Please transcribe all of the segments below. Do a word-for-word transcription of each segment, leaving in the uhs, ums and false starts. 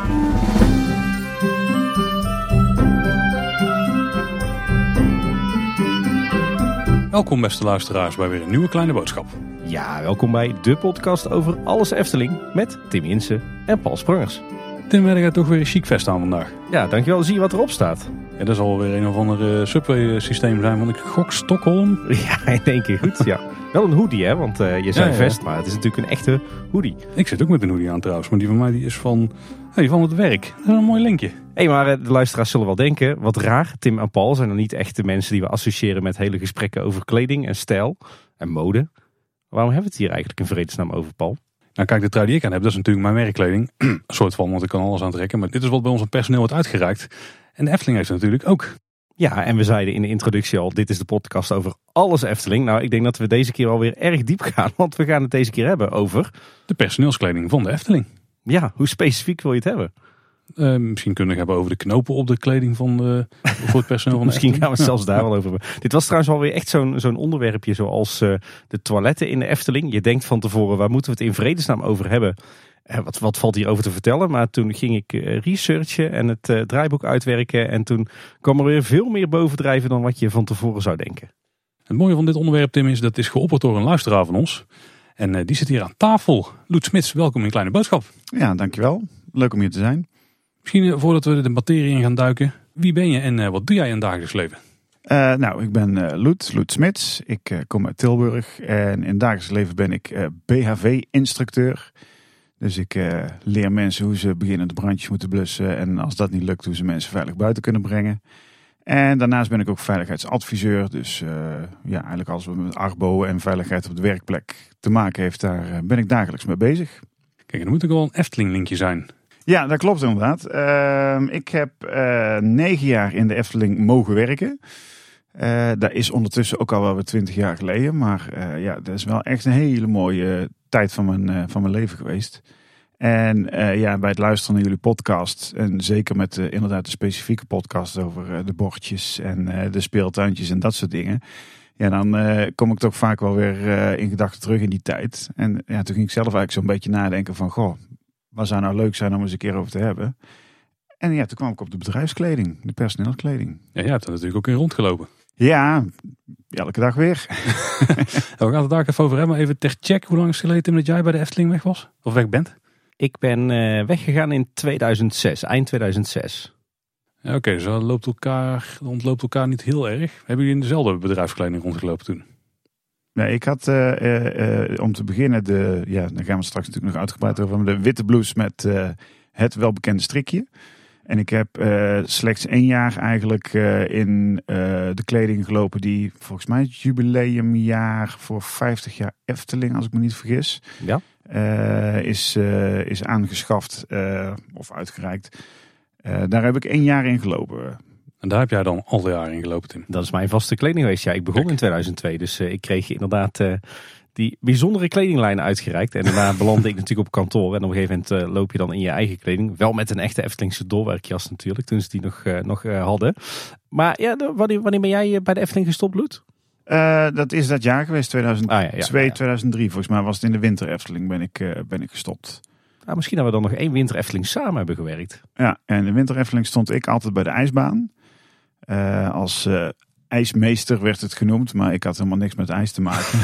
Welkom beste luisteraars bij weer een nieuwe kleine boodschap. Ja, welkom bij de podcast over alles Efteling met Tim Insen en Paul Sprangers. Tim, heb jij toch weer een chic vest aan vandaag? Ja, dankjewel. Zie je wat erop staat? Ja, dat zal weer een of ander uh, subway systeem zijn, want ik gok Stockholm. Ja, in één keer goed. Ja. Wel een hoodie, hè? Want uh, je zei ja, ja. vest, maar het is natuurlijk een echte hoodie. Ik zit ook met een hoodie aan trouwens, maar die van mij die is van, hey, van het werk. Dat is een mooi linkje. Hé, hey, maar de luisteraars zullen wel denken, wat raar. Tim en Paul zijn dan niet echt de mensen die we associëren met hele gesprekken over kleding en stijl en mode. Waarom hebben we het hier eigenlijk in vredesnaam over, Paul? Nou kijk, de trui die ik aan heb, dat is natuurlijk mijn werkkleding. Een soort van, want ik kan alles aantrekken. Maar dit is wat bij ons aan personeel wordt uitgereikt. En de Efteling heeft het natuurlijk ook. Ja, en we zeiden in de introductie al, dit is de podcast over alles Efteling. Nou, ik denk dat we deze keer alweer erg diep gaan, want we gaan het deze keer hebben over... de personeelskleding van de Efteling. Ja, hoe specifiek wil je het hebben? Uh, misschien kunnen we het hebben over de knopen op de kleding van de, voor het personeel van de Misschien Efteling. gaan we het zelfs daar wel over hebben. Dit was trouwens alweer echt zo'n, zo'n onderwerpje zoals uh, de toiletten in de Efteling. Je denkt van tevoren, waar moeten we het in vredesnaam over hebben? Uh, wat, wat valt hierover te vertellen? Maar toen ging ik uh, researchen en het uh, draaiboek uitwerken. En toen kwam er weer veel meer bovendrijven dan wat je van tevoren zou denken. Het mooie van dit onderwerp, Tim, is dat het is geopperd door een luisteraar van ons. En uh, die zit hier aan tafel. Loet Smits, welkom in Kleine Boodschap. Ja, dankjewel. Leuk om hier te zijn. Misschien uh, voordat we de materie in gaan duiken. Wie ben je en uh, wat doe jij in het dagelijks leven? Uh, nou, ik ben uh, Loet, Loet Smits. Ik uh, kom uit Tilburg. En in het dagelijks leven ben ik uh, B H V-instructeur. Dus ik uh, leer mensen hoe ze beginnende brandjes moeten blussen. En als dat niet lukt, hoe ze mensen veilig buiten kunnen brengen. En daarnaast ben ik ook veiligheidsadviseur. Dus uh, ja, eigenlijk alles wat met Arbo en veiligheid op de werkplek te maken heeft, daar uh, ben ik dagelijks mee bezig. Kijk, er moet ook wel een Efteling-linkje zijn. Ja, dat klopt inderdaad. Uh, ik heb uh, negen jaar in de Efteling mogen werken. Uh, dat is ondertussen ook al wel weer twintig jaar geleden. Maar uh, ja, dat is wel echt een hele mooie tijd van mijn, uh, van mijn leven geweest. En uh, ja, bij het luisteren naar jullie podcast, en zeker met uh, inderdaad de specifieke podcast over uh, de bordjes en uh, de speeltuintjes en dat soort dingen. Ja, dan uh, kom ik toch vaak wel weer uh, in gedachten terug in die tijd. En ja, toen ging ik zelf eigenlijk zo'n beetje nadenken van, goh, wat zou nou leuk zijn om eens een keer over te hebben. En ja, toen kwam ik op de bedrijfskleding, de personeelskleding. Ja, jij hebt er natuurlijk ook in rondgelopen. Ja, elke dag weer. We gaan het daar even over hebben. Even ter check, hoe lang is het geleden, Tim, dat jij bij de Efteling weg was? Of weg bent? Ik ben uh, weggegaan in tweeduizend zes, eind tweeduizend zes. Ja, Oké, okay, dus dat loopt elkaar, ontloopt elkaar niet heel erg. Hebben jullie in dezelfde bedrijfskleding rondgelopen toen? Nee, ik had uh, uh, uh, om te beginnen de, ja, daar gaan we straks natuurlijk nog uitgebreid over hebben, de witte blouse met uh, het welbekende strikje. En ik heb uh, slechts één jaar eigenlijk uh, in uh, de kleding gelopen die volgens mij het jubileumjaar voor vijftig jaar Efteling, als ik me niet vergis, ja. uh, is, uh, is aangeschaft uh, of uitgereikt. Uh, daar heb ik één jaar in gelopen. En daar heb jij dan al die jaren in gelopen, Tim? Dat is mijn vaste kleding geweest. Ja, ik begon Kijk. in tweeduizend twee, dus uh, ik kreeg inderdaad uh, die bijzondere kledinglijnen uitgereikt. En daarna belandde ik natuurlijk op kantoor. En op een gegeven moment uh, loop je dan in je eigen kleding. Wel met een echte Eftelingse doorwerkjas natuurlijk, toen ze die nog, uh, nog uh, hadden. Maar ja, wanneer, wanneer ben jij bij de Efteling gestopt, Loet? Uh, dat is dat jaar geweest, tweeduizend twee, ah, ja, ja, ja. tweeduizend drie. Volgens mij was het in de winter Efteling ben ik, uh, ben ik gestopt. Nou, misschien dat we dan nog één winter Efteling samen hebben gewerkt. Ja, en in de winter Efteling stond ik altijd bij de ijsbaan. Uh, als uh, ijsmeester werd het genoemd, maar ik had helemaal niks met ijs te maken.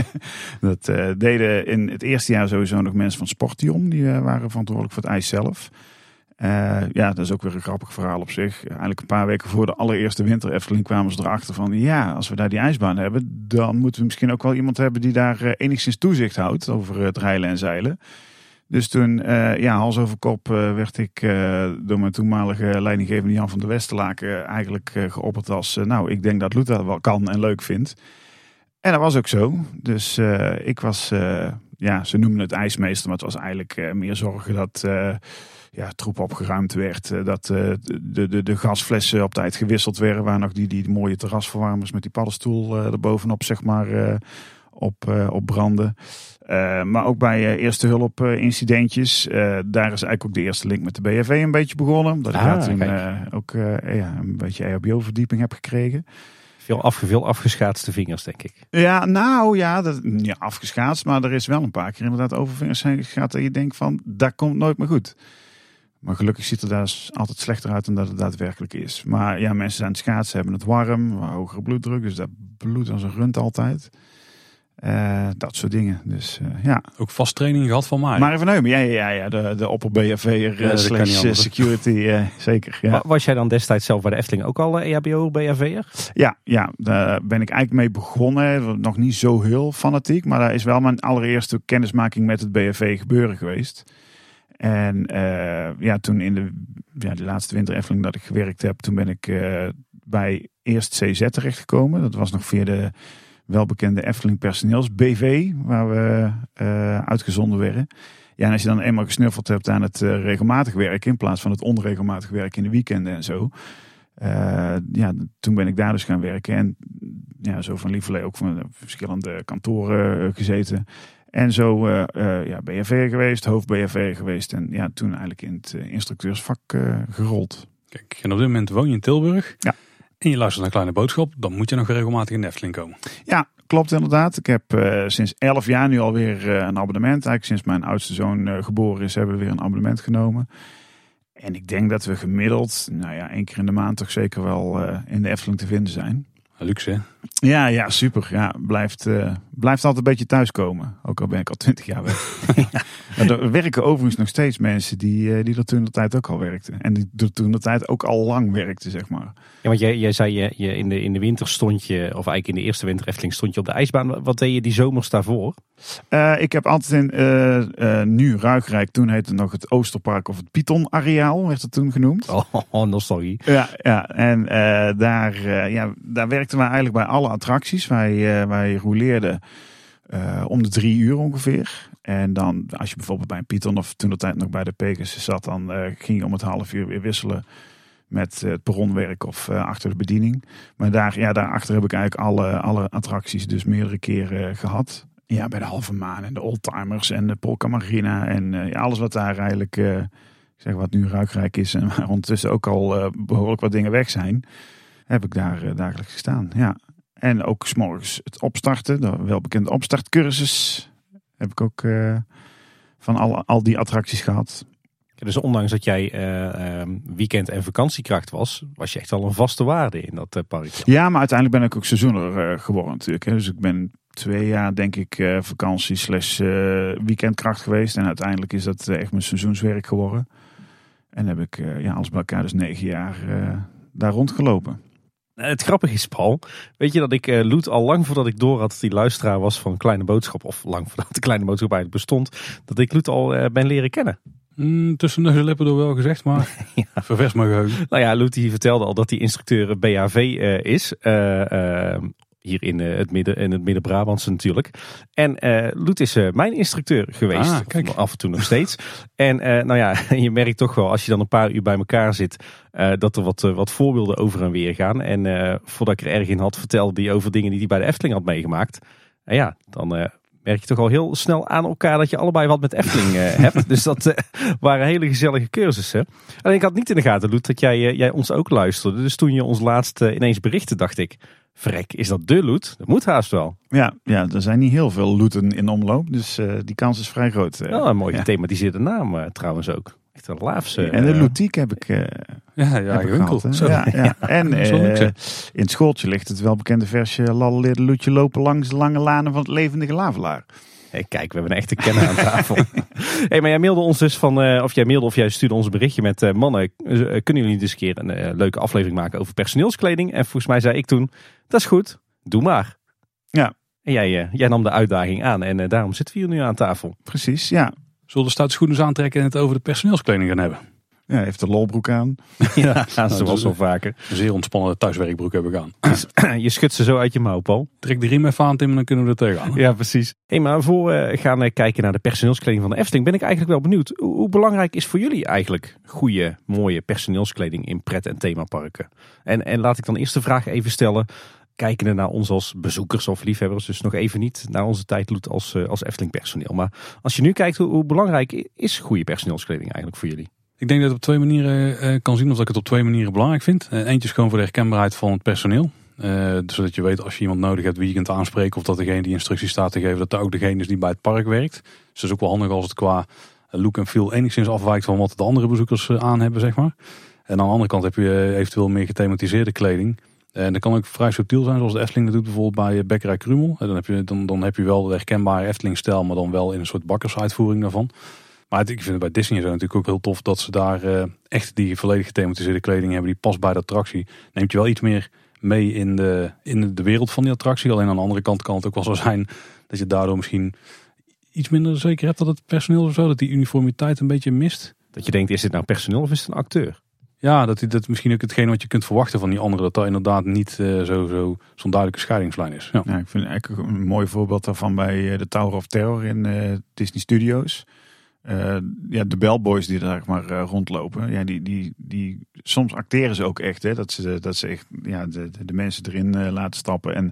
Dat uh, deden in het eerste jaar sowieso nog mensen van Sportion. Die uh, waren verantwoordelijk voor het ijs zelf. Uh, ja, dat is ook weer een grappig verhaal op zich. Eigenlijk een paar weken voor de allereerste winter Efteling kwamen ze erachter van, ja, als we daar die ijsbaan hebben, dan moeten we misschien ook wel iemand hebben die daar uh, enigszins toezicht houdt over het rijlen en zeilen. Dus toen, uh, ja, hals over kop uh, werd ik uh, door mijn toenmalige leidinggevende Jan van der Westerlaken uh, eigenlijk uh, geopperd als, uh, nou, ik denk dat Loet dat wel kan en leuk vindt. En dat was ook zo. Dus uh, ik was, uh, ja, ze noemen het ijsmeester, maar het was eigenlijk uh, meer zorgen dat uh, ja, troep opgeruimd werd. Uh, dat uh, de, de, de gasflessen op tijd gewisseld werden, waar nog die, die mooie terrasverwarmers met die paddenstoel uh, erbovenop, zeg maar, uh, op, uh, op branden. Uh, maar ook bij uh, eerste hulp uh, incidentjes. Uh, daar is eigenlijk ook de eerste link met de B H V een beetje begonnen. Dat ik ah, daar toen uh, ook uh, ja, een beetje E H B O-verdieping heb gekregen. Veel, afge, veel afgeschaatste vingers, denk ik. Ja, nou ja, dat, ja, afgeschaatst. Maar er is wel een paar keer inderdaad over vingers heen geschaat. Dat je denkt van, dat komt nooit meer goed. Maar gelukkig ziet het daar altijd slechter uit dan dat het daadwerkelijk is. Maar ja, mensen zijn schaatsen, hebben het warm, hogere bloeddruk. Dus dat bloedt als een rund altijd. Uh, dat soort dingen. Dus uh, ja. Ook vast training gehad van mij. Maar even Neumen, ja, ja, ja, de, de opper B F V'er ja, slash security, uh, zeker. Ja. Was jij dan destijds zelf bij de Efteling ook al E H B O B F V'er? Ja, ja, daar ben ik eigenlijk mee begonnen. Nog niet zo heel fanatiek, maar daar is wel mijn allereerste kennismaking met het B F V gebeuren geweest. En uh, ja, toen in de, ja, de laatste winter Efteling dat ik gewerkt heb, toen ben ik uh, bij eerst C Z terechtgekomen. Dat was nog via de welbekende Efteling personeels B V, waar we uh, uitgezonden werden. Ja, en als je dan eenmaal gesnuffeld hebt aan het uh, regelmatig werken in plaats van het onregelmatig werken in de weekenden en zo. Uh, ja, toen ben ik daar dus gaan werken. En ja, zo van lieverlee ook van verschillende kantoren uh, gezeten. En zo uh, uh, ja, B F R geweest, hoofd B F R geweest. En ja, toen eigenlijk in het uh, instructeursvak uh, gerold. Kijk, en op dit moment woon je in Tilburg. Ja. En je luistert naar Kleine Boodschap. Dan moet je nog regelmatig in de Efteling komen. Ja, klopt inderdaad. Ik heb uh, sinds elf jaar nu alweer uh, een abonnement. Eigenlijk sinds mijn oudste zoon uh, geboren is, hebben we weer een abonnement genomen. En ik denk dat we gemiddeld, nou ja, één keer in de maand toch zeker wel uh, in de Efteling te vinden zijn. Luxe, hè? Ja, ja, super. Ja, blijft, uh, blijft altijd een beetje thuiskomen. Ook al ben ik al twintig jaar weg. Ja. Er werken overigens nog steeds mensen die, uh, die er toen de tijd ook al werkten. En die er toen de tijd ook al lang werkten, zeg maar. Ja, want jij, jij zei je, je in, de, in de winter stond je, of eigenlijk in de eerste winter Efteling stond je op de ijsbaan. Wat deed je die zomers daarvoor? Uh, ik heb altijd in uh, uh, nu Ruigrijk, toen heette het nog het Oosterpark of het Python-areaal, werd het toen genoemd. Oh, oh nostalgie. Ja, ja. En uh, daar, uh, ja, daar werkten we eigenlijk bij alle attracties. Wij, uh, wij rouleerden uh, om de drie uur ongeveer. En dan, als je bijvoorbeeld bij een Python of toen de tijd nog bij de Pegasus zat, dan uh, ging je om het half uur weer wisselen met uh, het perronwerk of uh, achter de bediening. Maar daar, ja, daarachter heb ik eigenlijk alle, alle attracties dus meerdere keren uh, gehad. Ja, bij de Halve Maan en de Oldtimers en de Polka Marina en uh, ja, alles wat daar eigenlijk, uh, ik zeg wat nu Ruigrijk is en waar ondertussen ook al uh, behoorlijk wat dingen weg zijn, heb ik daar uh, dagelijks gestaan. Ja. En ook 's morgens het opstarten, de welbekende opstartcursus, heb ik ook uh, van al, al die attracties gehad. Dus ondanks dat jij uh, uh, weekend- en vakantiekracht was, was je echt al een vaste waarde in dat uh, park. Ja, maar uiteindelijk ben ik ook seizoener uh, geworden natuurlijk. Hè. Dus ik ben twee jaar denk ik uh, vakantie slash uh, weekendkracht geweest. En uiteindelijk is dat uh, echt mijn seizoenswerk geworden. En heb ik uh, ja, alles bij elkaar dus negen jaar uh, daar rondgelopen. Het grappige is, Paul, weet je dat ik uh, Loet al lang voordat ik door had dat hij luisteraar was van Kleine Boodschap, of lang voordat de Kleine Boodschap eigenlijk bestond, dat ik Loet al uh, ben leren kennen. Mm, tussen neus en lippen door wel gezegd, maar ja. Ververs mijn geheugen. Nou ja, Loet die vertelde al dat hij instructeur B H V uh, is. Uh, uh, hier in, uh, het midden, in het Midden-Brabantse natuurlijk. En uh, Loet is uh, mijn instructeur geweest. Ah, kijk. Af en toe nog steeds. En uh, nou ja, je merkt toch wel als je dan een paar uur bij elkaar zit, uh, dat er wat, uh, wat voorbeelden over en weer gaan. En uh, voordat ik er erg in had, vertelde hij over dingen die hij bij de Efteling had meegemaakt. En ja, dan Uh, merk je toch al heel snel aan elkaar dat je allebei wat met Efteling uh, hebt. Dus dat uh, waren hele gezellige cursussen. Alleen ik had niet in de gaten, Loet, dat jij, uh, jij ons ook luisterde. Dus toen je ons laatst uh, ineens berichtte, dacht ik, verrek, is dat de Loet? Dat moet haast wel. Ja, ja, er zijn niet heel veel Loeten in omloop. Dus uh, die kans is vrij groot. Uh, oh, een mooi ja. gethematiseerde naam uh, trouwens ook. Echt een laafse. En de Lutiek heb ik, uh, ja, ja, heb ik gehad. Hè? Ja, ja. En uh, in het schooltje ligt het welbekende versje Lalle leerde Loetje lopen langs de lange lanen van het levendige Lavelaar. Hey, kijk, we hebben een echte kenner aan tafel. Hey, maar jij mailde ons dus van, uh, of jij mailde of jij stuurde ons een berichtje met uh, mannen, uh, kunnen jullie niet eens een keer een uh, leuke aflevering maken over personeelskleding? En volgens mij zei ik toen, dat is goed, doe maar. Ja. En jij, uh, jij nam de uitdaging aan en uh, daarom zitten we hier nu aan tafel. Precies, ja. Zullen de stoute schoenen aantrekken en het over de personeelskleding gaan hebben? Ja, hij heeft de lolbroek aan. Ja, gaan ze wel zo vaker. Een zeer ontspannen thuiswerkbroek hebben we aan. Je schudt ze zo uit je mouw, Paul. Trek de riem even aan, Tim, en dan kunnen we er tegenaan. Ja, precies. Hey, maar voor we gaan uh, kijken naar de personeelskleding van de Efteling, ben ik eigenlijk wel benieuwd. Hoe, hoe belangrijk is voor jullie eigenlijk goede, mooie personeelskleding in pret- en themaparken? En, en laat ik dan eerst de vraag even stellen, kijkende naar ons als bezoekers of liefhebbers, dus nog even niet naar onze tijd Loet als, uh, als Efteling personeel. Maar als je nu kijkt, hoe, hoe belangrijk is goede personeelskleding eigenlijk voor jullie? Ik denk dat het op twee manieren uh, kan zien, of dat ik het op twee manieren belangrijk vind. Uh, eentje is gewoon voor de herkenbaarheid van het personeel. Uh, zodat je weet als je iemand nodig hebt wie je kunt aanspreken, of dat degene die instructies staat te geven, dat er ook degene is die bij het park werkt. Dus dat is ook wel handig als het qua look en feel enigszins afwijkt van wat de andere bezoekers aan hebben, zeg maar. En aan de andere kant heb je eventueel meer gethematiseerde kleding. En dat kan ook vrij subtiel zijn, zoals de Efteling dat doet bijvoorbeeld bij Bekkerij Krumel. Dan heb je, dan, dan heb je wel de herkenbare Efteling-stijl, maar dan wel in een soort bakkersuitvoering daarvan. Maar het, ik vind het bij Disney zo natuurlijk ook heel tof dat ze daar uh, echt die volledig gethematiseerde kleding hebben die past bij de attractie. Neemt je wel iets meer mee in de, in de wereld van die attractie. Alleen aan de andere kant kan het ook wel zo zijn dat je daardoor misschien iets minder zeker hebt dat het personeel of zo, dat die uniformiteit een beetje mist. Dat je denkt, is dit nou personeel of is het een acteur? Ja, dat, dat misschien ook hetgeen wat je kunt verwachten van die anderen, dat daar inderdaad niet uh, zo, zo, zo'n duidelijke scheidingslijn is. Ja. Ja, ik vind eigenlijk een mooi voorbeeld daarvan bij de Tower of Terror in uh, Disney Studios. Uh, ja, de bellboys die daar maar uh, rondlopen, ja, die, die, die, soms acteren ze ook echt, hè, dat ze, dat ze echt ja, de, de mensen erin uh, laten stappen en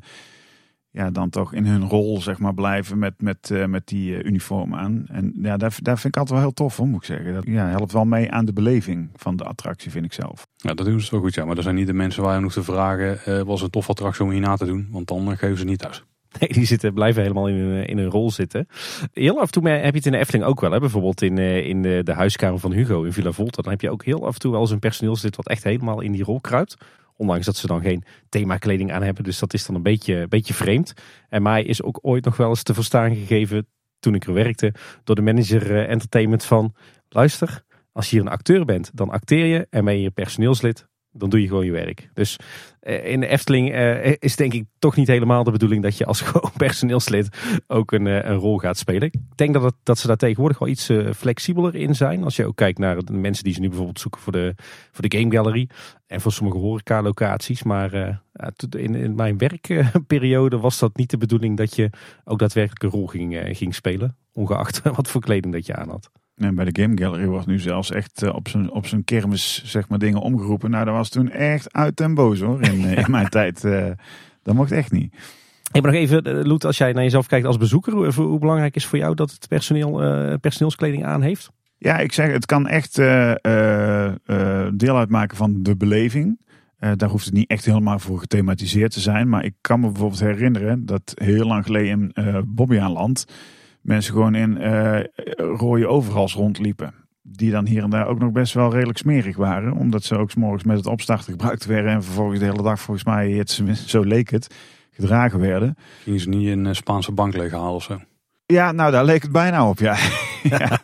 ja, dan toch in hun rol zeg maar blijven met, met, uh, met die uh, uniform aan. En ja, daar, daar vind ik altijd wel heel tof van, moet ik zeggen. Dat ja, helpt wel mee aan de beleving van de attractie, vind ik zelf. Ja, dat doen ze wel goed, ja. Maar dat zijn niet de mensen waar je hoeft te vragen, uh, was een tof attractie om hier na te doen, want dan uh, geven ze niet thuis. Nee, die zitten, blijven helemaal in hun, in hun rol zitten. Heel af en toe heb je het in de Efteling ook wel. Hè? Bijvoorbeeld in, in de, de huiskamer van Hugo in Villa Volta. Dan heb je ook heel af en toe wel eens een personeelslid wat echt helemaal in die rol kruipt. Ondanks dat ze dan geen themakleding aan hebben. Dus dat is dan een beetje, een beetje vreemd. En mij is ook ooit nog wel eens te verstaan gegeven, toen ik er werkte, door de manager uh, entertainment van, luister, als je hier een acteur bent, dan acteer je en ben je personeelslid. Dan doe je gewoon je werk. Dus uh, in de Efteling uh, is denk ik toch niet helemaal de bedoeling dat je als gewoon personeelslid ook een, uh, een rol gaat spelen. Ik denk dat, het, dat ze daar tegenwoordig wel iets uh, flexibeler in zijn. Als je ook kijkt naar de mensen die ze nu bijvoorbeeld zoeken voor de, voor de Game Gallery. En voor sommige horeca locaties. Maar uh, in, in mijn werkperiode was dat niet de bedoeling dat je ook daadwerkelijk een rol ging, uh, ging spelen. Ongeacht wat voor kleding dat je aan had. En bij de Game Gallery wordt nu zelfs echt uh, op zijn op zijn kermis zeg maar dingen omgeroepen. Nou, dat was toen echt uit en boos hoor, in, uh, in mijn tijd. Uh, dat mocht echt niet. Hey, maar nog even, uh, Loet, als jij naar jezelf kijkt als bezoeker, hoe, hoe belangrijk is voor jou dat het personeel uh, personeelskleding aan heeft? Ja, ik zeg, het kan echt uh, uh, uh, deel uitmaken van de beleving. Uh, daar hoeft het niet echt helemaal voor gethematiseerd te zijn. Maar ik kan me bijvoorbeeld herinneren dat heel lang geleden in uh, Bobbejaanland mensen gewoon in uh, rode overals rondliepen. Die dan hier en daar ook nog best wel redelijk smerig waren. Omdat ze ook 's morgens met het opstarten gebruikt werden. En vervolgens de hele dag volgens mij, het, zo leek het, gedragen werden. Gingen ze niet een Spaanse bank leeghalen of zo? Ja, nou daar leek het bijna op, ja. ja.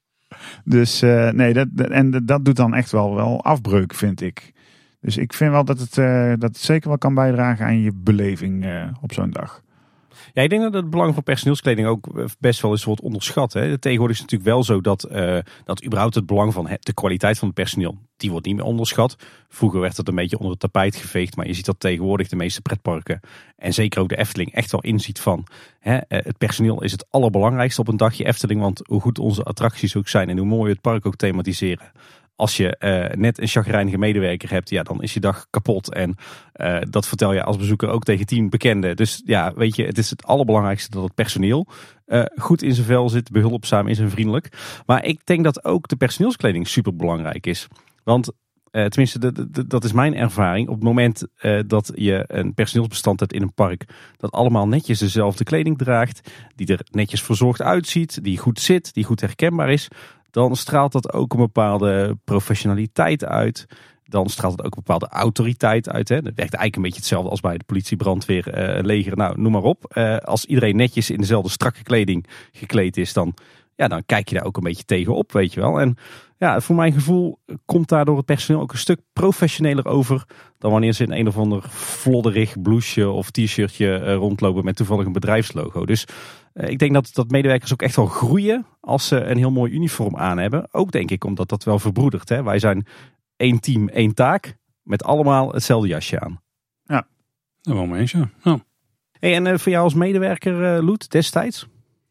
Dus uh, nee, dat, en dat doet dan echt wel, wel afbreuk, vind ik. Dus ik vind wel dat het, uh, dat het zeker wel kan bijdragen aan je beleving uh, op zo'n dag. Ja, ik denk dat het belang van personeelskleding ook best wel eens wordt onderschat. Hè. Tegenwoordig is het natuurlijk wel zo dat, uh, dat überhaupt het belang van de kwaliteit van het personeel, die wordt niet meer onderschat. Vroeger werd het een beetje onder het tapijt geveegd, maar je ziet dat tegenwoordig de meeste pretparken en zeker ook de Efteling echt wel inziet van, hè, het personeel is het allerbelangrijkste op een dagje Efteling, want hoe goed onze attracties ook zijn en hoe mooi we het park ook thematiseren. Als je uh, net een chagrijnige medewerker hebt, ja, dan is je dag kapot. En uh, dat vertel je als bezoeker ook tegen tien bekenden. Dus ja, weet je, het is het allerbelangrijkste dat het personeel uh, goed in zijn vel zit, behulpzaam is en vriendelijk. Maar ik denk dat ook de personeelskleding super belangrijk is. Want uh, tenminste, de, de, dat is mijn ervaring. Op het moment uh, dat je een personeelsbestand hebt in een park, dat allemaal netjes dezelfde kleding draagt, die er netjes verzorgd uitziet, die goed zit, die goed herkenbaar is, dan straalt dat ook een bepaalde professionaliteit uit. Dan straalt het ook een bepaalde autoriteit uit. Hè. Dat werkt eigenlijk een beetje hetzelfde als bij de politie, brandweer, uh, leger. Nou, noem maar op. Uh, als iedereen netjes in dezelfde strakke kleding gekleed is, dan, ja, dan kijk je daar ook een beetje tegenop, weet je wel. En ja, voor mijn gevoel komt daardoor het personeel ook een stuk professioneler over dan wanneer ze in een of ander flodderig blouseje of t-shirtje uh, rondlopen met toevallig een bedrijfslogo. Dus uh, ik denk dat, dat medewerkers ook echt wel groeien als ze een heel mooi uniform aan hebben. Ook denk ik omdat dat wel verbroedert. Hè? Wij zijn één team, één taak met allemaal hetzelfde jasje aan. Ja, dat wel mee eens, ja. ja. Hey, en uh, voor jou als medewerker, uh, Loet, destijds?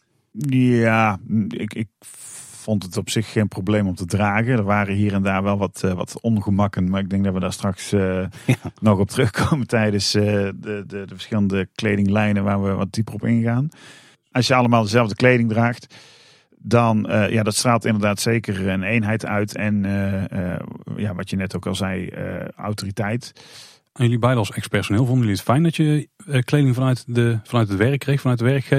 Ja, ik, ik vond het op zich geen probleem om te dragen. Er waren hier en daar wel wat, uh, wat ongemakken. Maar ik denk dat we daar straks uh, ja. nog op terugkomen tijdens uh, de, de, de verschillende kledinglijnen waar we wat dieper op ingaan. Als je allemaal dezelfde kleding draagt, dan uh, ja, dat straalt inderdaad zeker een eenheid uit. En uh, uh, ja, wat je net ook al zei, uh, autoriteit. En jullie beiden als ex-personeel, vonden jullie het fijn dat je uh, kleding vanuit, de, vanuit het werk kreeg, vanuit de werkgever?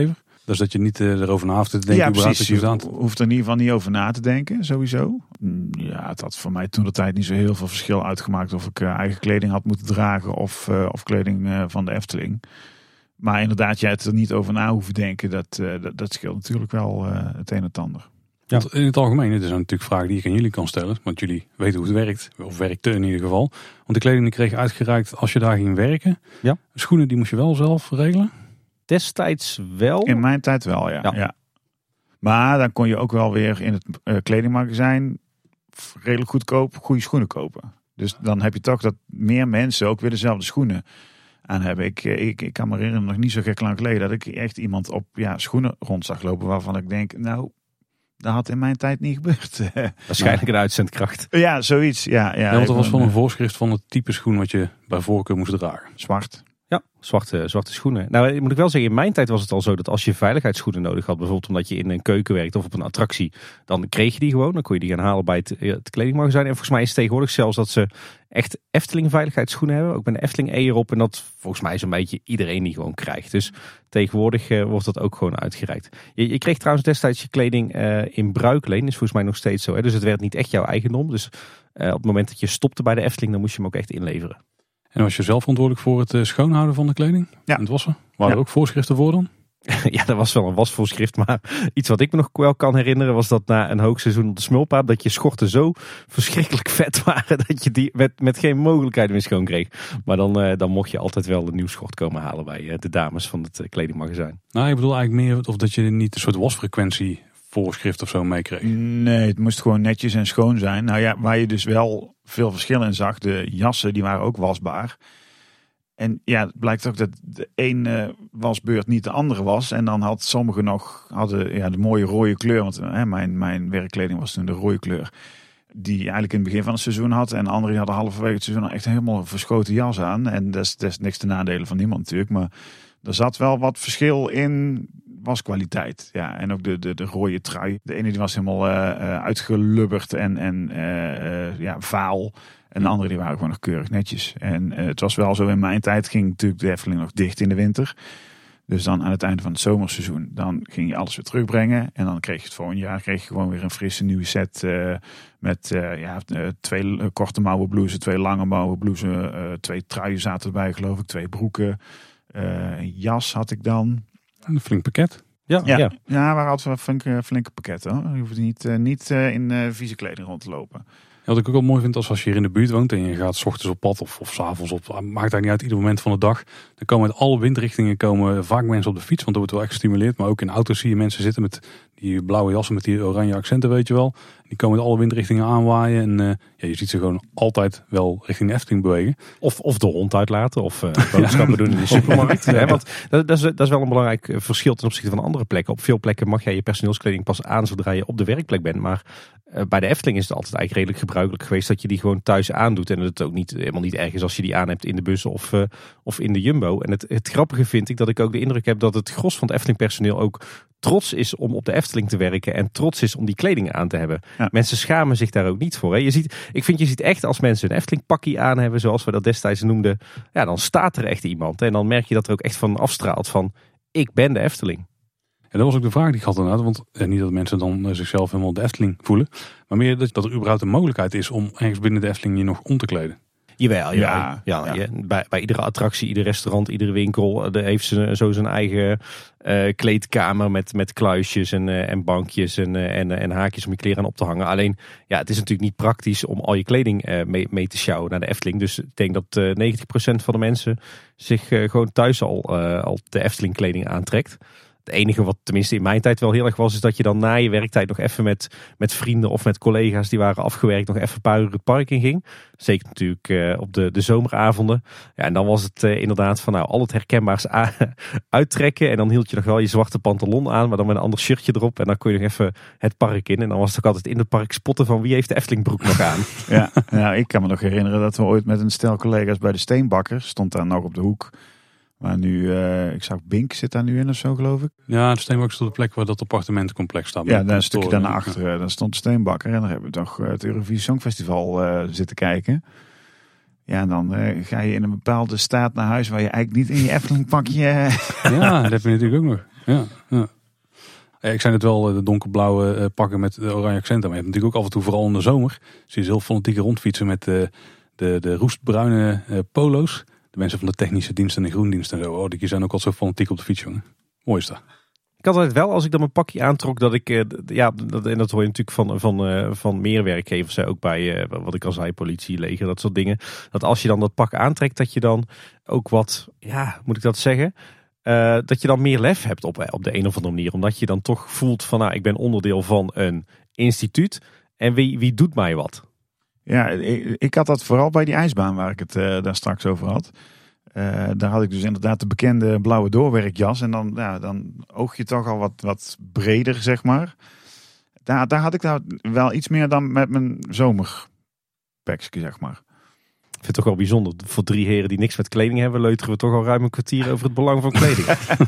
Dus dat je niet uh, erover na hoeft te denken. Ja, precies. Je je hoeft er in ieder geval niet over na te denken, sowieso. Ja, het had voor mij toen de tijd niet zo heel veel verschil uitgemaakt of ik uh, eigen kleding had moeten dragen of, uh, of kleding uh, van de Efteling. Maar inderdaad, jij het er niet over na hoeven denken, dat, uh, dat, dat scheelt natuurlijk wel uh, het een en het ander. Ja. Want in het algemeen, dit zijn natuurlijk vragen die ik aan jullie kan stellen. Want jullie weten hoe het werkt, of werkte in ieder geval. Want de kleding die kreeg je uitgereikt als je daar ging werken. Ja. Schoenen die moest je wel zelf regelen? Destijds wel. In mijn tijd wel, ja. Ja. ja. Maar dan kon je ook wel weer in het uh, kledingmagazijn redelijk goedkoop goede schoenen kopen. Dus dan heb je toch dat meer mensen ook weer dezelfde schoenen aan hebben. Ik, ik, ik kan me herinneren, nog niet zo gek lang geleden, dat ik echt iemand op ja, schoenen rond zag lopen waarvan ik denk, nou, dat had in mijn tijd niet gebeurd. Waarschijnlijk een uitzendkracht. Ja, zoiets. Ja, ja, ja, want er was ben, van een voorschrift van het type schoen wat je bij voorkeur moest dragen. Zwart. Ja, zwarte, zwarte schoenen. Nou, moet ik wel zeggen, in mijn tijd was het al zo dat als je veiligheidsschoenen nodig had, bijvoorbeeld omdat je in een keuken werkt of op een attractie, dan kreeg je die gewoon. Dan kon je die gaan halen bij het, het kledingmagazijn. En volgens mij is het tegenwoordig zelfs dat ze echt Efteling veiligheidsschoenen hebben. Ook met een Efteling E erop. En dat volgens mij zo'n beetje iedereen die gewoon krijgt. Dus tegenwoordig uh, wordt dat ook gewoon uitgereikt. Je, je kreeg trouwens destijds je kleding uh, in bruikleen. Is volgens mij nog steeds zo. Hè? Dus het werd niet echt jouw eigendom. Dus uh, op het moment dat je stopte bij de Efteling, dan moest je hem ook echt inleveren. En was je zelf verantwoordelijk voor het schoonhouden van de kleding? Ja. En het wassen? Waren Ja. er ook voorschriften voor dan? Ja, dat was wel een wasvoorschrift. Maar iets wat ik me nog wel kan herinneren was dat na een hoogseizoen op de Smulpaap dat je schorten zo verschrikkelijk vet waren dat je die met, met geen mogelijkheid meer schoon kreeg. Maar dan, uh, dan mocht je altijd wel een nieuw schort komen halen bij uh, de dames van het uh, kledingmagazijn. Nou, ik bedoel eigenlijk meer of dat je niet een soort wasfrequentie voorschrift of zo meekreeg. Nee, het moest gewoon netjes en schoon zijn. Nou ja, waar je dus wel veel verschil in zag, de jassen die waren ook wasbaar. En ja, het blijkt ook dat de ene wasbeurt niet de andere was. En dan had sommigen nog hadden, ja, de mooie rode kleur. Want hè, mijn, mijn werkkleding was toen de rode kleur. Die eigenlijk in het begin van het seizoen had. En anderen hadden halverwege het seizoen echt helemaal een verschoten jas aan. En dat is, dat is niks te nadelen van niemand natuurlijk. Maar er zat wel wat verschil in waskwaliteit. Ja, en ook de, de, de rode trui. De ene die was helemaal uh, uh, uitgelubberd en, en uh, uh, ja, vaal. En de andere die waren gewoon nog keurig netjes. En uh, het was wel zo, in mijn tijd ging natuurlijk de Efteling nog dicht in de winter. Dus dan aan het einde van het zomerseizoen, dan ging je alles weer terugbrengen. En dan kreeg je het volgende jaar kreeg je gewoon weer een frisse nieuwe set. Uh, met uh, ja, uh, twee uh, korte mouwen blouses, twee lange mouwen blouses. Uh, twee truien zaten erbij geloof ik, twee broeken. Uh, een jas had ik dan. Een flink pakket. Ja, Ja, ja. ja, we hadden wel flinke, flinke pakketten. Hoor. Je hoeft niet, uh, niet uh, in uh, vieze kleding rond te lopen. Ja, wat ik ook wel mooi vind, als, als je hier in de buurt woont en je gaat 's ochtends op pad of, of 's avonds op, maakt eigenlijk niet uit, ieder moment van de dag. Dan komen uit alle windrichtingen komen vaak mensen op de fiets, want dat wordt wel echt gestimuleerd. Maar ook in auto's zie je mensen zitten met die blauwe jassen met die oranje accenten, weet je wel. Die komen uit alle windrichtingen aanwaaien en uh, ja, je ziet ze gewoon altijd wel richting de Efteling bewegen. Of, of de hond uitlaten of uh, boodschappen doen in de supermarkt. Ja, want dat, dat, is, dat is wel een belangrijk verschil ten opzichte van andere plekken. Op veel plekken mag jij je personeelskleding pas aan zodra je op de werkplek bent. Maar uh, bij de Efteling is het altijd eigenlijk redelijk gebruikelijk geweest dat je die gewoon thuis aandoet. En dat het ook niet, helemaal niet erg is als je die aan hebt in de bus of, uh, of in de Jumbo. En het, het grappige vind ik dat ik ook de indruk heb dat het gros van het Efteling personeel ook trots is om op de Efteling te werken en trots is om die kleding aan te hebben. Ja. Mensen schamen zich daar ook niet voor. Hè. Je ziet, ik vind je ziet echt als mensen een Efteling pakkie aan hebben, zoals we dat destijds noemden, ja, dan staat er echt iemand. Hè. En dan merk je dat er ook echt van afstraalt van, ik ben de Efteling. En dat was ook de vraag die ik had inderdaad. Want eh, niet dat mensen dan uh, zichzelf helemaal de Efteling voelen. Maar meer dat, dat er überhaupt een mogelijkheid is om ergens binnen de Efteling je nog om te kleden. Jawel, jawel. Ja, ja, ja. Je, bij, bij iedere attractie, ieder restaurant, iedere winkel de heeft ze zo zijn eigen uh, kleedkamer met, met kluisjes en, uh, en bankjes en, uh, en, uh, en haakjes om je kleren aan op te hangen. Alleen, ja, het is natuurlijk niet praktisch om al je kleding uh, mee, mee te sjouwen naar de Efteling. Dus ik denk dat uh, negentig procent van de mensen zich uh, gewoon thuis al, uh, al de Efteling kleding aantrekt. Het enige wat tenminste in mijn tijd wel heel erg was, is dat je dan na je werktijd nog even met, met vrienden of met collega's die waren afgewerkt nog even een paar uur het park in ging. Zeker natuurlijk uh, op de, de zomeravonden. Ja, en dan was het uh, inderdaad van nou al het herkenbaars a- uittrekken. En dan hield je nog wel je zwarte pantalon aan, maar dan met een ander shirtje erop. En dan kon je nog even het park in. En dan was het ook altijd in het park spotten van wie heeft de Efteling broek nog aan. Ja, nou, ik kan me nog herinneren dat we ooit met een stel collega's bij de Steenbakker, stond daar nog op de hoek. Maar nu, uh, ik zag Bink zit daar nu in of zo, geloof ik. Ja, de Steenbakker is op de plek waar dat appartementencomplex staat. Ja, daar een stukje daarachter. Daar stond de Steenbakker. En dan hebben we toch het Eurovisie Songfestival uh, zitten kijken. Ja, en dan uh, ga je in een bepaalde staat naar huis waar je eigenlijk niet in je Efteling pakje... Uh... Ja, dat heb je natuurlijk ook nog. Ja, ja. Ja, ik zei het wel, de donkerblauwe uh, pakken met de oranje accenten. Maar je hebt natuurlijk ook af en toe, vooral in de zomer, zie je heel fanatieke rondfietsen met uh, de, de roestbruine uh, polo's. De mensen van de technische dienst en de groendienst en zo. Oh, die zijn ook al zo fanatiek op de fiets, jongen. Mooi is dat. Ik had altijd wel, als ik dan mijn pakje aantrok, dat ik, uh, ja, dat, en dat hoor je natuurlijk van, van, uh, van meer werkgevers, hè, ook bij, uh, wat ik al zei, politie, leger, dat soort dingen. Dat als je dan dat pak aantrekt, dat je dan ook wat, ja, moet ik dat zeggen, uh, dat je dan meer lef hebt op, op de een of andere manier. Omdat je dan toch voelt van, nou, ik ben onderdeel van een instituut en wie, wie doet mij wat? Ja, ik, ik had dat vooral bij die ijsbaan waar ik het uh, daar straks over had. Uh, daar had ik dus inderdaad de bekende blauwe doorwerkjas. En dan, ja, dan oog je toch al wat, wat breder, zeg maar. Daar, daar had ik nou wel iets meer dan met mijn zomerpekje, zeg maar. Ik vind het toch wel bijzonder. Voor drie heren die niks met kleding hebben, leuteren we toch al ruim een kwartier over het belang van kleding.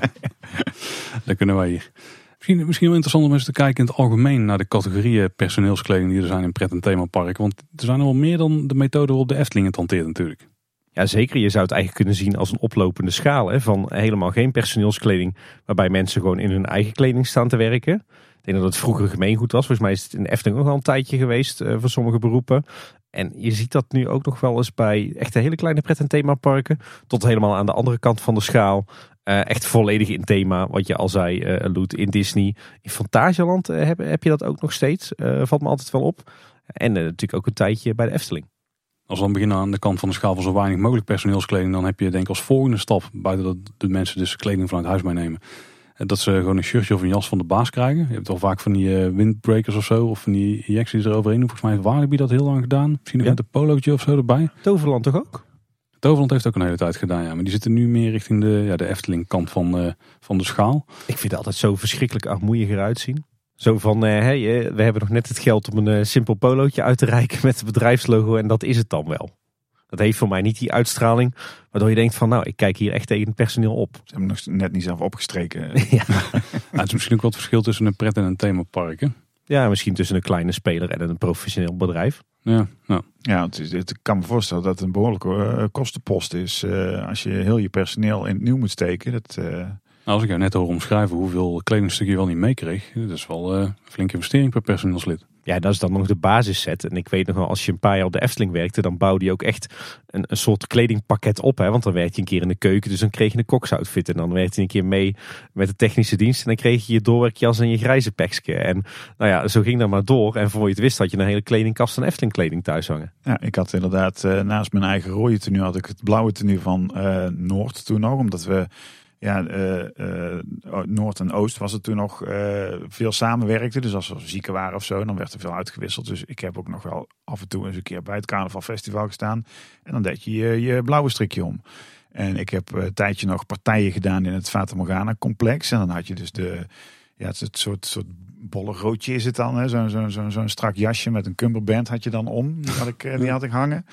Dat kunnen wij hier. Misschien, misschien wel interessant om eens te kijken in het algemeen naar de categorieën personeelskleding die er zijn in pret- en themapark. Want er zijn er wel meer dan de methode waarop de Efteling het hanteert natuurlijk. Ja, zeker. Je zou het eigenlijk kunnen zien als een oplopende schaal. Hè, van helemaal geen personeelskleding, waarbij mensen gewoon in hun eigen kleding staan te werken. Ik denk dat het vroeger gemeengoed was. Volgens mij is het in de Efteling ook al een tijdje geweest uh, voor sommige beroepen. En je ziet dat nu ook nog wel eens bij echte hele kleine pret- en themaparken. Tot helemaal aan de andere kant van de schaal. Uh, echt volledig in thema, wat je al zei, uh, Loet, in Disney. In Fantasieland uh, heb, heb je dat ook nog steeds. Uh, valt me altijd wel op. En uh, natuurlijk ook een tijdje bij de Efteling. Als we dan beginnen aan de kant van de schaal van zo weinig mogelijk personeelskleding, dan heb je denk ik als volgende stap, buiten dat de mensen dus kleding vanuit huis meenemen, dat ze gewoon een shirtje of een jas van de baas krijgen. Je hebt wel vaak van die uh, windbreakers of zo, of van die injecties eroverheen. Volgens mij heeft Walibi dat heel lang gedaan. Misschien nog Ja. met een polootje of zo erbij. Toverland toch ook? Toverland heeft ook een hele tijd gedaan, ja. Maar die zitten nu meer richting de, ja, de Efteling kant van, uh, van de schaal. Ik vind het altijd zo verschrikkelijk armoeig eruit zien. Zo van, uh, hey, uh, we hebben nog net het geld om een uh, simpel polootje uit te reiken met het bedrijfslogo en dat is het dan wel. Dat heeft voor mij niet die uitstraling, waardoor je denkt van, nou, ik kijk hier echt tegen het personeel op. Ze hebben nog net niet zelf opgestreken. Ja. Nou, het is misschien ook wat verschil tussen een pret- en een themapark, hè? Ja, misschien tussen een kleine speler en een professioneel bedrijf. Ja, nou. Ja, het is, het, ik kan me voorstellen dat het een behoorlijke uh, kostenpost is. Uh, als je heel je personeel in het nieuw moet steken. Dat, uh... nou, als ik jou net hoor omschrijven hoeveel kledingstuk je wel niet meekreeg, dat is wel uh, een flinke investering per personeelslid. Ja, dat is dan nog de basisset. En ik weet nog wel, als je een paar jaar op de Efteling werkte, dan bouwde je ook echt een, een soort kledingpakket op. Hè? Want dan werkte je een keer in de keuken, dus dan kreeg je een koksoutfit. En dan werkte je een keer mee met de technische dienst. En dan kreeg je je doorwerkjas en je grijze pekske. En nou ja, zo ging dat maar door. En voor je het wist had je een hele kledingkast en Efteling kleding thuis hangen. Ja, ik had inderdaad uh, naast mijn eigen rode tenue had ik het blauwe tenue van uh, Noord toen nog. Omdat we... Ja, uh, uh, Noord en Oost was het toen nog uh, veel samenwerkten. Dus als er zieken waren of zo, dan werd er veel uitgewisseld. Dus ik heb ook nog wel af en toe eens een keer bij het Carnavalfestival gestaan. En dan deed je je, je blauwe strikje om. En ik heb uh, een tijdje nog partijen gedaan in het Fata Morgana complex. En dan had je dus de, ja, het, het soort, soort bolle roodje is het dan. Zo'n zo, zo, zo'n strak jasje met een cummerband had je dan om. Die had ik, uh, die had ik hangen.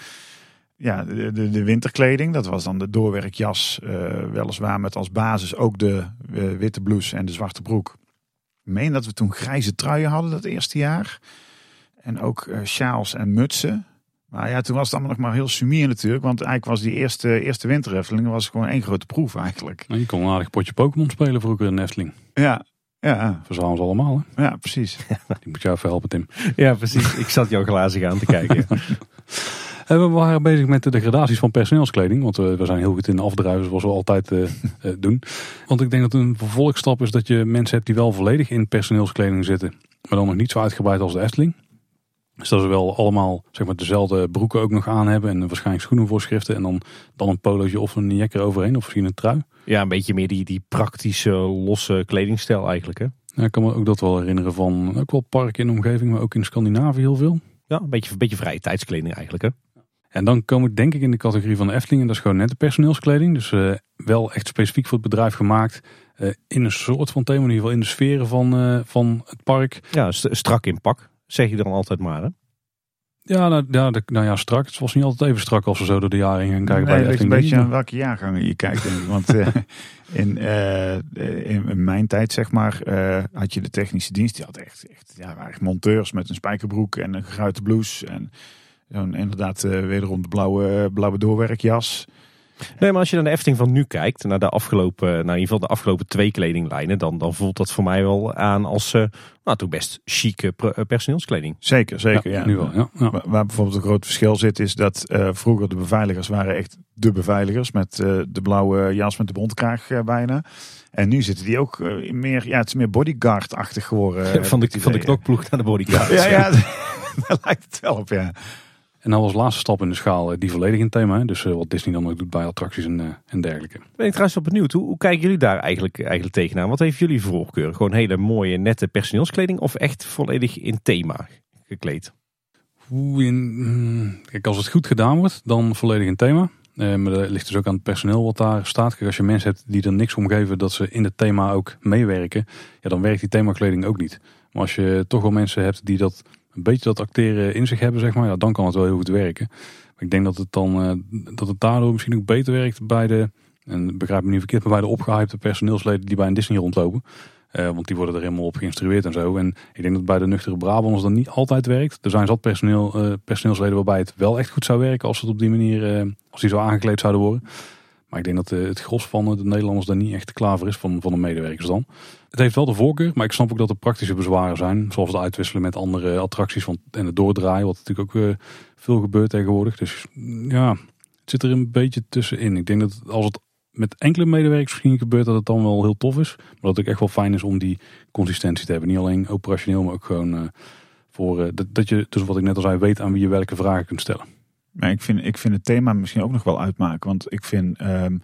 Ja, de, de, de winterkleding, dat was dan de doorwerkjas, uh, weliswaar met als basis ook de uh, witte blouse en de zwarte broek. Ik meen dat we toen grijze truien hadden dat eerste jaar. En ook uh, sjaals en mutsen. Maar ja, toen was het allemaal nog maar heel sumier natuurlijk. Want eigenlijk was die eerste, eerste winterefteling was gewoon één grote proef eigenlijk. Nou, je kon een aardig potje Pokémon spelen vroeger in de Efteling. Ja, ja. Verzamelen ze allemaal, hè? Ja, precies. Die moet jou even helpen, Tim. Ja, precies. Ik zat jou glazig aan te kijken. We waren bezig met de gradaties van personeelskleding. Want we zijn heel goed in afdruiven zoals we altijd uh, uh, doen. Want ik denk dat een vervolgstap is dat je mensen hebt die wel volledig in personeelskleding zitten. Maar dan nog niet zo uitgebreid als de Efteling. Dus dat ze wel allemaal zeg maar, dezelfde broeken ook nog aan hebben. En waarschijnlijk schoenenvoorschriften. En dan, dan een polootje of een jek eroverheen. Of misschien een trui. Ja, een beetje meer die, die praktische, losse kledingstijl eigenlijk, hè? Ja, ik kan me ook dat wel herinneren van ook wel parken in de omgeving. Maar ook in Scandinavië heel veel. Ja, een beetje, een beetje vrije tijdskleding eigenlijk, hè? En dan komen we denk ik in de categorie van de Efteling. En dat is gewoon net de personeelskleding. Dus uh, wel echt specifiek voor het bedrijf gemaakt. Uh, in een soort van thema. In ieder geval in de sferen van, uh, van het park. Ja, st- strak in pak. Zeg je dan altijd maar, hè? Ja, nou ja, de, nou ja, strak. Het was niet altijd even strak als we zo door de jaren heen gaan kijken. Nee, bij de het ligt een Efteling. beetje aan welke jaargangen je kijkt. Denk ik. Want uh, in, uh, in, in mijn tijd, zeg maar, uh, had je de technische dienst. Die had echt, echt, ja, waren echt monteurs met een spijkerbroek en een geruite blouse. En zo'n inderdaad uh, wederom de blauwe, blauwe doorwerkjas. Nee, maar als je naar de Efteling van nu kijkt, naar de afgelopen, nou in ieder geval de afgelopen twee kledinglijnen, dan, dan voelt dat voor mij wel aan als uh, nou, toch best chique personeelskleding. Zeker, zeker. Ja, ja. Nu wel, ja. ja. Waar, waar bijvoorbeeld een groot verschil zit, is dat uh, vroeger de beveiligers waren echt de beveiligers met uh, de blauwe jas met de bontkraag uh, bijna. En nu zitten die ook uh, meer, ja, het is meer bodyguard-achtig geworden. Uh, van, de, van de knokploeg naar de bodyguard. Ja, ja, daar lijkt het wel op, ja. En dan als laatste stap in de schaal die volledig in thema. Hè? Dus uh, wat Disney dan ook doet bij attracties en, uh, en dergelijke. Ben ik trouwens wel benieuwd. Hoe, hoe kijken jullie daar eigenlijk, eigenlijk tegenaan? Wat heeft jullie voorkeur? Gewoon hele mooie, nette personeelskleding of echt volledig in thema gekleed? Hoe in, kijk, als het goed gedaan wordt, dan volledig in thema. Uh, maar dat ligt dus ook aan het personeel wat daar staat. Kijk, als je mensen hebt die er niks om geven dat ze in het thema ook meewerken. Ja, dan werkt die themakleding ook niet. Maar als je toch wel mensen hebt die dat een beetje dat acteren in zich hebben, zeg maar, ja, dan kan het wel heel goed werken. Maar ik denk dat het dan uh, dat het daardoor misschien ook beter werkt bij de, en begrijp me niet verkeerd, maar bij de opgehypte personeelsleden die bij een Disney rondlopen. Uh, want die worden er helemaal op geïnstrueerd en zo. En ik denk dat het bij de nuchtere Brabanders dan niet altijd werkt. Er zijn zat personeel, uh, personeelsleden waarbij het wel echt goed zou werken als het op die manier, uh, als die zo aangekleed zouden worden. Maar ik denk dat uh, het gros van de Nederlanders daar niet echt klaar voor is van, van de medewerkers dan. Het heeft wel de voorkeur, maar ik snap ook dat er praktische bezwaren zijn. Zoals het uitwisselen met andere attracties van, en het doordraaien. Wat natuurlijk ook uh, veel gebeurt tegenwoordig. Dus ja, het zit er een beetje tussenin. Ik denk dat als het met enkele medewerkers misschien gebeurt, dat het dan wel heel tof is. Maar dat het ook echt wel fijn is om die consistentie te hebben. Niet alleen operationeel, maar ook gewoon uh, voor uh, dat, dat je, dus wat ik net al zei, weet aan wie je welke vragen kunt stellen. Maar ik vind, ik vind het thema misschien ook nog wel uitmaken. Want ik vind um,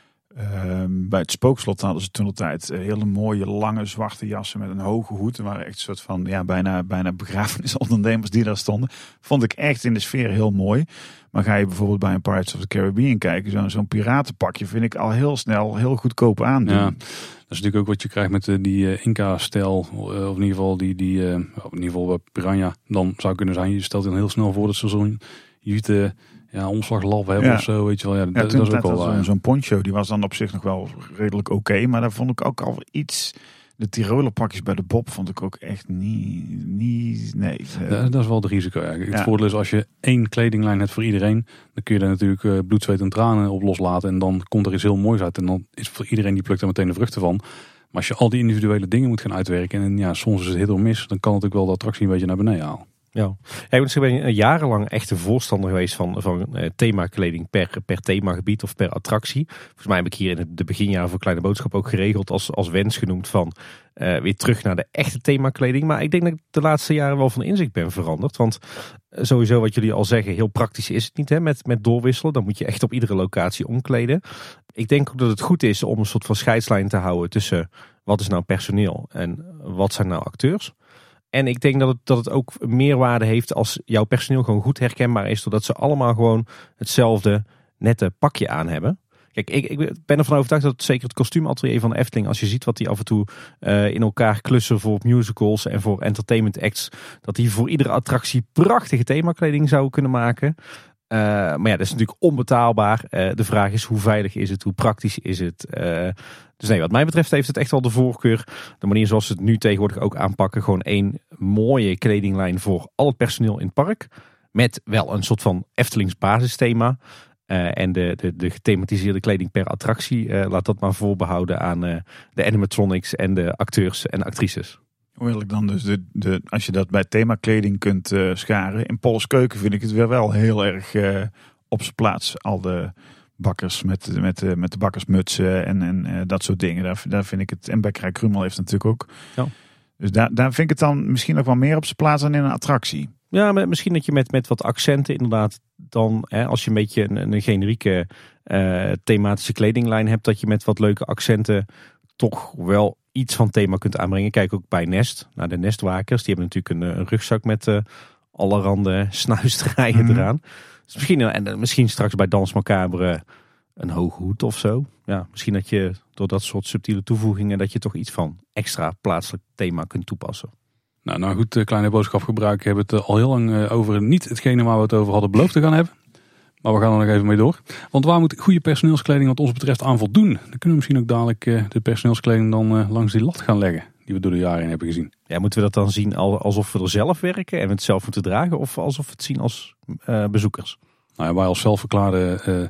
um, bij het Spookslot hadden ze toen altijd uh, hele mooie lange zwarte jassen met een hoge hoed. Er waren echt een soort van ja, bijna, bijna begrafenisondernemers die daar stonden. Vond ik echt in de sfeer heel mooi. Maar ga je bijvoorbeeld bij een Pirates of the Caribbean kijken, zo'n zo'n piratenpakje vind ik al heel snel heel goedkoop aandoen. Ja. Dat is natuurlijk ook wat je krijgt met die uh, Inca-stijl. Uh, of in ieder geval die, die uh, in ieder geval bij Piranha dan zou kunnen zijn. Je stelt je dan heel snel voor dat ze zo'n jute ja, omslaglap hebben ja. of zo. Weet je wel. Ja, ja, dat, dat is ook wel zo'n, zo'n poncho, die was dan op zich nog wel redelijk oké. Okay, maar daar vond ik ook al iets. De Tiroler pakjes bij de Bob vond ik ook echt niet. niet nee. Ja, dat is wel het risico. Ja. Het ja. voordeel is als je één kledinglijn hebt voor iedereen, dan kun je daar natuurlijk uh, bloed, zweet en tranen op loslaten. En dan komt er iets heel moois uit. En dan is voor iedereen die plukt er meteen de vruchten van. Maar als je al die individuele dingen moet gaan uitwerken en ja, soms is het heel mis, dan kan het ook wel de attractie een beetje naar beneden halen. Ja, ik ben jarenlang echt een voorstander geweest van, van uh, themakleding per, per themagebied of per attractie. Volgens mij heb ik hier in de beginjaren voor Kleine Boodschap ook geregeld als, als wens genoemd van uh, weer terug naar de echte themakleding. Maar ik denk dat ik de laatste jaren wel van inzicht ben veranderd. Want uh, sowieso wat jullie al zeggen, heel praktisch is het niet hè, met, met doorwisselen. Dan moet je echt op iedere locatie omkleden. Ik denk ook dat het goed is om een soort van scheidslijn te houden tussen wat is nou personeel en wat zijn nou acteurs. En ik denk dat het, dat het ook meerwaarde heeft als jouw personeel gewoon goed herkenbaar is. Doordat ze allemaal gewoon hetzelfde nette pakje aan hebben. Kijk, ik, ik ben ervan overtuigd dat het zeker het kostuumatelier van de Efteling, als je ziet wat die af en toe uh, in elkaar klussen voor musicals en voor entertainment acts, dat die voor iedere attractie prachtige themakleding zou kunnen maken. Uh, maar ja, dat is natuurlijk onbetaalbaar. Uh, de vraag is hoe veilig is het, hoe praktisch is het. Uh, dus nee, wat mij betreft heeft het echt wel de voorkeur. De manier zoals ze het nu tegenwoordig ook aanpakken. Gewoon één mooie kledinglijn voor al het personeel in het park. Met wel een soort van Eftelings basisthema. Uh, en de, de, de gethematiseerde kleding per attractie. Uh, laat dat maar voorbehouden aan uh, de animatronics en de acteurs en actrices. Hoewel ik dan dus de, de, als je dat bij themakleding kunt uh, scharen. In Polles Keuken vind ik het weer wel heel erg uh, op zijn plaats. Al de bakkers met, met, met de bakkersmutsen en, en uh, dat soort dingen. Daar, daar vind ik het. En Bekkerij Krummel heeft het natuurlijk ook. Ja. Dus daar, daar vind ik het dan misschien nog wel meer op zijn plaats dan in een attractie. Ja, maar misschien dat je met, met wat accenten inderdaad dan, hè, als je een beetje een, een generieke uh, thematische kledinglijn hebt, dat je met wat leuke accenten toch wel iets van thema kunt aanbrengen. Kijk ook bij Nest, naar de Nestwakers. Die hebben natuurlijk een, een rugzak met uh, allerhande snuisterijen mm-hmm. eraan. Dus misschien, en misschien straks bij Dans Macabre een hoge hoed of zo. Ja, misschien dat je door dat soort subtiele toevoegingen dat je toch iets van extra plaatselijk thema kunt toepassen. Nou, nou goed, Kleine Boodschap gebruiken hebben het al heel lang over niet hetgene waar we het over hadden beloofd te gaan hebben. Maar we gaan er nog even mee door. Want waar moet goede personeelskleding wat ons betreft aan voldoen? Dan kunnen we misschien ook dadelijk de personeelskleding dan langs die lat gaan leggen. Die we door de jaren heen hebben gezien. Ja, moeten we dat dan zien alsof we er zelf werken en we het zelf moeten dragen? Of alsof we het zien als uh, bezoekers? Nou ja, wij als zelfverklaarde uh,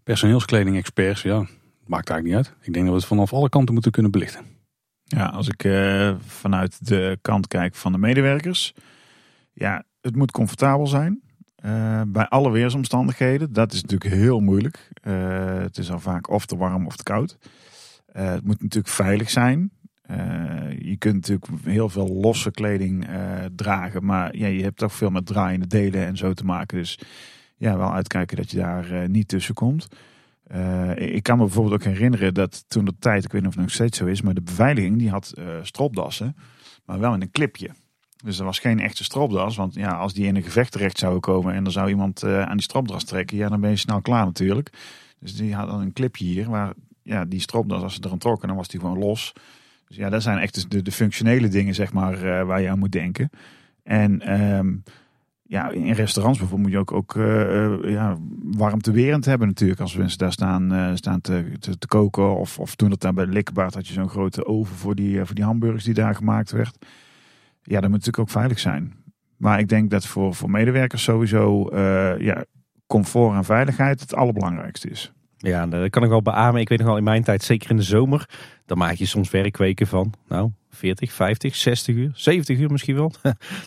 personeelskleding-experts, ja, maakt eigenlijk niet uit. Ik denk dat we het vanaf alle kanten moeten kunnen belichten. Ja, als ik uh, vanuit de kant kijk van de medewerkers. Ja, het moet comfortabel zijn. Uh, bij alle weersomstandigheden. Dat is natuurlijk heel moeilijk. Uh, het is al vaak of te warm of te koud. Uh, het moet natuurlijk veilig zijn. Uh, je kunt natuurlijk heel veel losse kleding uh, dragen. Maar ja, je hebt toch veel met draaiende delen en zo te maken. Dus ja, wel uitkijken dat je daar uh, niet tussen komt. Uh, ik kan me bijvoorbeeld ook herinneren dat toen de tijd, ik weet niet of het nog steeds zo is, maar de beveiliging die had uh, stropdassen, maar wel in een clipje. Dus er was geen echte stropdas, want ja, als die in een gevecht terecht zouden komen en er zou iemand uh, aan die stropdas trekken, ja, dan ben je snel klaar natuurlijk. Dus die had dan een clipje hier, waar ja, die stropdas, als ze er aan trokken, dan was die gewoon los. Dus ja, dat zijn echt de, de functionele dingen, zeg maar, uh, waar je aan moet denken. En um, ja, in restaurants bijvoorbeeld moet je ook, ook uh, uh, ja, warmtewerend hebben natuurlijk. Als mensen daar staan, uh, staan te, te, te koken. Of, of toen dat daar bij de Likkebaard had je zo'n grote oven voor die, uh, voor die hamburgers die daar gemaakt werd. Ja, dat moet natuurlijk ook veilig zijn. Maar ik denk dat voor, voor medewerkers sowieso uh, ja, comfort en veiligheid het allerbelangrijkste is. Ja, dat kan ik wel beamen. Ik weet nog wel in mijn tijd, zeker in de zomer, dan maak je soms werkweken van, nou, veertig, vijftig, zestig uur, zeventig uur misschien wel.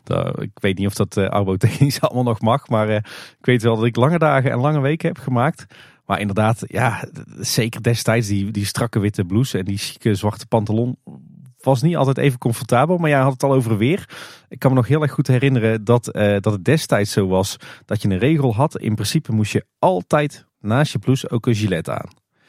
Ik weet niet of dat uh, arbotechnisch allemaal nog mag, maar uh, ik weet wel dat ik lange dagen en lange weken heb gemaakt. Maar inderdaad, ja, zeker destijds die, die strakke witte blouse en die chique zwarte pantalon was niet altijd even comfortabel, maar jij had het al over weer. Ik kan me nog heel erg goed herinneren dat, uh, dat het destijds zo was dat je een regel had. In principe moest je altijd naast je blouse ook een gilet aan.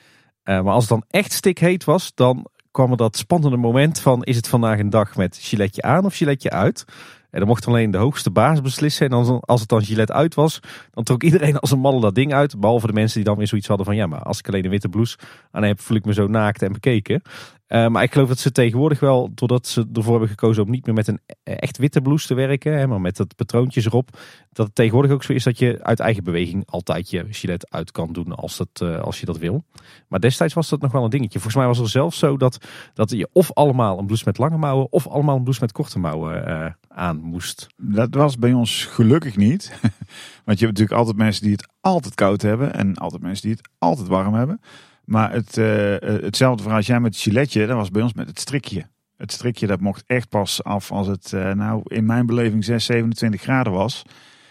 Uh, maar als het dan echt stikheet was, dan kwam er dat spannende moment van, is het vandaag een dag met giletje aan of giletje uit? En dan mocht alleen de hoogste baas beslissen. En dan, als het dan gilet uit was, dan trok iedereen als een malle dat ding uit. Behalve de mensen die dan weer zoiets hadden van, ja, maar als ik alleen een witte blouse aan heb, voel ik me zo naakt en bekeken. Uh, maar ik geloof dat ze tegenwoordig wel, doordat ze ervoor hebben gekozen om niet meer met een echt witte blouse te werken, hè, maar met dat patroontjes erop, dat het tegenwoordig ook zo is dat je uit eigen beweging altijd je gilet uit kan doen als, het, uh, als je dat wil. Maar destijds was dat nog wel een dingetje. Volgens mij was er zelfs zo dat, dat je of allemaal een blouse met lange mouwen of allemaal een blouse met korte mouwen uh, aan moest. Dat was bij ons gelukkig niet. Want je hebt natuurlijk altijd mensen die het altijd koud hebben en altijd mensen die het altijd warm hebben. Maar het, uh, hetzelfde verhaal als jij met het giletje, dat was bij ons met het strikje. Het strikje dat mocht echt pas af als het uh, nou in mijn beleving zes, zevenentwintig graden was.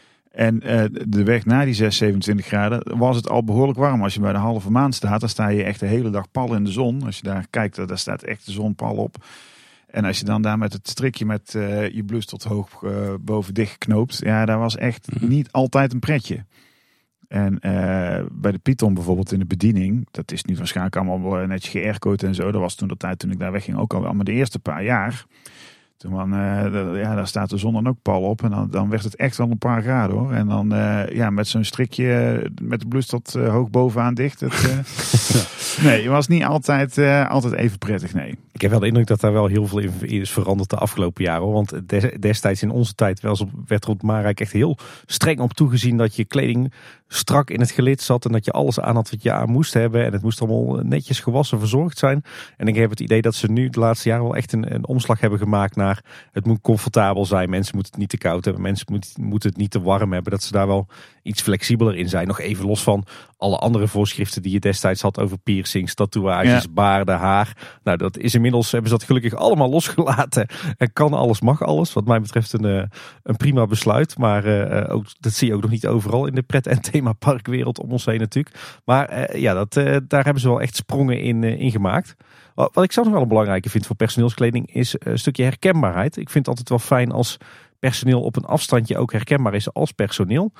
En uh, de weg naar die zes, zevenentwintig graden was het al behoorlijk warm. Als je bij de halve maan staat, dan sta je echt de hele dag pal in de zon. Als je daar kijkt, daar staat echt de zon pal op. En als je dan daar met het strikje met uh, je blouse tot hoog uh, boven dicht geknoopt. Ja, dat was echt niet altijd een pretje. En uh, bij de Python bijvoorbeeld in de bediening. Dat is nu waarschijnlijk allemaal netjes ge-aircode en zo. Dat was toen de tijd toen ik daar wegging ook al wel. Maar de eerste paar jaar. Toen man, uh, de, ja, daar staat de zon dan ook pal op. En dan, dan werd het echt wel een paar graden hoor. En dan uh, ja, met zo'n strikje uh, met de blouse tot uh, hoog bovenaan dicht. Het, uh, nee, het was niet altijd, uh, altijd even prettig, nee. Ik heb wel de indruk dat daar wel heel veel in is veranderd de afgelopen jaren. Hoor. Want destijds in onze tijd werd rond Maarijk echt heel streng op toegezien dat je kleding strak in het gelid zat. En dat je alles aan had wat je aan moest hebben. En het moest allemaal netjes gewassen, verzorgd zijn. En ik heb het idee dat ze nu de laatste jaren wel echt een, een omslag hebben gemaakt naar het moet comfortabel zijn. Mensen moeten het niet te koud hebben. Mensen moeten, moeten het niet te warm hebben. Dat ze daar wel iets flexibeler in zijn. Nog even los van alle andere voorschriften die je destijds had over piercings, tatoeages, ja. baarden, haar. Nou, dat is inmiddels, hebben ze dat gelukkig allemaal losgelaten. En kan alles, mag alles. Wat mij betreft een, een prima besluit. Maar uh, ook, dat zie je ook nog niet overal in de pret- en themaparkwereld om ons heen natuurlijk. Maar uh, ja, dat, uh, daar hebben ze wel echt sprongen in, uh, in gemaakt. Wat ik zelf nog wel een belangrijke vind voor personeelskleding is een stukje herkenbaarheid. Ik vind het altijd wel fijn als personeel op een afstandje ook herkenbaar is als personeel.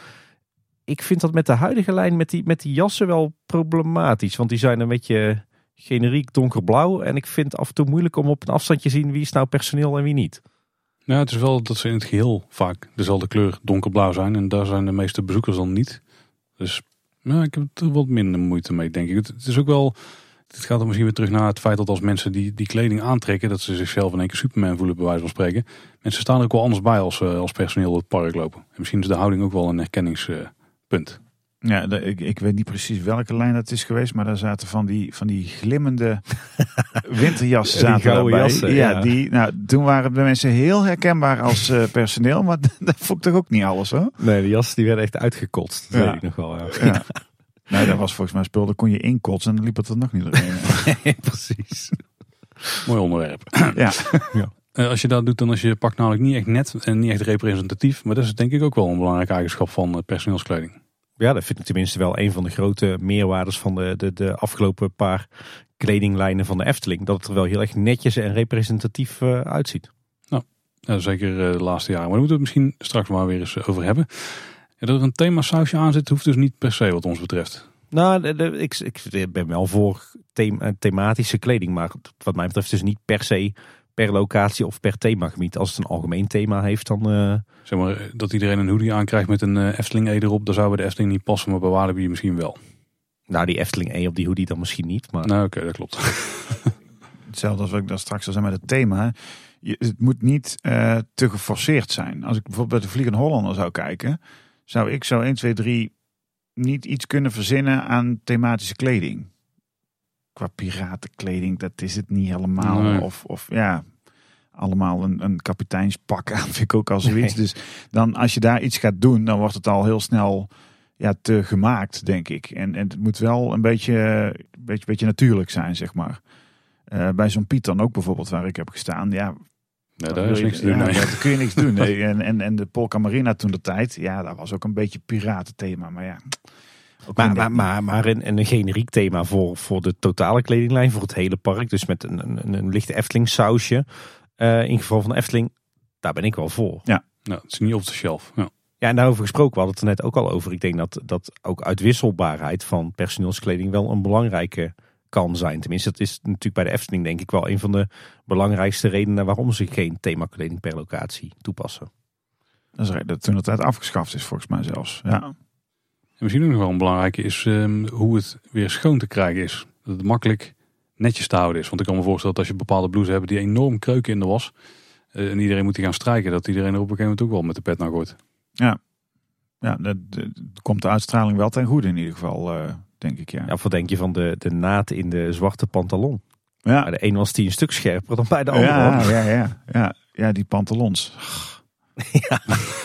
Ik vind dat met de huidige lijn, met die, met die jassen wel problematisch. Want die zijn een beetje generiek donkerblauw. En ik vind het af en toe moeilijk om op een afstandje te zien wie is nou personeel en wie niet. Ja, het is wel dat ze in het geheel vaak dezelfde kleur donkerblauw zijn. En daar zijn de meeste bezoekers dan niet. Dus ja, ik heb er wat minder moeite mee, denk ik. Het, het is ook wel... Het gaat er misschien weer terug naar het feit dat als mensen die, die kleding aantrekken, dat ze zichzelf in één keer Superman voelen, bij wijze van spreken. Mensen staan er ook wel anders bij als, als personeel door het park lopen. En misschien is de houding ook wel een herkenningspunt. Ja, de, ik, ik weet niet precies welke lijn dat is geweest, maar daar zaten van die, van die glimmende winterjassen zaten die gouden daarbij. jassen, ja, ja. Die, nou, toen waren de mensen heel herkenbaar als uh, personeel, maar dat vond ik toch ook niet alles hoor. Nee, de jassen die werden echt uitgekotst. Dat ja. weet ik nog wel. Ja. Ja. Nee, dat was volgens mij spul, daar kon je inkotsen en dan liep het er nog niet doorheen. Precies. Mooi onderwerp. Ja. Ja. Uh, als je dat doet, dan is je pak namelijk niet echt net en niet echt representatief. Maar dat is denk ik ook wel een belangrijke eigenschap van uh, personeelskleding. Ja, dat vind ik tenminste wel een van de grote meerwaardes van de, de, de afgelopen paar kledinglijnen van de Efteling. Dat het er wel heel erg netjes en representatief uh, uitziet. Nou, ja, zeker uh, de laatste jaren. Maar daar moeten we het misschien straks maar weer eens over hebben. Ja, dat er een themasausje aan zit, hoeft dus niet per se wat ons betreft. Nou, de, de, ik, ik ben wel voor thema, thematische kleding. Maar wat mij betreft dus niet per se per locatie of per themagebied. Als het een algemeen thema heeft, dan... Uh... Zeg maar, dat iedereen een hoodie aankrijgt met een uh, Efteling-E erop. Dat zou bij de Efteling niet passen, maar bij Walibi misschien wel. Nou, die Efteling-E op die hoodie dan misschien niet. Maar... Nou, oké, okay, dat klopt. Hetzelfde als wat ik daar straks al zei met het thema. Je, het moet niet uh, te geforceerd zijn. Als ik bijvoorbeeld bij de Vliegende Hollander zou kijken, zou ik zo één, twee, drie niet iets kunnen verzinnen aan thematische kleding. Qua piratenkleding, dat is het niet helemaal. Nee. Of, of ja, allemaal een, een kapiteinspak aan, vind ik ook al zoiets. Nee. Dus dan als je daar iets gaat doen, dan wordt het al heel snel ja, te gemaakt, denk ik. En, en het moet wel een beetje, een beetje, beetje natuurlijk zijn, zeg maar. Uh, bij zo'n Piet dan ook bijvoorbeeld, waar ik heb gestaan. Ja, nee, daar is je, niks te doen. Ja, nee. daar kun je niks doen. Nee. En, en, en de Polka Marina toen de tijd, ja, dat was ook een beetje piratenthema. Maar ja... Maar, maar, maar, maar een, een generiek thema voor, voor de totale kledinglijn, voor het hele park. Dus met een, een, een lichte Efteling sausje. Uh, in geval van de Efteling, daar ben ik wel voor. Ja, nou, het is niet op de shelf. Ja. Ja, en daarover gesproken, we hadden het er net ook al over. Ik denk dat, dat ook uitwisselbaarheid van personeelskleding wel een belangrijke kan zijn. Tenminste, dat is natuurlijk bij de Efteling denk ik wel een van de belangrijkste redenen waarom ze geen themakleding per locatie toepassen. Dat is dat toen de tijd afgeschaft is volgens mij zelfs. Ja. En misschien ook nog wel een belangrijke is um, hoe het weer schoon te krijgen is. Dat het makkelijk netjes te houden is. Want ik kan me voorstellen dat als je bepaalde blouses hebt die enorm kreuken in de was. Uh, en iedereen moet die gaan strijken. Dat iedereen er op een gegeven moment ook wel met de pet naar gooit. Ja, ja dat, dat komt de uitstraling wel ten goede in ieder geval, uh, denk ik. Ja. Ja, wat denk je van de, de naad in de zwarte pantalon? Ja. Bij de een was die een stuk scherper dan bij de andere. Ja, ja, ja, ja. ja die pantalons. Ja.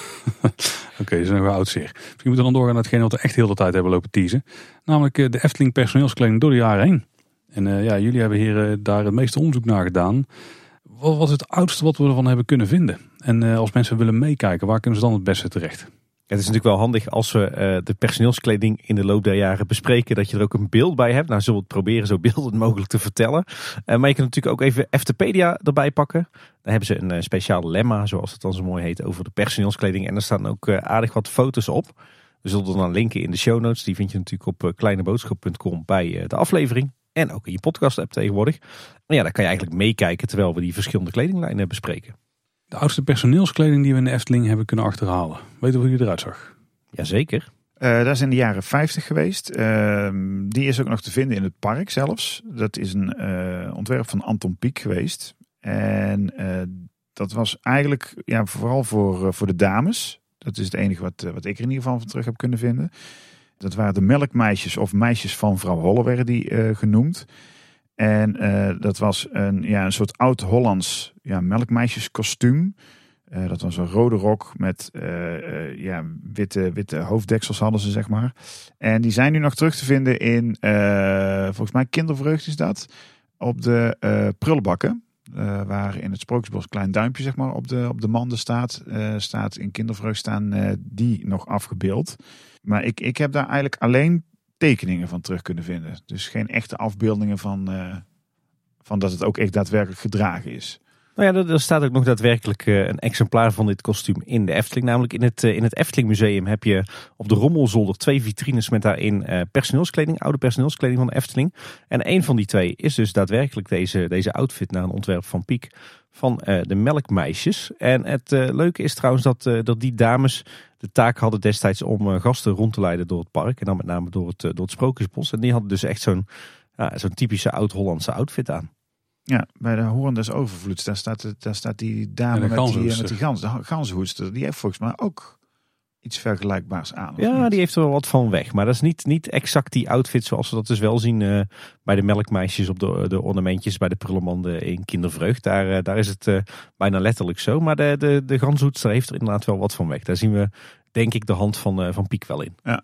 Oké, okay, dat is nog wel oud zeer. Misschien moeten we dan doorgaan naar hetgeen wat we echt heel de tijd hebben lopen teasen. Namelijk uh, de Efteling personeelskleding door de jaren heen. En uh, ja, jullie hebben hier uh, daar het meeste onderzoek naar gedaan. Wat was het oudste wat we ervan hebben kunnen vinden? En uh, als mensen willen meekijken, waar kunnen ze dan het beste terecht? Ja, het is natuurlijk wel handig als we uh, de personeelskleding in de loop der jaren bespreken, dat je er ook een beeld bij hebt. Nou, zullen we het proberen zo beeldend mogelijk te vertellen. Uh, maar je kunt natuurlijk ook even Eftepedia erbij pakken. Daar hebben ze een uh, speciaal lemma, zoals het dan zo mooi heet, over de personeelskleding. En daar staan ook uh, aardig wat foto's op. We zullen er dan linken in de show notes. Die vind je natuurlijk op uh, kleineboodschap punt com bij uh, de aflevering. En ook in je podcast app tegenwoordig. Maar ja, daar kan je eigenlijk meekijken terwijl we die verschillende kledinglijnen bespreken. De oudste personeelskleding die we in de Efteling hebben kunnen achterhalen. Weet je hoe die eruit zag? Jazeker. Uh, dat is in de jaren vijftig geweest. Uh, die is ook nog te vinden in het park zelfs. Dat is een uh, ontwerp van Anton Pieck geweest. En uh, dat was eigenlijk ja, vooral voor, uh, voor de dames. Dat is het enige wat, uh, wat ik er in ieder geval van terug heb kunnen vinden. Dat waren de melkmeisjes of meisjes van vrouw Holle werden die uh, genoemd. En uh, dat was een, ja, een soort oud-Hollands ja, melkmeisjeskostuum. Uh, dat was een rode rok met uh, uh, ja, witte, witte hoofddeksels hadden ze, zeg maar. En die zijn nu nog terug te vinden in, uh, volgens mij Kindervreugd is dat, op de uh, prullenbakken. Uh, waar in het Sprookjesbos klein duimpje zeg maar, op, de, op de manden staat. Uh, staat in Kindervreugd staan uh, die nog afgebeeld. Maar ik, ik heb daar eigenlijk alleen tekeningen van terug kunnen vinden. Dus geen echte afbeeldingen van, uh, van dat het ook echt daadwerkelijk gedragen is. Nou ja, er staat ook nog daadwerkelijk een exemplaar van dit kostuum in de Efteling. Namelijk in het, in het Efteling Museum heb je op de Rommelzolder twee vitrines met daarin personeelskleding, oude personeelskleding van de Efteling. En een van die twee is dus daadwerkelijk deze, deze outfit naar een ontwerp van Pieck van uh, de melkmeisjes. En het uh, leuke is trouwens dat, uh, dat die dames de taak hadden destijds om uh, gasten rond te leiden door het park. En dan met name door het, uh, door het Sprookjesbos. En die hadden dus echt zo'n, uh, zo'n typische oud-Hollandse outfit aan. Ja, bij de Hoorn des Overvloeds, daar staat, daar staat die dame met die, met die gans, de ganzenhoedster. Die heeft volgens mij ook iets vergelijkbaars aan. Ja, niet? Die heeft er wel wat van weg. Maar dat is niet, niet exact die outfit zoals we dat dus wel zien uh, bij de melkmeisjes op de, de ornamentjes, bij de prullenmanden in Kindervreugd. Daar, uh, daar is het uh, bijna letterlijk zo. Maar de, de, de ganzenhoedster heeft er inderdaad wel wat van weg. Daar zien we denk ik de hand van, uh, van Pieck wel in. Ja.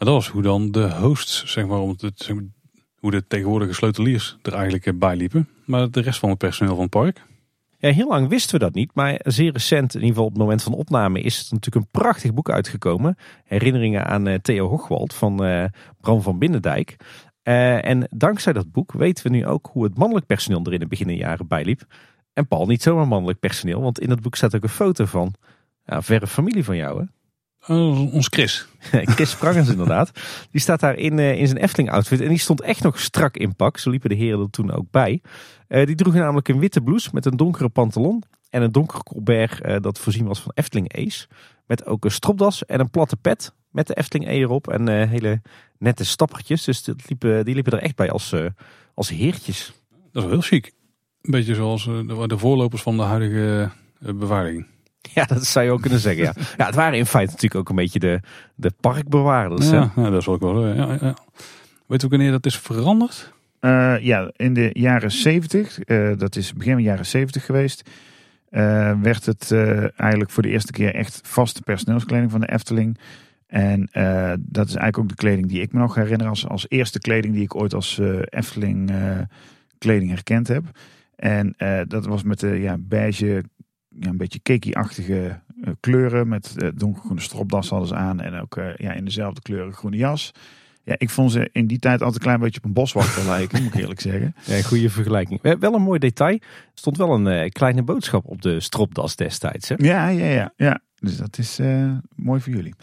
En dat was hoe dan de hosts, zeg maar, om het, zeg maar, hoe de tegenwoordige sleuteliers er eigenlijk bij liepen. Maar de rest van het personeel van het park. Ja, heel lang wisten we dat niet, maar zeer recent, in ieder geval op het moment van opname, is het natuurlijk een prachtig boek uitgekomen. Herinneringen aan uh, Theo Hochwald van uh, Bram van Binnendijk. Uh, en dankzij dat boek weten we nu ook hoe het mannelijk personeel er in de beginjaren bijliep. En Paul, niet zomaar mannelijk personeel, want in dat boek staat ook een foto van ja, verre familie van jou, hè? Uh, ons Chris. Chris Sprangers inderdaad. Die staat daar in, uh, in zijn Efteling outfit. En die stond echt nog strak in pak. Zo liepen de heren er toen ook bij. Uh, die droegen namelijk een witte blouse met een donkere pantalon. En een donker colbert uh, dat voorzien was van Efteling Ace. Met ook een stropdas en een platte pet. Met de Efteling E erop. En uh, hele nette stappertjes. Dus die liepen, die liepen er echt bij als, uh, als heertjes. Dat is wel heel chic. Een beetje zoals uh, de, de voorlopers van de huidige uh, beveiliging. Ja, dat zou je ook kunnen zeggen. Ja. Ja, het waren in feite natuurlijk ook een beetje de, de parkbewaarders. Ja, ja, dat is ook wel. Ja, ja. Weet je wanneer dat is veranderd? Uh, ja, in de jaren zeventig, uh, dat is begin van de jaren zeventig geweest, uh, werd het uh, eigenlijk voor de eerste keer echt vaste personeelskleding van de Efteling. En uh, dat is eigenlijk ook de kleding die ik me nog herinner als, als eerste kleding die ik ooit als uh, Efteling uh, kleding herkend heb. En uh, dat was met de ja, beige, ja, een beetje cakey-achtige uh, kleuren. Met uh, donkergroene stropdas hadden ze aan. En ook uh, ja, in dezelfde kleuren groene jas. Ja, ik vond ze in die tijd altijd een klein beetje op een boswachter lijken, moet ik eerlijk zeggen. Ja, goede vergelijking. Wel een mooi detail. Er stond wel een uh, kleine boodschap op de stropdas destijds. Hè? Ja, ja, ja, ja. Dus dat is uh, mooi voor jullie.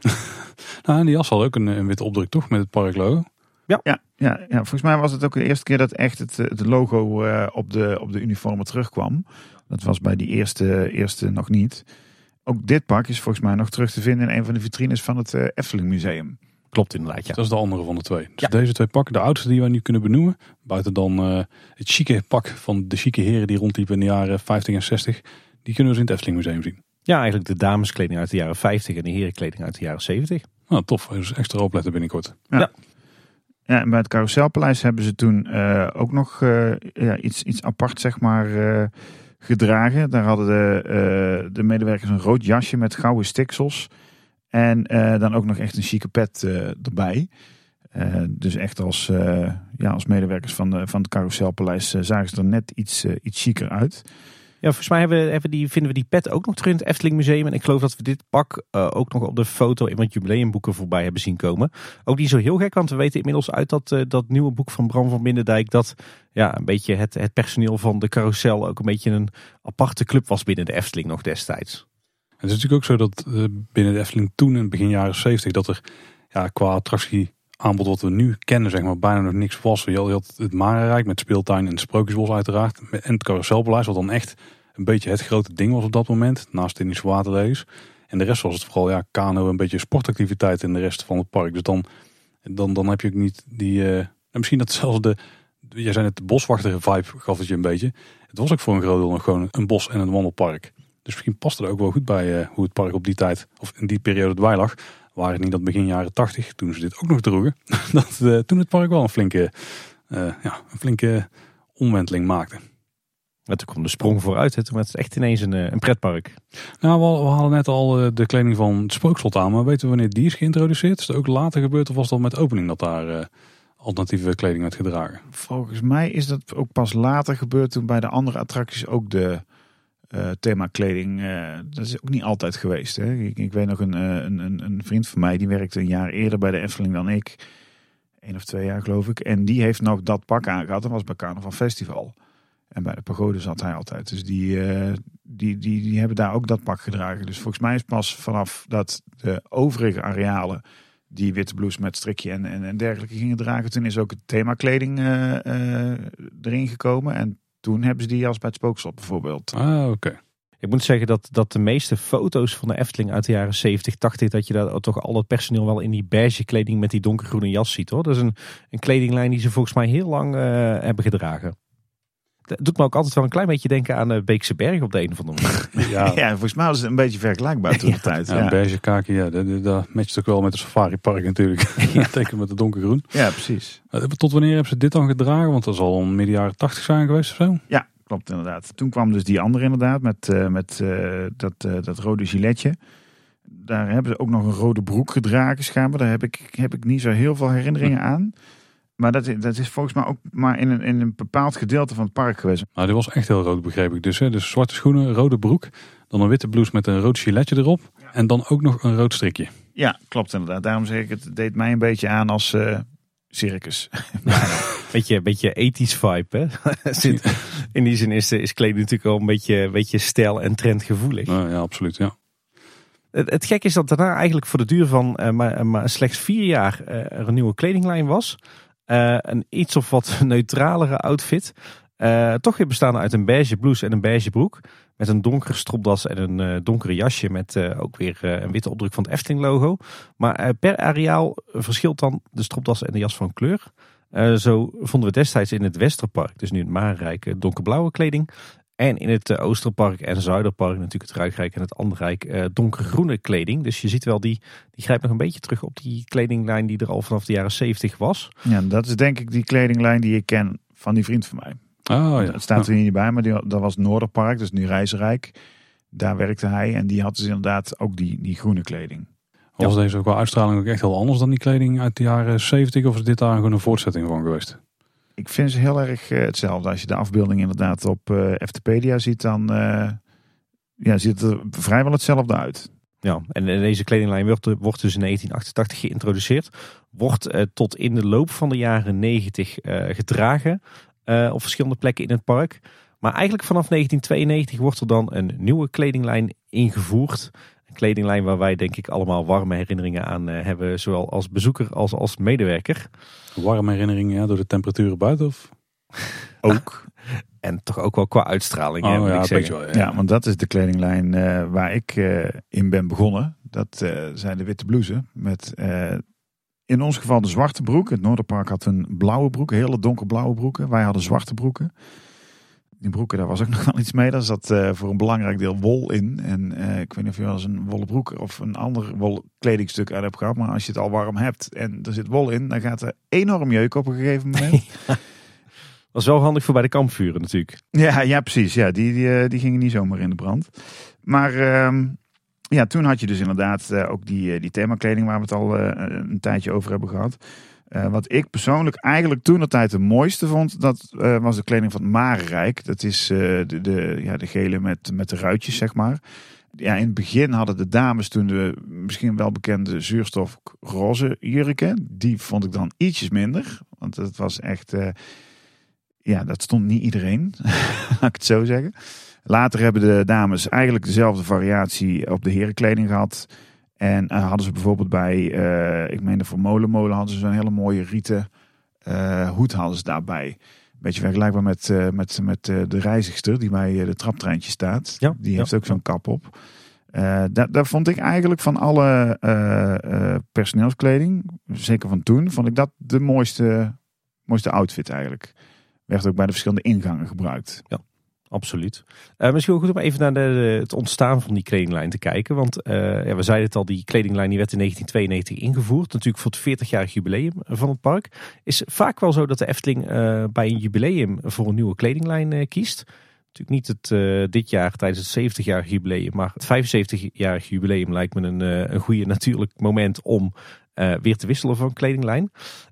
Nou, en die jas had ook een, een witte opdruk, toch? Met het parklogo. Ja. Ja, ja, ja, volgens mij was het ook de eerste keer dat echt het, het logo uh, op, de, op de uniformen terugkwam. Dat was bij die eerste, eerste nog niet. Ook dit pak is volgens mij nog terug te vinden in een van de vitrines van het uh, Efteling Museum. Klopt inderdaad, ja. Dat is de andere van de twee. Dus ja. Deze twee pakken, de oudste die wij nu kunnen benoemen. Buiten dan uh, het chique pak van de chique heren die rondliepen in de jaren vijftig en zestig. Die kunnen we dus in het Efteling Museum zien. Ja, eigenlijk de dameskleding uit de jaren vijftig en de herenkleding uit de jaren zeventig. Nou, tof. Dus extra opletten binnenkort. Ja. Ja. Ja, en bij het Carouselpaleis hebben ze toen uh, ook nog uh, ja, iets, iets apart, zeg maar, uh, gedragen. Daar hadden de, uh, de medewerkers een rood jasje met gouden stiksels. En uh, dan ook nog echt een chique pet uh, erbij. Uh, dus echt als, uh, ja, als medewerkers van, de, van het Carouselpaleis uh, zagen ze er net iets, uh, iets chiquer uit. Ja, volgens mij hebben, hebben die, vinden we die pet ook nog terug in het Efteling Museum. En ik geloof dat we dit pak uh, ook nog op de foto in wat jubileumboeken voorbij hebben zien komen. Ook niet zo heel gek, want we weten inmiddels uit dat, uh, dat nieuwe boek van Bram van Binnendijk dat ja, een beetje het, het personeel van de carousel ook een beetje een aparte club was binnen de Efteling nog destijds. Het is natuurlijk ook zo dat uh, binnen de Efteling toen in begin jaren zeventig dat er ja, qua attractie aanbod wat we nu kennen, zeg maar, bijna nog niks was. Je had het Marenrijk met speeltuin en het Sprookjesbos uiteraard. En het Carouselpaleis, wat dan echt een beetje het grote ding was op dat moment. Naast de Indische waterlelies. En de rest was het vooral ja, kano, een beetje sportactiviteit in de rest van het park. Dus dan, dan, dan heb je ook niet die... Uh, en misschien dat zelfs de... Jij zei net, de boswachtige vibe gaf het je een beetje. Het was ook voor een groot deel nog gewoon een bos en een wandelpark. Dus misschien paste er ook wel goed bij uh, hoe het park op die tijd, of in die periode erbij lag. Waar het niet dat begin jaren tachtig, toen ze dit ook nog droegen, dat uh, toen het park wel een flinke, uh, ja, een flinke omwenteling maakte. Maar toen kwam de sprong vooruit, hè? Toen werd het echt ineens een, een pretpark. Nou, we, we hadden net al uh, de kleding van het Spookslot aan, maar weten we wanneer die is geïntroduceerd? Is dat ook later gebeurd of was dat met de opening dat daar uh, alternatieve kleding werd gedragen? Volgens mij is dat ook pas later gebeurd toen bij de andere attracties ook de... Uh, thema kleding, uh, dat is ook niet altijd geweest. Hè? Ik, ik weet nog een, een, een, een vriend van mij, die werkte een jaar eerder bij de Efteling dan ik. Eén of twee jaar geloof ik. En die heeft nog dat pak aangehad. Dat was bij Carnaval Festival. En bij de pagode zat hij altijd. Dus die, uh, die, die, die hebben daar ook dat pak gedragen. Dus volgens mij is pas vanaf dat de overige arealen die witte blouse met strikje en, en, en dergelijke gingen dragen. Toen is ook het thema kleding uh, uh, erin gekomen. En toen hebben ze die jas bij het Spookslot bijvoorbeeld. Ah, oké. Okay. Ik moet zeggen dat, dat de meeste foto's van de Efteling uit de jaren zeventig, tachtig... dat je daar toch al het personeel wel in die beige kleding met die donkergroene jas ziet, hoor. Dat is een, een kledinglijn die ze volgens mij heel lang uh, hebben gedragen. Dat doet me ook altijd wel een klein beetje denken aan de Beekse Berg op de een of andere manier. Ja, ja, volgens mij was het een beetje vergelijkbaar toen de tijd. Ja, ja. Beige kaki, ja, dat, dat matcht ook wel met het safaripark natuurlijk. Ja. Teken met de donkergroen. Ja, precies. Tot wanneer hebben ze dit dan gedragen? Want dat zal al midden jaren tachtig zijn geweest of zo? Ja, klopt inderdaad. Toen kwam dus die andere inderdaad met, uh, met uh, dat, uh, dat rode giletje. Daar hebben ze ook nog een rode broek gedragen schijnbaar. Daar heb ik, heb ik niet zo heel veel herinneringen aan. Maar dat, dat is volgens mij ook maar in een, in een bepaald gedeelte van het park geweest. Nou, die was echt heel rood, begreep ik. Dus, hè? Dus zwarte schoenen, rode broek. Dan een witte blouse met een rood giletje erop. Ja. En dan ook nog een rood strikje. Ja, klopt inderdaad. Daarom zeg ik, het deed mij een beetje aan als uh, circus. beetje, beetje ethisch vibe, hè? In die zin is, is kleding natuurlijk wel een beetje, beetje stijl- en trendgevoelig. Uh, ja, absoluut, ja. Het, het gek is dat daarna eigenlijk voor de duur van uh, maar, maar slechts vier jaar uh, er een nieuwe kledinglijn was. Uh, een iets of wat neutralere outfit. Uh, toch weer bestaande uit een beige blouse en een beige broek. Met een donkere stropdas en een uh, donkere jasje met uh, ook weer uh, een witte opdruk van het Efteling logo. Maar uh, per areaal verschilt dan de stropdas en de jas van kleur. Uh, zo vonden we destijds in het Westerpark, dus nu het Marenrijk, donkerblauwe kleding. En in het uh, Oosterpark en Zuiderpark, natuurlijk het Ruigrijk en het Anderrijk, uh, donkergroene kleding. Dus je ziet wel, die, die grijpt nog een beetje terug op die kledinglijn die er al vanaf de jaren zeventig was. Ja, dat is denk ik die kledinglijn die ik ken van die vriend van mij. Oh, ja. Het staat er niet bij, maar die, dat was Noorderpark, dus nu Reizenrijk. Daar werkte hij en die had dus inderdaad ook die, die groene kleding. Was ja. Deze qua uitstraling ook echt heel anders dan die kleding uit de jaren zeventig? Of is dit daar gewoon een voortzetting van geweest? Ik vind ze heel erg uh, hetzelfde. Als je de afbeelding inderdaad op uh, Eftepedia ziet, dan uh, ja, ziet het er vrijwel hetzelfde uit. Ja, en deze kledinglijn wordt, wordt dus in negentien achtentachtig geïntroduceerd. Wordt uh, tot in de loop van de jaren negentig uh, gedragen uh, op verschillende plekken in het park. Maar eigenlijk vanaf negentien tweeënnegentig wordt er dan een nieuwe kledinglijn ingevoerd. Een kledinglijn waar wij denk ik allemaal warme herinneringen aan uh, hebben. Zowel als bezoeker als als medewerker. Warme herinneringen ja, door de temperaturen buiten? Of? Ook. En toch ook wel qua uitstraling. Oh, hè, moet ja, ik zeggen. Wel, ja. ja, want dat is de kledinglijn uh, waar ik uh, in ben begonnen. Dat uh, zijn de witte blouses. Met uh, in ons geval de zwarte broek. Het Noorderpark had een blauwe broek. Hele donkerblauwe broeken. Wij hadden zwarte broeken. Die broeken, daar was ook nog wel iets mee. Daar zat uh, voor een belangrijk deel wol in. En uh, ik weet niet of je wel eens een wollen broek of een ander wol kledingstuk uit hebt gehad. Maar als je het al warm hebt en er zit wol in, dan gaat er enorm jeuk op een gegeven moment. Ja. Dat is wel handig voor bij de kampvuren natuurlijk. Ja, ja precies. Ja, die, die, die gingen niet zomaar in de brand. Maar uh, ja, toen had je dus inderdaad uh, ook die, die themakleding waar we het al uh, een tijdje over hebben gehad. Uh, wat ik persoonlijk eigenlijk toen de tijd de mooiste vond, dat uh, was de kleding van het Marenrijk. Dat is uh, de, de, ja, de gele met, met de ruitjes, zeg maar. Ja, in het begin hadden de dames toen de misschien wel bekende zuurstofroze jurken. Die vond ik dan ietsjes minder. Want het was echt... Uh, ja, dat stond niet iedereen, laat ik het zo zeggen. Later hebben de dames eigenlijk dezelfde variatie op de herenkleding gehad. En uh, hadden ze bijvoorbeeld bij, uh, ik meen voor Molenmolen hadden ze zo'n hele mooie rieten uh, hoed hadden ze daarbij. Beetje vergelijkbaar met, uh, met, met uh, de reizigster die bij uh, de traptreintje staat. Ja, die heeft ja. ook zo'n kap op. Uh, daar, daar vond ik eigenlijk van alle uh, uh, personeelskleding, zeker van toen, vond ik dat de mooiste, mooiste outfit eigenlijk. Werd ook bij de verschillende ingangen gebruikt. Ja. Absoluut. Uh, misschien wel goed om even naar de, de, het ontstaan van die kledinglijn te kijken. Want uh, ja, we zeiden het al, die kledinglijn die werd in negentien tweeënnegentig ingevoerd. Natuurlijk voor het veertigjarig jubileum van het park. Is vaak wel zo dat de Efteling uh, bij een jubileum voor een nieuwe kledinglijn uh, kiest. Natuurlijk niet het, uh, dit jaar tijdens het zeventigjarig jubileum. Maar het vijfenzeventigjarig jubileum lijkt me een, uh, een goede natuurlijk moment om uh, weer te wisselen van kledinglijn.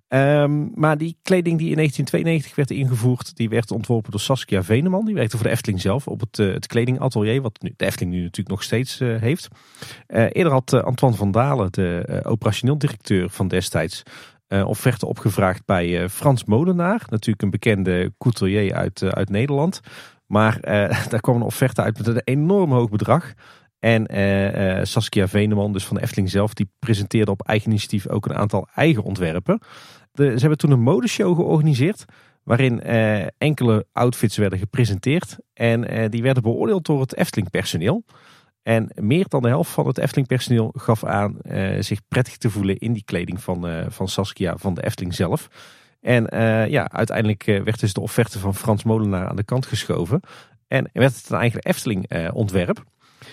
Um, maar die kleding die in negentien tweeënnegentig werd ingevoerd, die werd ontworpen door Saskia Veneman. Die werkte voor de Efteling zelf op het, uh, het kledingatelier, wat nu, de Efteling nu natuurlijk nog steeds uh, heeft. Uh, eerder had uh, Antoine van Dalen, de uh, operationeel directeur van destijds, uh, offerte opgevraagd bij uh, Frans Molenaar. Natuurlijk een bekende couturier uit, uh, uit Nederland. Maar uh, daar kwam een offerte uit met een enorm hoog bedrag. En uh, uh, Saskia Veneman, dus van de Efteling zelf, die presenteerde op eigen initiatief ook een aantal eigen ontwerpen. De, ze hebben toen een modeshow georganiseerd, waarin uh, enkele outfits werden gepresenteerd. En uh, die werden beoordeeld door het Efteling personeel. En meer dan de helft van het Efteling personeel gaf aan uh, zich prettig te voelen in die kleding van, uh, van Saskia van de Efteling zelf. En uh, ja, uiteindelijk uh, werd dus de offerte van Frans Molenaar aan de kant geschoven. En werd het een eigen Efteling uh, ontwerp.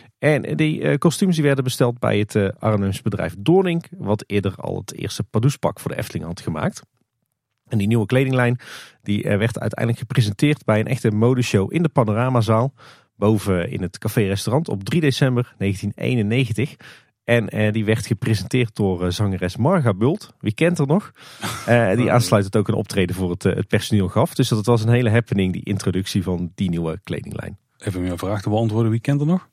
En die uh, kostuums die werden besteld bij het uh, Arnhems bedrijf Doornink, wat eerder al het eerste Pardoespak voor de Efteling had gemaakt. En die nieuwe kledinglijn die uh, werd uiteindelijk gepresenteerd bij een echte modeshow in de Panoramazaal, boven in het café-restaurant op drie december negentien eenennegentig. En uh, die werd gepresenteerd door uh, zangeres Marga Bult. Wie kent er nog? Uh, die aansluitend ook een optreden voor het, uh, het personeel gaf. Dus dat was een hele happening, die introductie van die nieuwe kledinglijn. Even meer vraag te beantwoorden. Wie kent er nog?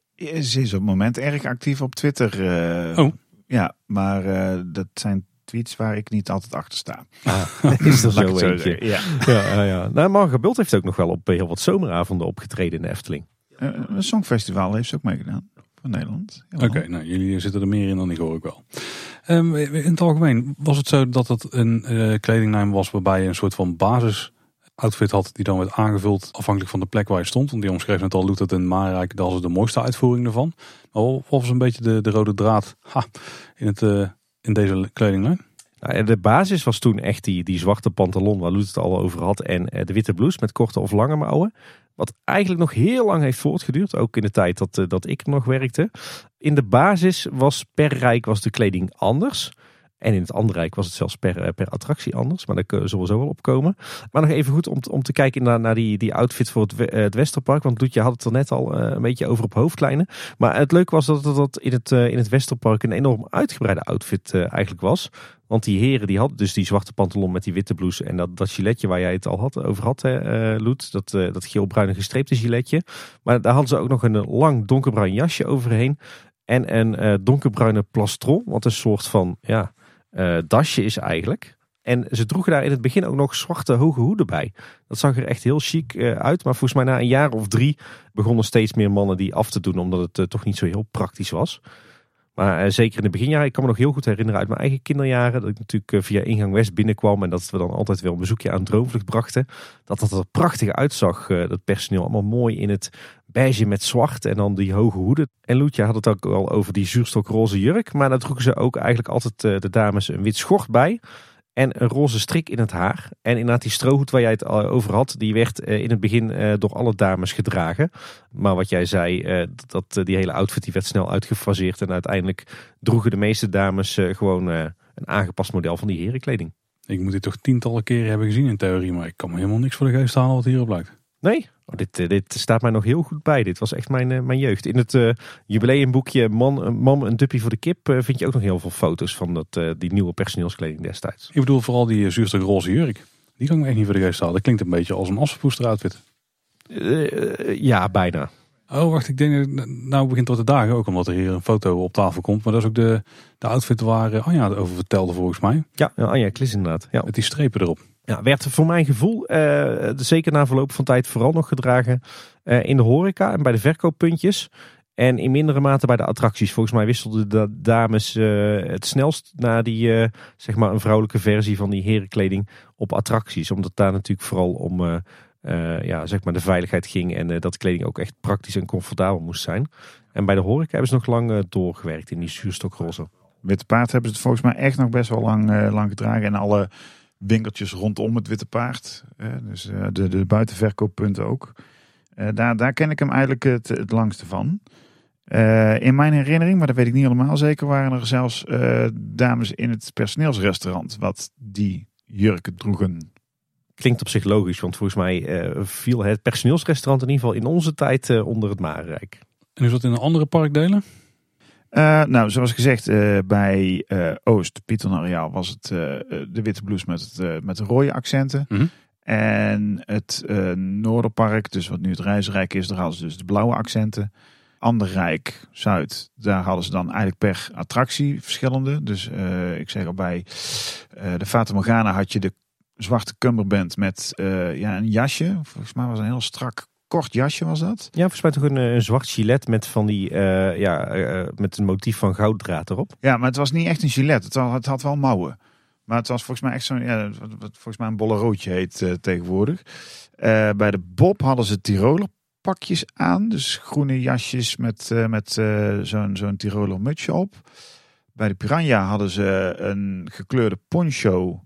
Ze is op het moment erg actief op Twitter. Uh, oh. Ja, maar uh, dat zijn tweets waar ik niet altijd achter sta. Ah, is er zo eentje? Ja. Ja, ja, ja. Nou, Marga Bult heeft ook nog wel op heel wat zomeravonden opgetreden in de Efteling. Uh, een songfestival heeft ze ook meegedaan. Van Nederland. Oké, okay, nou jullie zitten er meer in dan ik hoor ik wel. Um, in het algemeen was het zo dat het een uh, kledinglijn was waarbij je een soort van basis outfit had die dan werd aangevuld afhankelijk van de plek waar je stond. Want die omschreef net al, Loetert en Maairijk, dat was de mooiste uitvoering ervan. Maar wat was een beetje de, de rode draad ha, in, het, uh, in deze kledinglijn? Nou, de basis was toen echt die, die zwarte pantalon waar Loet het al over had. En uh, de witte blouse met korte of lange mouwen. Wat eigenlijk nog heel lang heeft voortgeduurd. Ook in de tijd dat, uh, dat ik nog werkte. In de basis was per rijk was de kleding anders. En in het andere rijk was het zelfs per, per attractie anders. Maar daar zullen we zo wel op komen. Maar nog even goed om, om te kijken naar, naar die, die outfit voor het, het Westerpark. Want Loetje had het er net al uh, een beetje over op hoofdlijnen. Maar het leuke was dat het dat in, het, uh, in het Westerpark een enorm uitgebreide outfit uh, eigenlijk was. Want die heren die hadden dus die zwarte pantalon met die witte blouse. En dat, dat giletje waar jij het al had, over had, hè, uh, Loet. Dat, uh, dat geel-bruine gestreepte giletje. Maar daar hadden ze ook nog een lang donkerbruin jasje overheen. En een uh, donkerbruine plastron. Wat een soort van ja, uh, dasje is eigenlijk. En ze droegen daar in het begin ook nog zwarte hoge hoeden bij. Dat zag er echt heel chic uh, uit. Maar volgens mij na een jaar of drie begonnen steeds meer mannen die af te doen. Omdat het uh, toch niet zo heel praktisch was. Maar uh, zeker in de beginjaren, ik kan me nog heel goed herinneren uit mijn eigen kinderjaren. Dat ik natuurlijk uh, via Ingang West binnenkwam. En dat we dan altijd wel een bezoekje aan Droomvlucht brachten. Dat dat er prachtig uitzag. Uh, dat personeel allemaal mooi in het beige met zwart. En dan die hoge hoeden. En Loetje had het ook al over die zuurstokroze jurk. Maar daar droegen ze ook eigenlijk altijd uh, de dames een wit schort bij. En een roze strik in het haar. En inderdaad die strohoed waar jij het over had. Die werd uh, in het begin uh, door alle dames gedragen. Maar wat jij zei. Uh, dat uh, die hele outfit die werd snel uitgefaseerd. En uiteindelijk droegen de meeste dames uh, gewoon uh, een aangepast model van die herenkleding. Ik moet dit toch tientallen keren hebben gezien in theorie. Maar ik kan me helemaal niks voor de geest halen wat hierop lijkt. Nee? Oh, dit, uh, dit staat mij nog heel goed bij. Dit was echt mijn, uh, mijn jeugd. In het uh, jubileumboekje Man, Mam een duppie voor de kip uh, vind je ook nog heel veel foto's van dat, uh, die nieuwe personeelskleding destijds. Ik bedoel vooral die uh, zuurstokroze jurk. Die kan ik me echt niet voor de geest halen. Dat klinkt een beetje als een assenpoester outfit. Uh, uh, ja, bijna. Oh, wacht. Ik denk, nou begint het te dagen ook omdat er hier een foto op tafel komt. Maar dat is ook de, de outfit waar uh, Anja het over vertelde volgens mij. Ja, Anja Klis inderdaad. Ja. Met die strepen erop. Ja, werd voor mijn gevoel, uh, zeker na verloop van tijd, vooral nog gedragen uh, in de horeca en bij de verkooppuntjes. En in mindere mate bij de attracties. Volgens mij wisselden de dames uh, het snelst naar die, uh, zeg maar een vrouwelijke versie van die herenkleding op attracties. Omdat daar natuurlijk vooral om uh, uh, ja, zeg maar de veiligheid ging en uh, dat kleding ook echt praktisch en comfortabel moest zijn. En bij de horeca hebben ze nog lang uh, doorgewerkt in die zuurstokroze. Witte Paard hebben ze het volgens mij echt nog best wel lang, uh, lang gedragen. En alle winkeltjes rondom het Witte Paard. Uh, dus uh, de, de buitenverkooppunten ook. Uh, daar, daar ken ik hem eigenlijk het, het langste van. Uh, in mijn herinnering, maar dat weet ik niet helemaal zeker, waren er zelfs uh, dames in het personeelsrestaurant wat die jurken droegen. Klinkt op zich logisch, want volgens mij uh, viel het personeelsrestaurant in ieder geval in onze tijd uh, onder het Maairijk. En is dat in een andere parkdelen? Uh, nou, zoals gezegd, uh, bij uh, Oost, Python-areaal, was het uh, de witte blouse met, het, uh, met de rode accenten. Mm-hmm. En het uh, Noorderpark, dus wat nu het Reisrijk is, daar hadden ze dus de blauwe accenten. Ander Rijk, Zuid, daar hadden ze dan eigenlijk per attractie verschillende. Dus uh, ik zeg al bij uh, de Fata Morgana had je de zwarte Cumberband met uh, ja, een jasje. Volgens mij was het een heel strak kort jasje was dat. Ja, volgens mij toch een, een zwart gilet met van die uh, ja, uh, met een motief van gouddraad erop. Ja, maar het was niet echt een gilet. Het had, het had wel mouwen. Maar het was volgens mij echt zo'n, ja, wat volgens mij een bollerootje heet uh, tegenwoordig. Uh, bij de Bob hadden ze Tiroler pakjes aan. Dus groene jasjes met, uh, met uh, zo'n, zo'n Tiroler mutsje op. Bij de Piranha hadden ze een gekleurde poncho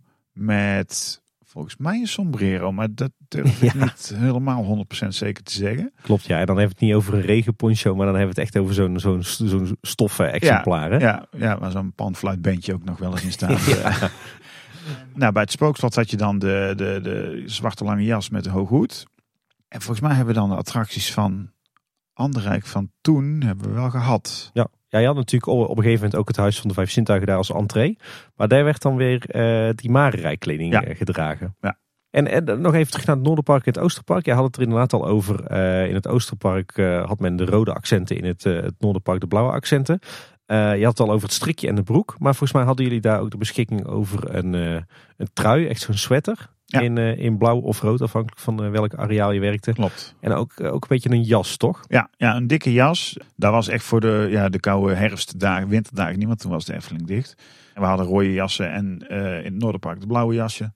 met volgens mij een sombrero. Maar dat durf ik ja. niet helemaal honderd procent zeker te zeggen. Klopt, ja. En dan hebben we het niet over een regenponcho, maar dan hebben we het echt over zo'n, zo'n, zo'n stoffen exemplaar. Ja, ja, ja, waar zo'n panfluitbandje ook nog wel eens in staat. ja. Nou, bij het Spookslot had je dan de, de, de zwarte lange jas met de hoge hoed. En volgens mij hebben we dan de attracties van Anderrijk van toen hebben we wel gehad. Ja, Ja, je had natuurlijk op een gegeven moment ook het Huis van de Vijf Zintuigen daar als entree. Maar daar werd dan weer uh, die Marenrijk-kleding Ja. uh, gedragen. Ja. En, en nog even terug naar het Noorderpark en het Oosterpark. Je had het er inderdaad al over. Uh, in het Oosterpark uh, had men de rode accenten, in het, uh, het Noorderpark de blauwe accenten. Uh, je had het al over het strikje en de broek. Maar volgens mij hadden jullie daar ook de beschikking over een, uh, een trui, echt zo'n sweater. Ja. In, uh, in blauw of rood, afhankelijk van uh, welk areaal je werkte. Klopt. En ook, uh, ook een beetje een jas, toch? Ja, ja, een dikke jas. Dat was echt voor de, ja, de koude herfstdagen, winterdagen niet, want toen was de Efteling dicht. En we hadden rode jassen en uh, in het Noorderpark de blauwe jasje.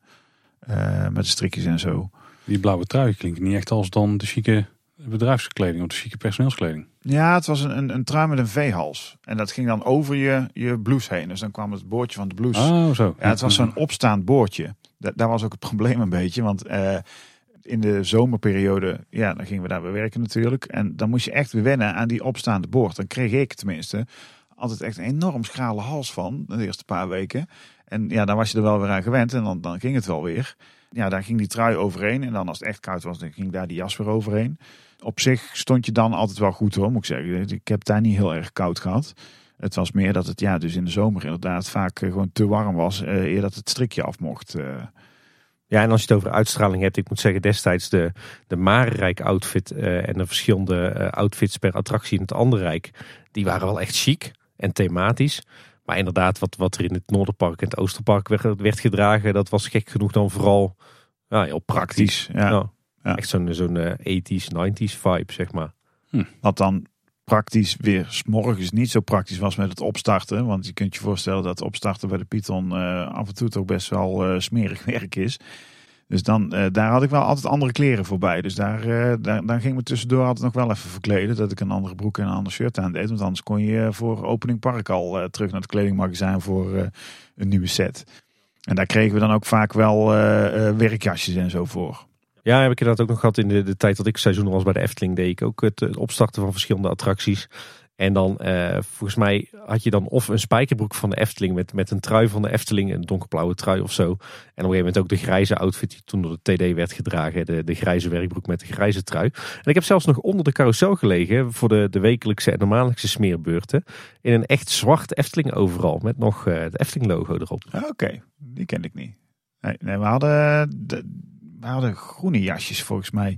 Uh, met de strikjes en zo. Die blauwe trui klinkt niet echt als dan de chique bedrijfskleding of de chique personeelskleding. Ja, het was een, een, een trui met een V-hals. En dat ging dan over je, je blouse heen. Dus dan kwam het boordje van de blouse. Oh, zo. Ja, het was zo'n opstaand boordje. Da- daar was ook het probleem een beetje. Want uh, in de zomerperiode, ja, dan gingen we daar weer werken natuurlijk. En dan moest je echt weer wennen aan die opstaande boord. Dan kreeg ik tenminste altijd echt een enorm schrale hals van de eerste paar weken. En ja, dan was je er wel weer aan gewend en dan, dan ging het wel weer. Ja, daar ging die trui overheen. En dan als het echt koud was, dan ging daar die jas weer overheen. Op zich stond je dan altijd wel goed hoor, moet ik zeggen. Ik heb daar niet heel erg koud gehad. Het was meer dat het ja, dus in de zomer inderdaad vaak gewoon te warm was. Uh, eer dat het strikje af mocht. Uh. Ja, en als je het over uitstraling hebt, ik moet zeggen destijds de, de Marenrijk outfit uh, en de verschillende uh, outfits per attractie in het andere rijk. Die waren wel echt chic en thematisch. Maar inderdaad, wat, wat er in het Noorderpark en het Oosterpark werd, werd gedragen, dat was gek genoeg dan vooral ja, heel praktisch. Ja. Ja. Ja. Echt zo'n, zo'n uh, tachtiger, negentiger vibe, zeg maar. Hm. Wat dan praktisch weer 's morgens niet zo praktisch was met het opstarten. Want je kunt je voorstellen dat opstarten bij de Python uh, af en toe toch best wel uh, smerig werk is. Dus dan, uh, daar had ik wel altijd andere kleren voorbij. Dus daar, uh, daar, daar ging me tussendoor altijd nog wel even verkleden. Dat ik een andere broek en een ander shirt aan deed. Want anders kon je voor opening park al uh, terug naar het kledingmagazijn voor uh, een nieuwe set. En daar kregen we dan ook vaak wel uh, uh, werkjasjes en zo voor. Ja, heb ik inderdaad ook nog gehad in de, de tijd dat ik seizoen was bij de Efteling. Deed ik ook het, het opstarten van verschillende attracties. En dan, uh, volgens mij had je dan of een spijkerbroek van de Efteling met, met een trui van de Efteling, een donkerblauwe trui of zo. En op een gegeven moment ook de grijze outfit die toen door de T D werd gedragen. De, de grijze werkbroek met de grijze trui. En ik heb zelfs nog onder de carousel gelegen voor de, de wekelijkse en normaalse smeerbeurten. In een echt zwart Efteling overal met nog uh, het Efteling logo erop. Oké, okay. Die ken ik niet. Nee, nee we, hadden de, we hadden groene jasjes volgens mij.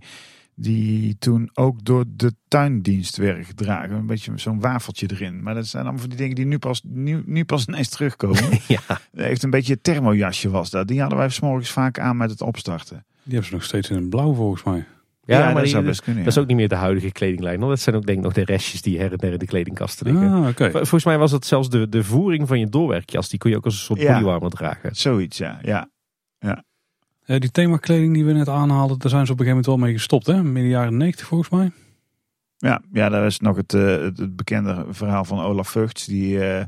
Die toen ook door de tuindienst werden gedragen. Een beetje zo'n wafeltje erin. Maar dat zijn allemaal van die dingen die nu pas, nu, nu pas ineens terugkomen. Ja. Echt een beetje een thermojasje was dat. Die hadden wij 's morgens vaak aan met het opstarten. Die hebben ze nog steeds in het blauw volgens mij. Ja, ja maar dat die, zou best kunnen. Dat Ja. is ook niet meer de huidige kledinglijn. Dat zijn ook denk ik nog de restjes die her en der in de kledingkasten liggen. Ah, okay. Volgens mij was het zelfs de, de voering van je doorwerkjas. Die kon je ook als een soort Ja. bodywarmer dragen. Zoiets, ja. ja. ja. Uh, die themakleding die we net aanhaalden, daar zijn ze op een gegeven moment wel mee gestopt, hè? Midden jaren negentig volgens mij. Ja, ja, dat is nog het, uh, het bekende verhaal van Olaf Vugts. Die uh,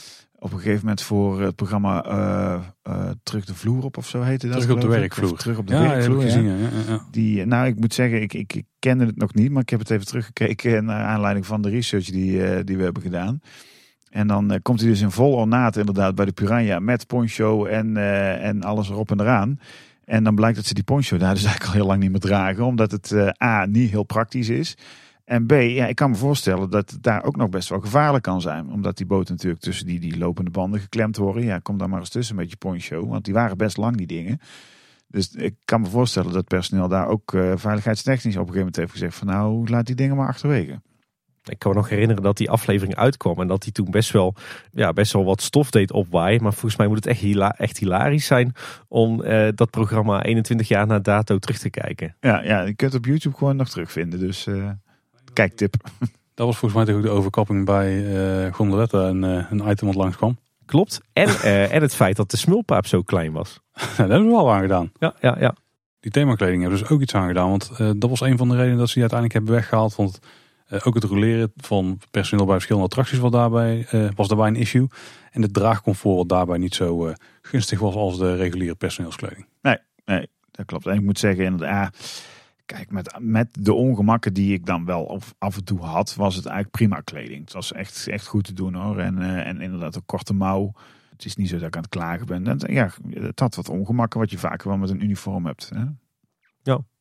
op een gegeven moment voor het programma uh, uh, Terug de Vloer op of zo heette dat. Terug op de ik. werkvloer. Of terug op de ja, werkvloer, heb ik ja. gezien, ja. Ja, ja. Die, nou, ik moet zeggen, ik, ik, ik kende het nog niet, maar ik heb het even teruggekeken naar aanleiding van de research die, uh, die we hebben gedaan. En dan uh, komt hij dus in vol ornaat inderdaad bij de Piranha met poncho en, uh, en alles erop en eraan. En dan blijkt dat ze die poncho daar dus eigenlijk al heel lang niet meer dragen. Omdat het uh, A, niet heel praktisch is. En B, ja, ik kan me voorstellen dat het daar ook nog best wel gevaarlijk kan zijn. Omdat die boten natuurlijk tussen die, die lopende banden geklemd worden. Ja, kom daar maar eens tussen met je poncho. Want die waren best lang, die dingen. Dus ik kan me voorstellen dat personeel daar ook uh, veiligheidstechnisch op een gegeven moment heeft gezegd van nou, laat die dingen maar achterwege. Ik kan me nog herinneren dat die aflevering uitkwam. En dat hij toen best wel, ja, best wel wat stof deed opwaaien. Maar volgens mij moet het echt, hila- echt hilarisch zijn om uh, dat programma eenentwintig jaar na dato terug te kijken. Ja, ja, je kunt het op YouTube gewoon nog terugvinden. Dus uh, kijktip. Dat was volgens mij toch ook de overkapping bij uh, Gondoletta en uh, een item wat langskwam. Klopt. En, uh, en het feit dat de smulpaap zo klein was. Daar hebben we wel aan gedaan. Ja, ja, ja. Die themakleding hebben dus ook iets aan gedaan. Want uh, dat was een van de redenen dat ze die uiteindelijk hebben weggehaald. Want uh, ook het roleren van personeel bij verschillende attracties was daarbij, uh, was daarbij een issue. En het draagcomfort wat daarbij niet zo uh, gunstig was als de reguliere personeelskleding. Nee, nee, dat klopt. En ik moet zeggen, inderdaad, kijk, met, met de ongemakken die ik dan wel af en toe had, was het eigenlijk prima kleding. Het was echt, echt goed te doen hoor. En, uh, en inderdaad een korte mouw. Het is niet zo dat ik aan het klagen ben. En, ja, het had wat ongemakken wat je vaker wel met een uniform hebt. Hè? Ja.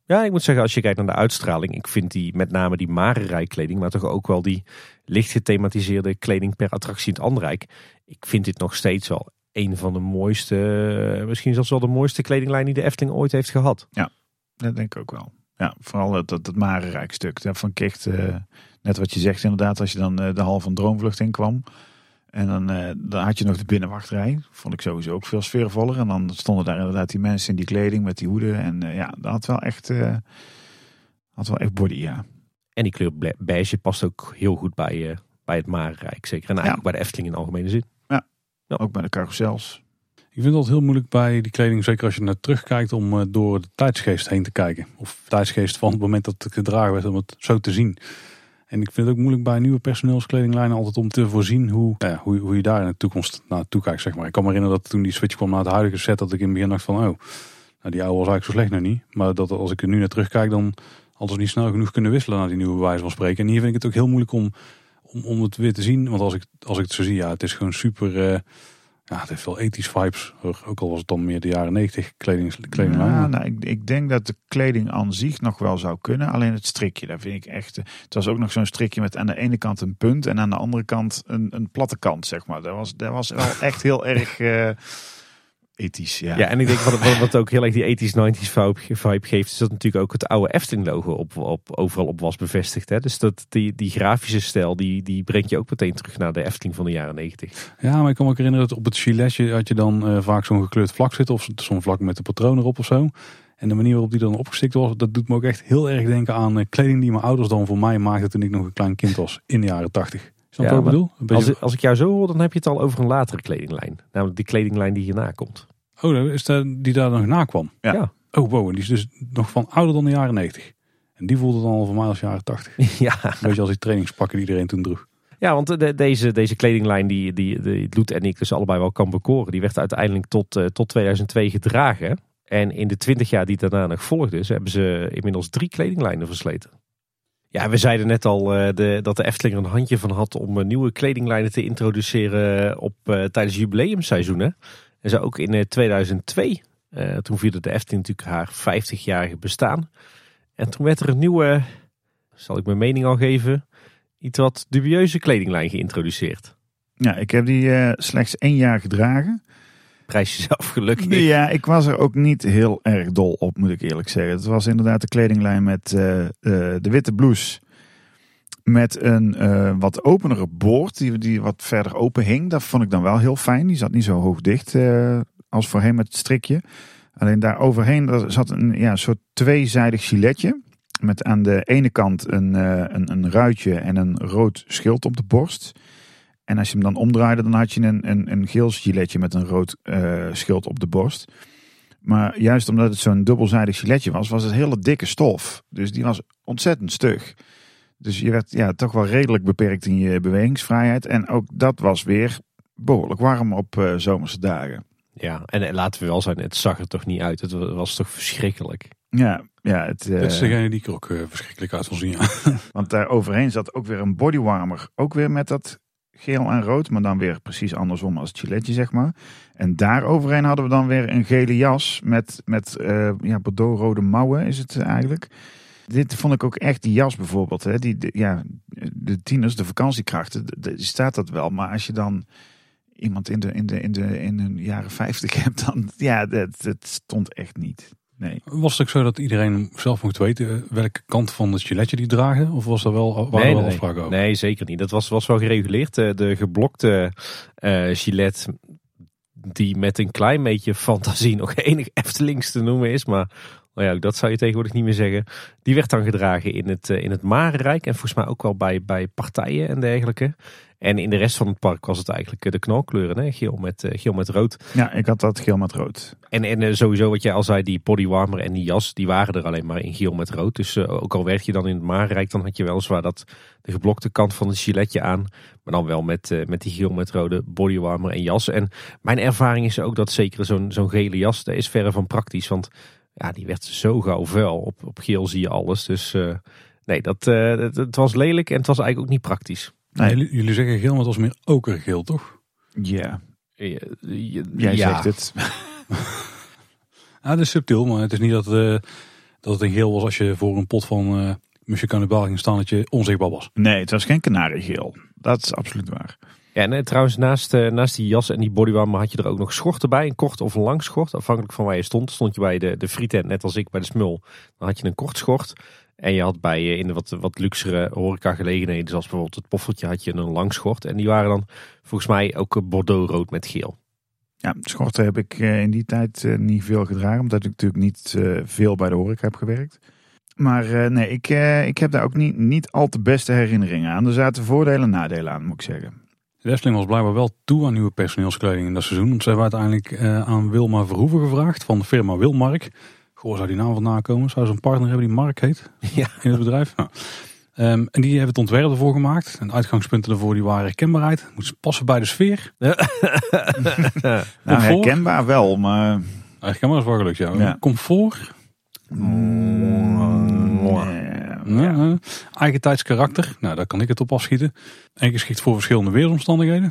Ja, ik moet zeggen, als je kijkt naar de uitstraling, ik vind die met name die Marenrijk-kleding, maar toch ook wel die licht gethematiseerde kleding per attractie in het Anrijk. Ik vind dit nog steeds wel een van de mooiste, misschien zelfs wel de mooiste kledinglijn die de Efteling ooit heeft gehad. Ja, dat denk ik ook wel. Ja, vooral dat, dat, dat Marenrijk stuk. Daarvan kicht, uh, net wat je zegt inderdaad, als je dan uh, de hal van Droomvlucht inkwam. En dan, uh, dan had je nog de binnenwachtrij. Vond ik sowieso ook veel sfeervoller. En dan stonden daar inderdaad die mensen in die kleding met die hoeden. En uh, ja, dat had wel echt, uh, had wel echt body, ja. En die kleur beige past ook heel goed bij, uh, bij het Marenrijk. Zeker. En eigenlijk ja. bij de Efteling in de algemene zin. Ja, ja. Ook bij de carousels. Ik vind het altijd heel moeilijk bij die kleding, zeker als je naar terugkijkt, om uh, door de tijdsgeest heen te kijken. Of tijdsgeest van het moment dat het gedragen werd, om het zo te zien. En ik vind het ook moeilijk bij nieuwe personeelskledinglijnen altijd om te voorzien hoe, ja, hoe, hoe je daar in de toekomst naartoe kijkt. Zeg maar. Ik kan me herinneren dat toen die switch kwam naar het huidige set, dat ik in het begin dacht van, oh, nou, die oude was eigenlijk zo slecht nog niet. Maar dat als ik er nu naar terugkijk, dan hadden ze niet snel genoeg kunnen wisselen naar die nieuwe wijze van spreken. En hier vind ik het ook heel moeilijk om, om, om het weer te zien. Want als ik, als ik het zo zie, ja, het is gewoon super... Uh, Ja, het heeft wel ethisch vibes. Ook al was het dan meer de jaren negentig kleding, kledinglijn. Ja, nou, ik, ik denk dat de kleding aan zich nog wel zou kunnen. Alleen het strikje, daar vind ik echt... Het was ook nog zo'n strikje met aan de ene kant een punt en aan de andere kant een, een platte kant, zeg maar. Dat was, dat was wel echt heel erg uh, ethisch, ja. Ja, en ik denk wat, wat ook heel erg die ethisch negentig vibe, vibe geeft, is dat natuurlijk ook het oude Efteling logo op, op, overal op was bevestigd. Hè? Dus dat, die, die grafische stijl, die, die brengt je ook meteen terug naar de Efteling van de jaren negentig. Ja, maar ik kan me ook herinneren dat op het giletje had je dan uh, vaak zo'n gekleurd vlak zitten. Of zo'n vlak met de patroon erop of zo. En de manier waarop die dan opgestikt was, dat doet me ook echt heel erg denken aan uh, kleding die mijn ouders dan voor mij maakten toen ik nog een klein kind was in de jaren tachtig. Snap je wat ik bedoel? Een beetje... als, als ik jou zo hoor, dan heb je het al over een latere kledinglijn. Namelijk die kledinglijn die hierna komt. Oh, is dat die daar nog na kwam? Ja. ja. Oh, wow. En die is dus nog van ouder dan de jaren negentig. En die voelde dan al voor mij als jaren tachtig. Ja. Een beetje als die trainingspakken die iedereen toen droeg. Ja, want de, deze, deze kledinglijn die, die, die Loet en ik dus allebei wel kan bekoren, die werd uiteindelijk tot, uh, tot tweeduizend twee gedragen. En in de twintig jaar die daarna nog volgden, dus hebben ze inmiddels drie kledinglijnen versleten. Ja, we zeiden net al uh, de, dat de Efteling er een handje van had om uh, nieuwe kledinglijnen te introduceren op, uh, tijdens het jubileumseizoen. Hè? En zo ook in uh, tweeduizend twee. Uh, toen vierde de Efteling natuurlijk haar vijftigjarige bestaan. En toen werd er een nieuwe, zal ik mijn mening al geven, iets wat dubieuze kledinglijn geïntroduceerd. Ja, ik heb die uh, slechts één jaar gedragen. Prijs jezelf gelukkig. Ja, ik was er ook niet heel erg dol op, moet ik eerlijk zeggen. Het was inderdaad de kledinglijn met uh, uh, de witte blouse. Met een uh, wat openere boord die, die wat verder open hing. Dat vond ik dan wel heel fijn. Die zat niet zo hoog dicht uh, als voorheen met het strikje. Alleen daar overheen zat een ja, soort tweezijdig giletje. Met aan de ene kant een, uh, een, een ruitje en een rood schild op de borst. En als je hem dan omdraaide, dan had je een, een, een geel giletje met een rood uh, schild op de borst. Maar juist omdat het zo'n dubbelzijdig giletje was, was het hele dikke stof. Dus die was ontzettend stug. Dus je werd ja, toch wel redelijk beperkt in je bewegingsvrijheid. En ook dat was weer behoorlijk warm op uh, zomerse dagen. Ja, en laten we wel zijn, het zag er toch niet uit. Het was toch verschrikkelijk. Ja, ja. Het, uh, het is degene die ik er ook uh, verschrikkelijk uit wil zien. Ja. Want daar overheen zat ook weer een bodywarmer. Ook weer met dat geel en rood, maar dan weer precies andersom als het giletje, zeg maar. En daar overheen hadden we dan weer een gele jas met, met uh, ja, bordeaux-rode mouwen is het eigenlijk. Dit vond ik ook echt, die jas bijvoorbeeld. Hè, die, de, ja, de tieners, de vakantiekrachten, de, de, staat dat wel. Maar als je dan iemand in de, in de, in de, in de jaren vijftig hebt, dan ja, dat, dat stond echt niet. Nee. Was het ook zo dat iedereen zelf mocht weten welke kant van het giletje die dragen? Of was er wel, waren nee, er wel nee, afspraken over? Nee, zeker niet. Dat was, was wel gereguleerd. De, de geblokte uh, gilet, die met een klein beetje fantasie nog enig Eftelings te noemen is, maar nou ja, dat zou je tegenwoordig niet meer zeggen. Die werd dan gedragen in het, in het Marenrijk en volgens mij ook wel bij, bij partijen en dergelijke. En in de rest van het park was het eigenlijk de knalkleuren, hè? Geel met, uh, geel met rood. Ja, ik had dat geel met rood. En, en uh, sowieso wat jij al zei, die bodywarmer en die jas, die waren er alleen maar in geel met rood. Dus uh, ook al werd je dan in het Marenrijk, dan had je weliswaar dat de geblokte kant van het giletje aan. Maar dan wel met, uh, met die geel met rode bodywarmer en jas. En mijn ervaring is ook dat zeker zo'n zo'n gele jas, dat is verre van praktisch. Want ja, die werd zo gauw vuil. Op, op geel zie je alles. Dus uh, nee, dat, uh, het, het was lelijk en het was eigenlijk ook niet praktisch. Nee. Jullie, jullie zeggen geel, maar het was meer okergeel, toch? Ja. Ja, Jij ja. zegt het. Ja, het is subtiel, maar het is niet dat, uh, dat dat het in geel was als je voor een pot van uh, Monsieur Cannibal ging staan dat je onzichtbaar was. Nee, het was geen kanariegeel. Dat is absoluut waar. Ja, en trouwens, naast, uh, naast die jas en die bodywarmer had je er ook nog schorten bij. Een kort of een lang schort, afhankelijk van waar je stond. Stond je bij de, de frietent, net als ik bij de Smul, dan had je een kort schort. En je had bij uh, in de wat, wat luxere horeca gelegenheden, zoals bijvoorbeeld het Poffertje, had je een lang schort. En die waren dan volgens mij ook bordeaux-rood met geel. Ja, schorten heb ik uh, in die tijd uh, niet veel gedragen, omdat ik natuurlijk niet uh, veel bij de horeca heb gewerkt. Maar uh, nee, ik, uh, ik heb daar ook niet, niet al te beste herinneringen aan. Er zaten voordelen en nadelen aan, moet ik zeggen. De Efteling was blijkbaar wel toe aan nieuwe personeelskleding in dat seizoen. Want ze hebben uiteindelijk uh, aan Wilma Verhoeven gevraagd van de firma Wilmark. Goh, zou die naam vandaan komen? Zou ze een partner hebben die Mark heet ja. in het bedrijf? Nou. Um, en die hebben het ontwerp ervoor gemaakt. En de uitgangspunten ervoor die waren herkenbaarheid. Het moet passen bij de sfeer. nou, herkenbaar wel, maar... Herkenbaar is wel gelukt, ja. ja. Comfort. Mm, ja. Ja. Eigen tijds karakter. Nou, daar kan ik het op afschieten. En geschikt voor verschillende weersomstandigheden.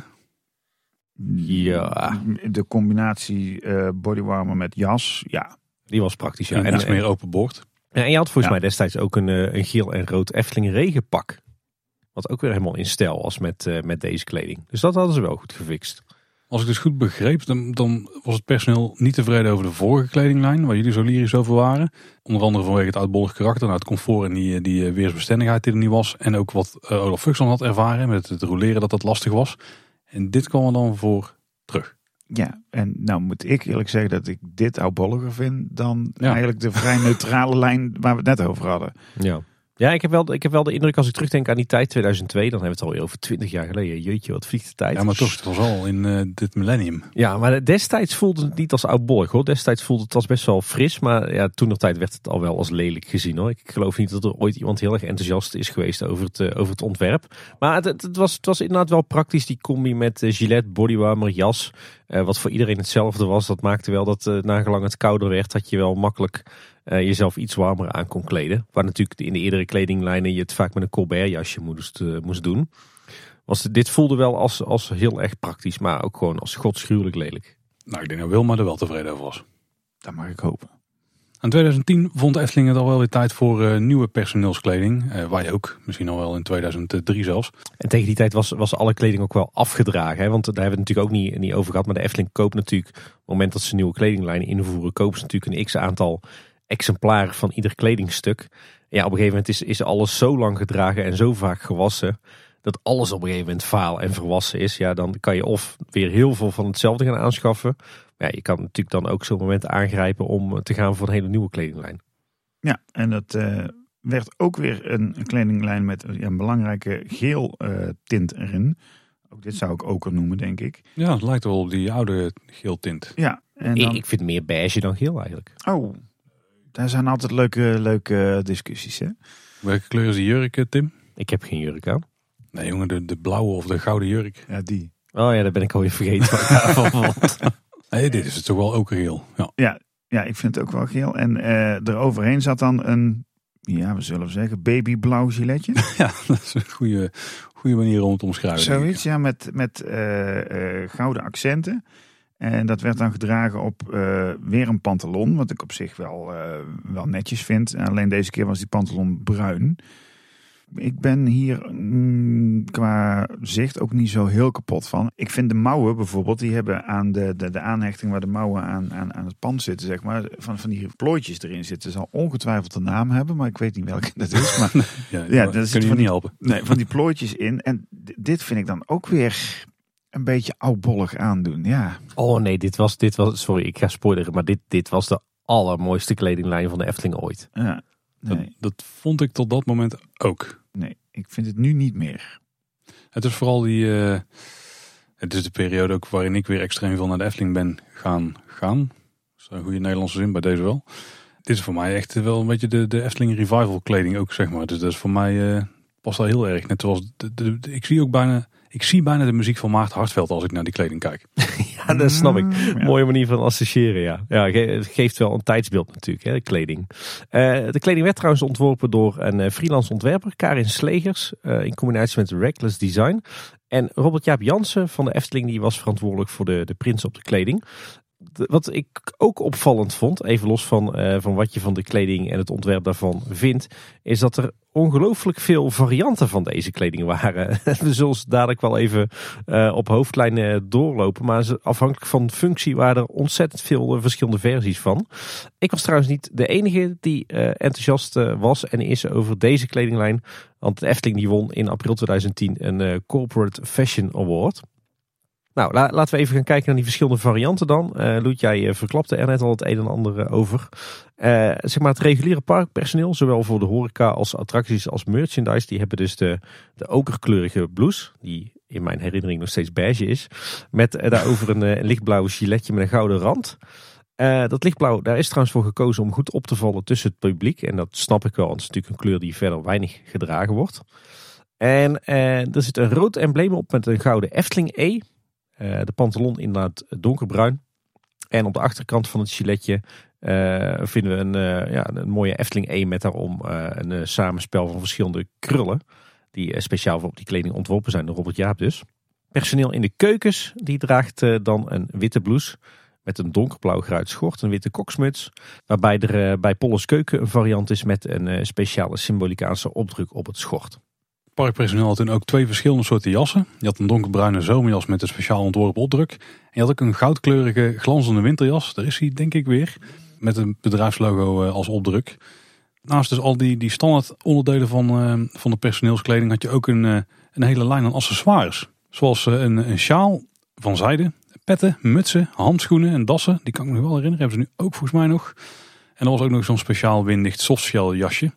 Ja. De combinatie uh, bodywarmer met jas, ja. Die was praktisch. Ja. En, en iets meer open boord. Ja, en je had volgens ja. mij destijds ook een, een geel en rood Efteling regenpak. Wat ook weer helemaal in stijl was met, uh, met deze kleding. Dus dat hadden ze wel goed gefixt. Als ik dus goed begreep, dan, dan was het personeel niet tevreden over de vorige kledinglijn, waar jullie zo lyrisch over waren. Onder andere vanwege het oudbollig karakter, nou, het comfort en die, die weersbestendigheid die er niet was. En ook wat uh, Olaf Fuchsman had ervaren met het roleren dat dat lastig was. En dit kwam er dan voor terug. Ja, en nou moet ik eerlijk zeggen dat ik dit oudbolliger vind dan Ja. eigenlijk de vrij neutrale lijn waar we het net over hadden. Ja. Ja, ik heb, wel, ik heb wel de indruk als ik terugdenk aan die tijd tweeduizend twee, dan hebben we het alweer over twintig jaar geleden. Jeetje, wat vliegt de tijd. Ja, maar toch, het was al in uh, dit millennium. Ja, maar destijds voelde het niet als oudbollig hoor. Destijds voelde het als best wel fris, maar ja, toen nog tijd werd het al wel als lelijk gezien hoor. Ik geloof niet dat er ooit iemand heel erg enthousiast is geweest over het, uh, over het ontwerp. Maar het, het, het, was, het was inderdaad wel praktisch, die combi met uh, gilet, bodywarmer, jas. Uh, wat voor iedereen hetzelfde was. Dat maakte wel dat uh, nagelang het kouder werd, dat je wel makkelijk uh, jezelf iets warmer aan kon kleden. Waar natuurlijk in de eerdere kledinglijnen je het vaak met een Colbert jasje moest, uh, moest doen. Was, dit voelde wel als, als heel erg praktisch, maar ook gewoon als godschuwelijk lelijk. Nou, ik denk dat Wilma er wel tevreden over was. Dat mag ik hopen. In twintig tien vond de Efteling het al wel weer tijd voor uh, nieuwe personeelskleding. Uh, wij ook, misschien al wel in tweeduizend drie zelfs. En tegen die tijd was, was alle kleding ook wel afgedragen. Hè? Want daar hebben we het natuurlijk ook niet, niet over gehad. Maar de Efteling koopt natuurlijk, op het moment dat ze nieuwe kledinglijnen invoeren, kopen ze natuurlijk een x-aantal exemplaren van ieder kledingstuk. Ja, op een gegeven moment is, is alles zo lang gedragen en zo vaak gewassen, dat alles op een gegeven moment vaal en verwassen is. Ja, dan kan je of weer heel veel van hetzelfde gaan aanschaffen. Maar ja, je kan natuurlijk dan ook zo'n moment aangrijpen om te gaan voor een hele nieuwe kledinglijn. Ja, en dat uh, werd ook weer een, een kledinglijn met ja, een belangrijke geel uh, tint erin. Ook dit zou ik oker noemen, denk ik. Ja, het lijkt wel op die oude geel tint. Ja, en dan... Ik vind meer beige dan geel eigenlijk. Oh, daar zijn altijd leuke, leuke discussies, hè? Welke kleur is die jurk, Tim? Ik heb geen jurk aan. Nee jongen, de, de blauwe of de gouden jurk. Ja, die. Oh ja, dat ben ik alweer vergeten. Wat ik daarvan vond. Nee, dit is het toch wel ook geel. Ja. Ja, ja, ik vind het ook wel geel. En uh, eroverheen zat dan een, ja, we zullen zeggen, babyblauw giletje. Ja, dat is een goede, goede manier om het te omschrijven. Zoiets, ja, met, met uh, uh, gouden accenten. En dat werd dan gedragen op uh, weer een pantalon, wat ik op zich wel, uh, wel netjes vind. Alleen deze keer was die pantalon bruin. Ik ben hier mm, qua zicht ook niet zo heel kapot van. Ik vind de mouwen bijvoorbeeld, die hebben aan de, de, de aanhechting waar de mouwen aan, aan, aan het pand zitten, zeg maar, van, van die plooitjes erin zitten. Zal ongetwijfeld een naam hebben, maar ik weet niet welke dat is. Maar ja, ja, dat kun je van niet helpen. Nee, van die plooitjes in. En d- dit vind ik dan ook weer een beetje oudbollig aandoen, ja. Oh nee, dit was, dit was, sorry, ik ga spoileren, maar dit, dit was de allermooiste kledinglijn van de Efteling ooit. Ja, nee, Dat, dat vond ik tot dat moment ook. nee, ik vind het nu niet meer. Het is vooral die... Uh, het is de periode ook waarin ik weer extreem veel naar de Efteling ben gaan gaan. Dat is een goede Nederlandse zin bij deze wel. Dit is voor mij echt wel een beetje de, de Efteling revival kleding ook, zeg maar. Dus dat is voor mij uh, past daar heel erg. Net zoals de, de, de, ik zie ook bijna... Ik zie bijna de muziek van Maarten Hartveld als ik naar die kleding kijk. Ja, dat snap ik. Ja. Mooie manier van associëren, ja. Ja, het geeft wel een tijdsbeeld natuurlijk, hè, de kleding. Uh, de kleding werd trouwens ontworpen door een uh, freelance ontwerper, Karin Slegers, uh, in combinatie met Reckless Design. En Robert Jaap Jansen van de Efteling, die was verantwoordelijk voor de, de prints op de kleding. wat ik ook opvallend vond, even los van, uh, van wat je van de kleding en het ontwerp daarvan vindt, is dat er ongelooflijk veel varianten van deze kleding waren. We zullen ze dadelijk wel even uh, op hoofdlijnen doorlopen, maar ze, afhankelijk van functie waren er ontzettend veel uh, verschillende versies van. Ik was trouwens niet de enige die uh, enthousiast uh, was en is over deze kledinglijn, want de Efteling die won in april twintig tien een uh, Corporate Fashion Award. Nou, la, laten we even gaan kijken naar die verschillende varianten dan. Uh, Loet, jij uh, verklapte er net al het een en ander uh, over. Uh, zeg maar het reguliere parkpersoneel, zowel voor de horeca als attracties als merchandise, die hebben dus de, de okerkleurige blouse, die in mijn herinnering nog steeds beige is, met uh, daarover een, uh, een lichtblauw giletje met een gouden rand. Uh, dat lichtblauw, daar is trouwens voor gekozen om goed op te vallen tussen het publiek. En dat snap ik wel, want het is natuurlijk een kleur die verder weinig gedragen wordt. En uh, er zit een rood embleem op met een gouden Efteling E. Uh, de pantalon inderdaad donkerbruin. En op de achterkant van het giletje uh, vinden we een, uh, ja, een mooie Efteling E met daarom uh, een uh, samenspel van verschillende krullen. Die uh, speciaal voor op die kleding ontworpen zijn door Robert Jaap dus. Personeel in de keukens die draagt uh, dan een witte blouse met een donkerblauw geruit schort, een witte koksmuts. Waarbij er uh, bij Polles Keuken een variant is met een uh, speciale symbolicaanse opdruk op het schort. Parkpersoneel had toen ook twee verschillende soorten jassen. Je had een donkerbruine zomerjas met een speciaal ontworpen opdruk. En je had ook een goudkleurige glanzende winterjas. Daar is hij denk ik weer. Met een bedrijfslogo als opdruk. Naast dus al die, die standaard onderdelen van, uh, van de personeelskleding had je ook een, uh, een hele lijn aan accessoires. Zoals uh, een, een sjaal van zijde, petten, mutsen, handschoenen en dassen. Die kan ik me nog wel herinneren. Hebben ze nu ook volgens mij nog. En er was ook nog zo'n speciaal winddicht softshell jasje.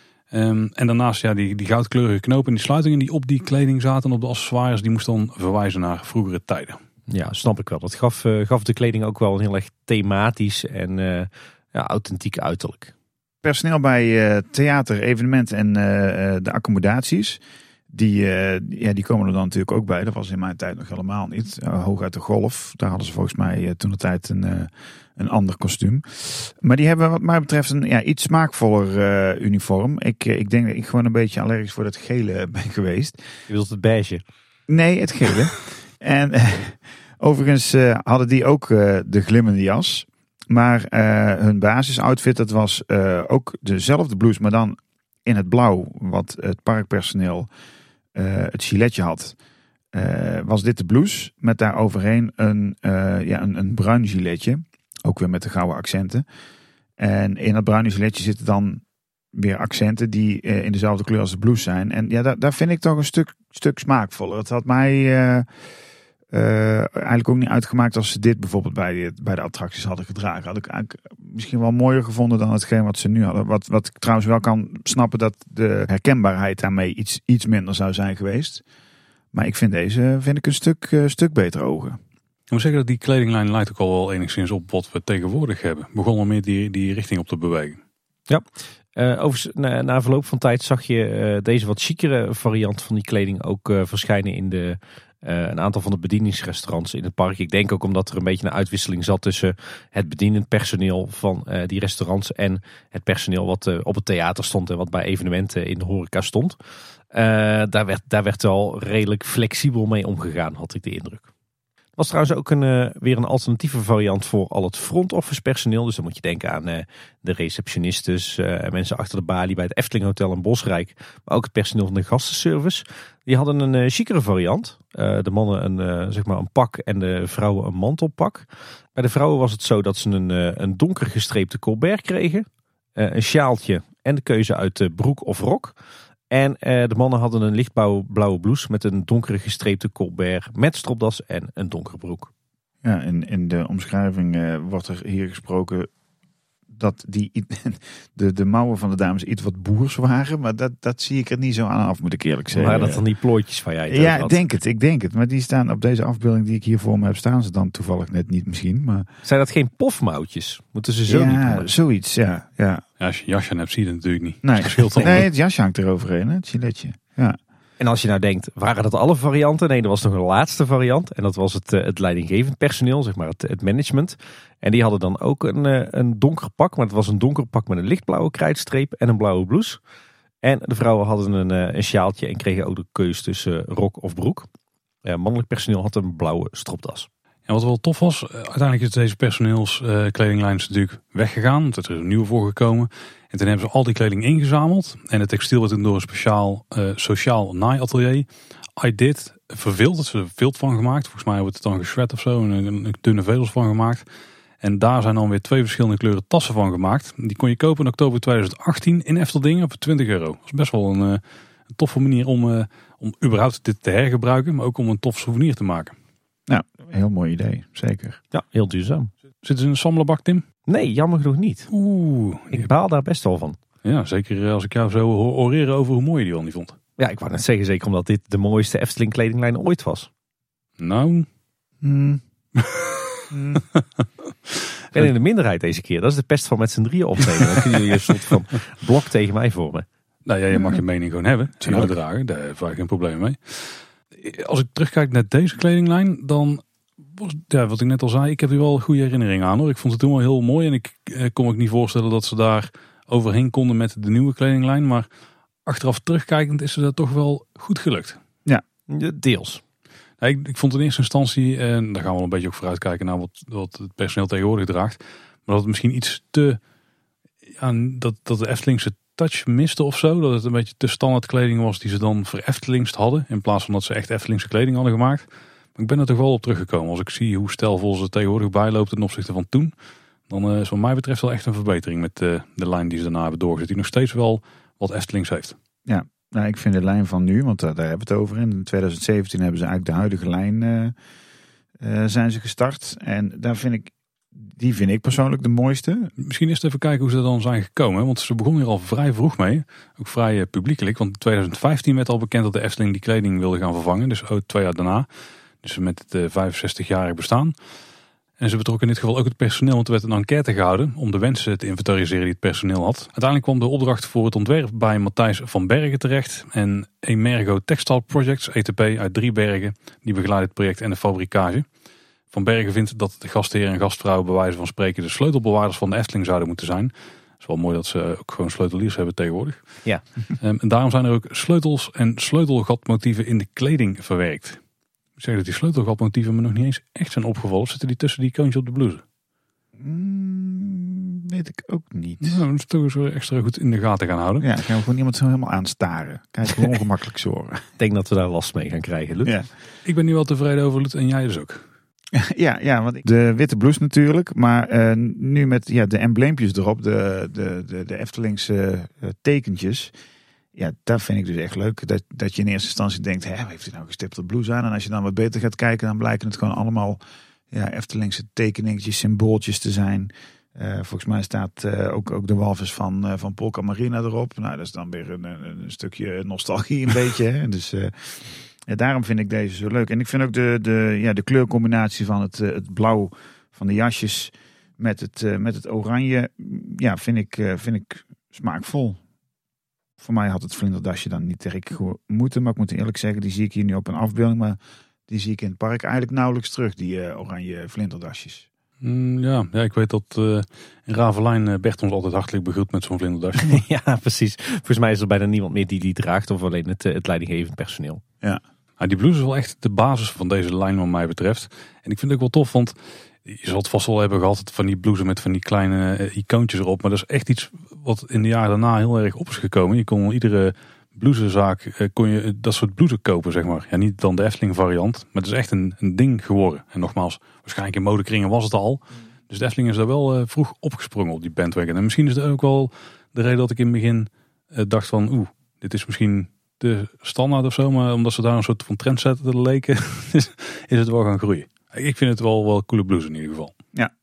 Um, en daarnaast ja, die, die goudkleurige knopen en die sluitingen die op die kleding zaten en op de accessoires, die moesten dan verwijzen naar vroegere tijden. Ja, snap ik wel. Dat gaf, uh, gaf de kleding ook wel een heel erg thematisch en uh, ja, authentiek uiterlijk. Personeel bij uh, theater, evenementen en uh, de accommodaties, die, uh, ja, die komen er dan natuurlijk ook bij. Dat was in mijn tijd nog helemaal niet. Uh, hoog uit de golf, daar hadden ze volgens mij uh, toen de tijd een... Uh, Een ander kostuum. Maar die hebben wat mij betreft een ja, iets smaakvoller uh, uniform. Ik, ik denk dat ik gewoon een beetje allergisch voor dat gele ben geweest. Je bedoelt het beige? Nee, het gele. en uh, overigens uh, hadden die ook uh, de glimmende jas. Maar uh, hun basisоutfit, dat was uh, ook dezelfde blouse, maar dan in het blauw. Wat het parkpersoneel uh, het giletje had. Uh, was dit de blouse met daar overheen een, uh, ja, een, een bruin giletje. Ook weer met de gouden accenten. En in dat bruine giletje zitten dan weer accenten die uh, in dezelfde kleur als de blouse zijn. En ja, daar, daar vind ik toch een stuk, stuk smaakvoller. Het had mij uh, uh, eigenlijk ook niet uitgemaakt als ze dit bijvoorbeeld bij de, bij de attracties hadden gedragen. Had ik eigenlijk misschien wel mooier gevonden dan hetgeen wat ze nu hadden. Wat, wat ik trouwens wel kan snappen dat de herkenbaarheid daarmee iets, iets minder zou zijn geweest. Maar ik vind deze vind ik een stuk, uh, stuk beter ogen. Ik moet zeggen dat die kledinglijn lijkt ook al wel enigszins op wat we tegenwoordig hebben. Begon al meer die, die richting op te bewegen. Ja, uh, overigens na, na verloop van tijd zag je uh, deze wat chicere variant van die kleding ook uh, verschijnen in de, uh, een aantal van de bedieningsrestaurants in het park. Ik denk ook omdat er een beetje een uitwisseling zat tussen het bedienend personeel van uh, die restaurants en het personeel wat uh, op het theater stond en wat bij evenementen in de horeca stond. Uh, daar, werd, daar werd wel redelijk flexibel mee omgegaan, had ik de indruk. Er was trouwens ook een, uh, weer een alternatieve variant voor al het front office personeel. Dus dan moet je denken aan uh, de receptionistes, uh, mensen achter de balie bij het Efteling Hotel in Bosrijk. Maar ook het personeel van de gastenservice. Die hadden een uh, chicere variant. Uh, de mannen een, uh, zeg maar een pak en de vrouwen een mantelpak. Bij de vrouwen was het zo dat ze een, uh, een donker gestreepte colbert kregen. Uh, een sjaaltje en de keuze uit uh, broek of rok. En uh, de mannen hadden een lichtblauwe blouse met een donkere gestreepte colbert met stropdas en een donkere broek. Ja, in, in de omschrijving uh, wordt er hier gesproken dat die, de, de mouwen van de dames iets wat boers waren. Maar dat, dat zie ik er niet zo aan af, moet ik eerlijk zeggen. Waren dat dan die plooitjes van jij? Ja, ik denk het, ik denk het. Maar die staan op deze afbeelding die ik hier voor me heb staan. Ze dan toevallig net niet misschien. Maar... Zijn dat geen pofmouwtjes? Moeten ze zo ja, niet noemen? Zoiets, ja. ja. Ja, als je een jasje hebt, zie je het natuurlijk niet. Nee, het nee het jasje hangt eroverheen, hè? Het giletje. Ja. En als je nou denkt, waren dat alle varianten? Nee, er was nog een laatste variant. En dat was het, het leidinggevend personeel, zeg maar het, het management. En die hadden dan ook een, een donker pak. Maar het was een donker pak met een lichtblauwe krijtstreep en een blauwe blouse. En de vrouwen hadden een, een sjaaltje en kregen ook de keus tussen rok of broek. Ja, mannelijk personeel had een blauwe stropdas. En wat wel tof was, uiteindelijk is deze personeelskledinglijn uh, natuurlijk weggegaan. Want er is een nieuwe voor gekomen. En toen hebben ze al die kleding ingezameld. En het textiel werd toen door een speciaal uh, sociaal naaiatelier, I Did, verveeld. Dat ze er vilt van gemaakt. Volgens mij wordt het dan geschwet of zo. En een, een dunne vezels van gemaakt. En daar zijn dan weer twee verschillende kleuren tassen van gemaakt. Die kon je kopen in oktober twintig achttien in Efteldingen voor twintig euro. Dat is best wel een, uh, een toffe manier om, uh, om überhaupt dit te hergebruiken. Maar ook om een tof souvenir te maken. Nou, heel mooi idee. Zeker. Ja, heel duurzaam. Zitten ze in een sammelbak, Tim? Nee, jammer genoeg niet. Oeh. Ik baal daar best wel van. Ja, zeker als ik jou zo hoor oreren over hoe mooi je die wel niet vond. Ja, ik wou net zeggen, zeker omdat dit de mooiste Efteling kledinglijn ooit was. Nou. Hmm. hmm. En in de minderheid deze keer. Dat is de pest van met z'n drieën opnemen. Dan kunnen jullie een soort van blok tegen mij vormen. Nou ja, je mag je mening gewoon hebben. En uitdragen. Daar heb ik geen probleem mee. Als ik terugkijk naar deze kledinglijn, dan was, ja, wat ik net al zei, ik heb hier wel goede herinneringen aan hoor. Ik vond het toen wel heel mooi en ik eh, kon me ook niet voorstellen dat ze daar overheen konden met de nieuwe kledinglijn. Maar achteraf terugkijkend is het toch wel goed gelukt. Ja, deels. Ja, ik, ik vond in eerste instantie, en daar gaan we wel een beetje ook vooruit kijken naar wat, wat het personeel tegenwoordig draagt. Maar dat het misschien iets te, ja, dat, dat de Eftelingse touch miste of zo. Dat het een beetje te standaard kleding was die ze dan voor Eftelingst hadden. In plaats van dat ze echt Eftelingse kleding hadden gemaakt. Maar ik ben er toch wel op teruggekomen. Als ik zie hoe stijlvol ze tegenwoordig bijloopt ten opzichte van toen. Dan uh, is wat mij betreft wel echt een verbetering met uh, de lijn die ze daarna hebben doorgezet. Die nog steeds wel wat Eftelings heeft. Ja, nou, ik vind de lijn van nu, want uh, daar hebben we het over. In twintig zeventien hebben ze eigenlijk de huidige lijn uh, uh, zijn ze gestart. En daar vind ik, die vind ik persoonlijk de mooiste. Misschien eerst even kijken hoe ze er dan zijn gekomen. Hè? Want ze begonnen hier al vrij vroeg mee. Ook vrij uh, publiekelijk. Want in twintig vijftien werd al bekend dat de Efteling die kleding wilde gaan vervangen. Dus ook twee jaar daarna. Dus met het uh, vijfenzestig-jarig bestaan. En ze betrokken in dit geval ook het personeel. Want er werd een enquête gehouden om de wensen te inventariseren die het personeel had. Uiteindelijk kwam de opdracht voor het ontwerp bij Matthijs van Bergen terecht. En Emergo Textile Projects, E T P uit Driebergen. Die begeleidt het project en de fabrikage. Van Bergen vindt dat de gastheer en gastvrouwen bij wijze van spreken de sleutelbewaarders van de Efteling zouden moeten zijn. Het is wel mooi dat ze ook gewoon sleuteliers hebben tegenwoordig. Ja. Um, en daarom zijn er ook sleutels en sleutelgatmotieven in de kleding verwerkt. Ik zeg dat die sleutelgatmotieven me nog niet eens echt zijn opgevallen. Zitten die tussen die icoontjes op de blouse? Mm, weet ik ook niet. Nou, dat is toch eens extra goed in de gaten gaan houden. Ja, gaan we gewoon iemand zo helemaal aanstaren. Kijk, hoe ongemakkelijk zorgen. Ik denk dat we daar last mee gaan krijgen, Luc. Ja. Ik ben nu wel tevreden over Luc en jij dus ook. Ja, ja, want de witte blouse natuurlijk. Maar uh, nu met ja, de embleempjes erop. De, de, de, de Eftelingse uh, tekentjes. Ja, dat vind ik dus echt leuk. Dat, dat je in eerste instantie denkt, hè, heeft hij nou gestipte blouse aan? En als je dan wat beter gaat kijken, dan blijken het gewoon allemaal ja, Eftelingse tekeningetjes, symbooltjes te zijn. Uh, volgens mij staat uh, ook, ook de walvis van, uh, van Polka Marina erop. Nou, dat is dan weer een, een, een stukje nostalgie een beetje. Hè? Dus uh, ja, daarom vind ik deze zo leuk. En ik vind ook de, de, ja, de kleurcombinatie van het, uh, het blauw van de jasjes met het, uh, met het oranje, ja, vind ik, uh, vind ik smaakvol. Voor mij had het vlinderdasje dan niet direct moeten. Maar ik moet eerlijk zeggen, die zie ik hier nu op een afbeelding. Maar die zie ik in het park eigenlijk nauwelijks terug, die uh, oranje vlinderdasjes. Mm, ja, ja, ik weet dat uh, in Ravelijn uh, Bert ons altijd hartelijk begroet met zo'n vlinderdasje. Ja, precies. Volgens mij is er bijna niemand meer die die draagt. Of alleen het, het leidinggevend personeel. Ja. Nou, die blouse is wel echt de basis van deze lijn wat mij betreft. En ik vind het ook wel tof, want je zal het vast wel hebben gehad van die blouse met van die kleine uh, icoontjes erop. Maar dat is echt iets wat in de jaren daarna heel erg op is gekomen. Je kon iedere blousezaak, uh, kon je dat soort blouses kopen, zeg maar. Ja, niet dan de Efteling variant, maar het is echt een, een ding geworden. En nogmaals, waarschijnlijk in modekringen was het al. Dus de Efteling is daar wel uh, vroeg opgesprongen op die bandwagon. En misschien is dat ook wel de reden dat ik in het begin uh, dacht van, oeh, dit is misschien te standaard of zo. Maar omdat ze daar een soort van trendsetter leken, is, is het wel gaan groeien. Ik vind het wel wel coole blues in ieder geval. Ja,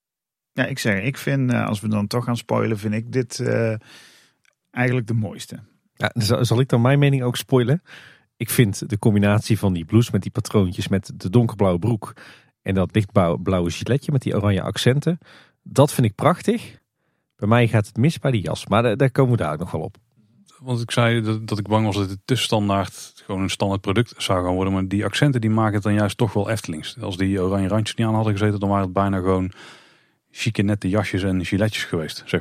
ja ik zeg, ik vind, als we dan toch gaan spoilen, vind ik dit uh, eigenlijk de mooiste. Ja, zal ik dan mijn mening ook spoilen? Ik vind de combinatie van die blouse met die patroontjes met de donkerblauwe broek en dat lichtblauwe giletje met die oranje accenten, dat vind ik prachtig. Bij mij gaat het mis bij die jas, maar daar, daar komen we daar ook nog wel op. Want ik zei dat, dat ik bang was dat het te standaard gewoon een standaard product zou gaan worden. Maar die accenten die maken het dan juist toch wel Eftelings. Als die oranje randjes niet aan hadden gezeten, dan waren het bijna gewoon chique nette jasjes en giletjes geweest, zeg maar.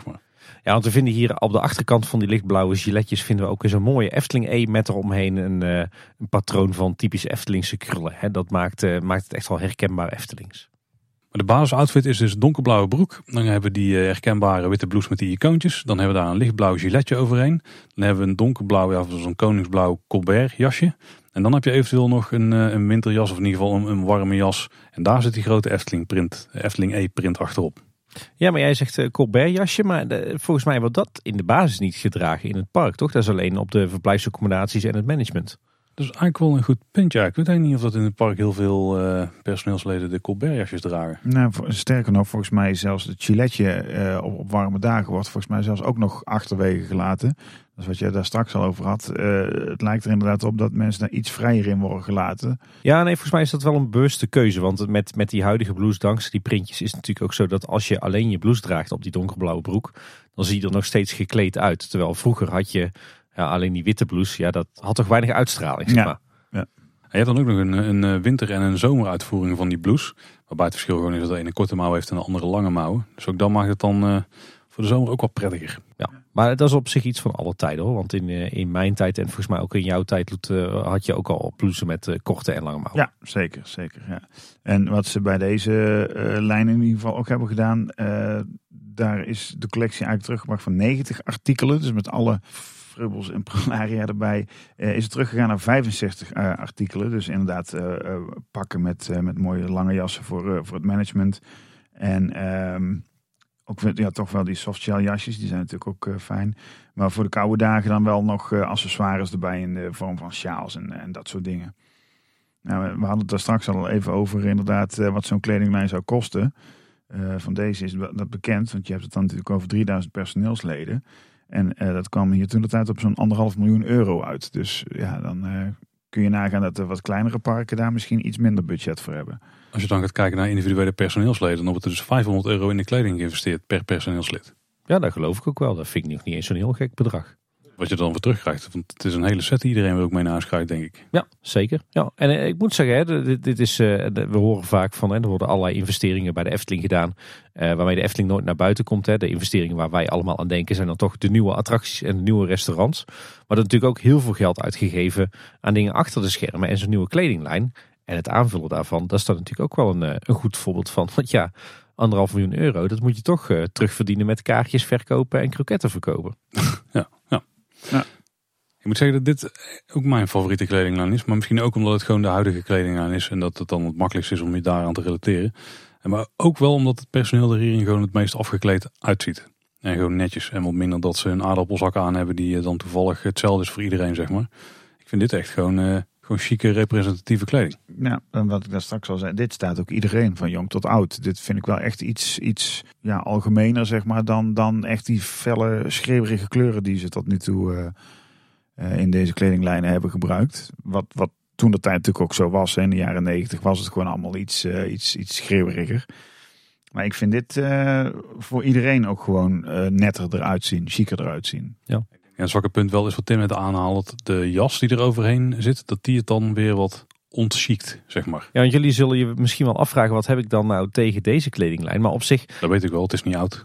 Ja, want we vinden hier op de achterkant van die lichtblauwe giletjes vinden we ook eens een mooie Efteling E met eromheen een, uh, een patroon van typisch Eftelingse krullen. Hè. Dat maakt, uh, maakt het echt wel herkenbaar Eftelings. De basisоutfit is dus donkerblauwe broek. Dan hebben we die herkenbare witte blouse met die icoontjes. Dan hebben we daar een lichtblauw giletje overheen. Dan hebben we een donkerblauw, ja, zo'n koningsblauw Colbert jasje. En dan heb je eventueel nog een, een winterjas of in ieder geval een, een warme jas. En daar zit die grote Efteling print, Efteling E print achterop. Ja, maar jij zegt uh, Colbert jasje, maar de, volgens mij wordt dat in de basis niet gedragen in het park, toch? Dat is alleen op de verblijfsaccommodaties en het management. Dat is eigenlijk wel een goed puntje. Ik weet eigenlijk niet of dat in het park heel veel uh, personeelsleden de Colbert jasjes dragen. Nou, sterker nog, volgens mij zelfs het giletje uh, op, op warme dagen wordt volgens mij zelfs ook nog achterwege gelaten. Dat is wat je daar straks al over had. Uh, het lijkt er inderdaad op dat mensen daar iets vrijer in worden gelaten. Ja, nee, volgens mij is dat wel een bewuste keuze. Want met, met die huidige blouse, dankzij die printjes, is het natuurlijk ook zo dat als je alleen je blouse draagt op die donkerblauwe broek, dan zie je er nog steeds gekleed uit. Terwijl vroeger had je ja, alleen die witte blouse, ja, dat had toch weinig uitstraling, zeg maar. Ja, ja. Je hebt dan ook nog een, een winter- en een zomeruitvoering van die blouse. Waarbij het verschil gewoon is dat de ene korte mouw heeft en de andere lange mouwen. Dus ook dan maakt het dan uh, voor de zomer ook wel prettiger. Ja, maar dat is op zich iets van alle tijden hoor. Want in, uh, in mijn tijd en volgens mij ook in jouw tijd uh, had je ook al blouse met uh, korte en lange mouwen. Ja, zeker. zeker ja. En wat ze bij deze uh, lijn in ieder geval ook hebben gedaan, uh, daar is de collectie eigenlijk teruggebracht van negentig artikelen. Dus met alle frubbels en prularia erbij, uh, is het teruggegaan naar vijfenzestig uh, artikelen. Dus inderdaad uh, uh, pakken met, uh, met mooie lange jassen voor, uh, voor het management. En um, ook ja, toch wel die softshell jasjes, die zijn natuurlijk ook uh, fijn. Maar voor de koude dagen dan wel nog uh, accessoires erbij in de vorm van sjaals en, en dat soort dingen. Nou, we hadden het daar straks al even over inderdaad uh, wat zo'n kledinglijn zou kosten. Uh, van deze is dat bekend, want je hebt het dan natuurlijk over drieduizend personeelsleden. En uh, dat kwam hier toen de tijd op zo'n anderhalf miljoen euro uit. Dus ja, dan uh, kun je nagaan dat de wat kleinere parken daar misschien iets minder budget voor hebben. Als je dan gaat kijken naar individuele personeelsleden, dan wordt er dus vijfhonderd euro in de kleding geïnvesteerd per personeelslid. Ja, dat geloof ik ook wel. Dat vind ik nog niet eens zo'n heel gek bedrag. Wat je dan weer terugkrijgt. Want het is een hele set die iedereen weer ook mee naar huis krijgt, denk ik. Ja, zeker. Ja. En uh, ik moet zeggen, hè, dit, dit is, uh, we horen vaak van, hè, er worden allerlei investeringen bij de Efteling gedaan. Uh, waarmee de Efteling nooit naar buiten komt. Hè. De investeringen waar wij allemaal aan denken zijn dan toch de nieuwe attracties en de nieuwe restaurants. Maar er is natuurlijk ook heel veel geld uitgegeven aan dingen achter de schermen en zo'n nieuwe kledinglijn. En het aanvullen daarvan, dat is dan natuurlijk ook wel een, een goed voorbeeld van. Want ja, anderhalf miljoen euro, dat moet je toch uh, terugverdienen met kaartjes verkopen en kroketten verkopen. Ja, ja. Ja. Ik moet zeggen dat dit ook mijn favoriete kledinglijn is. Maar misschien ook omdat het gewoon de huidige kledinglijn is. En dat het dan het makkelijkst is om je daaraan te relateren. Maar ook wel omdat het personeel er hierin gewoon het meest afgekleed uitziet. En gewoon netjes. En wat minder dat ze een aardappelzak aan hebben die dan toevallig hetzelfde is voor iedereen, zeg maar. Ik vind dit echt gewoon, uh, gewoon chique representatieve kleding. Ja, en wat ik daar straks al zei. Dit staat ook iedereen van jong tot oud. Dit vind ik wel echt iets, iets ja, algemener, zeg maar, dan, dan echt die felle, schreeuwerige kleuren die ze tot nu toe uh, uh, in deze kledinglijnen hebben gebruikt. Wat, wat toen de tijd natuurlijk ook zo was. Hè. In de jaren negentig was het gewoon allemaal iets, uh, iets, iets schreeuweriger. Maar ik vind dit uh, voor iedereen ook gewoon uh, netter eruit zien, chiquer eruit zien. Ja. En het zwakke punt wel is wat Tim net aanhaalt. Dat de jas die er overheen zit, dat die het dan weer wat ontchikt, zeg maar. Ja, want jullie zullen je misschien wel afvragen, wat heb ik dan nou tegen deze kledinglijn? Maar op zich... Dat weet ik wel, het is niet oud.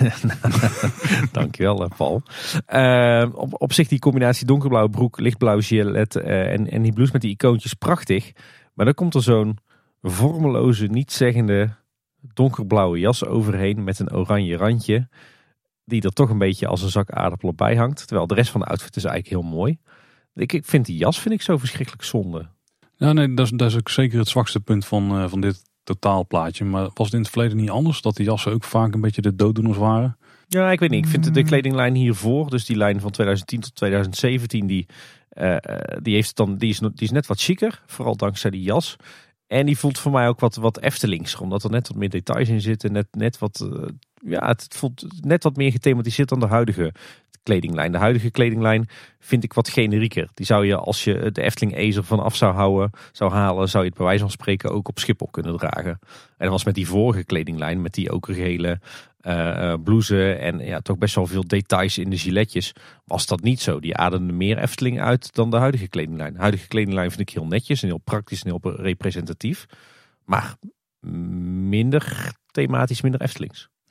Dankjewel, Paul. Uh, op, op zich die combinatie donkerblauwe broek, lichtblauw gilet uh, en, en die blouse met die icoontjes, prachtig. Maar dan komt er zo'n vormeloze, nietszeggende donkerblauwe jas overheen met een oranje randje. Die er toch een beetje als een zak aardappelen bij hangt. Terwijl de rest van de outfit is eigenlijk heel mooi. Ik, ik vind die jas vind ik zo verschrikkelijk zonde. Ja, nee, dat is, dat is ook zeker het zwakste punt van, uh, van dit totaalplaatje. Maar was het in het verleden niet anders? Dat die jassen ook vaak een beetje de dooddoeners waren? Ja, ik weet niet. Ik vind de, de kledinglijn hiervoor, dus die lijn van twintig tien tot twintig zeventien, die, uh, die, heeft dan, die, is, die is net wat chiquer. Vooral dankzij die jas. En die voelt voor mij ook wat, wat Eftelings. Omdat er net wat meer details in zitten. Net, net wat, uh, ja, het voelt net wat meer gethematiseerd dan de huidige kledinglijn. De huidige kledinglijn vind ik wat generieker. Die zou je, als je de Efteling E er vanaf zou houden, zou halen, zou je het bij wijze van spreken ook op Schiphol kunnen dragen. En dat was met die vorige kledinglijn, met die okergele uh, blouse en ja, toch best wel veel details in de giletjes, was dat niet zo. Die ademde meer Efteling uit dan de huidige kledinglijn. De huidige kledinglijn vind ik heel netjes en heel praktisch en heel representatief. Maar minder thematisch, minder Eftelings.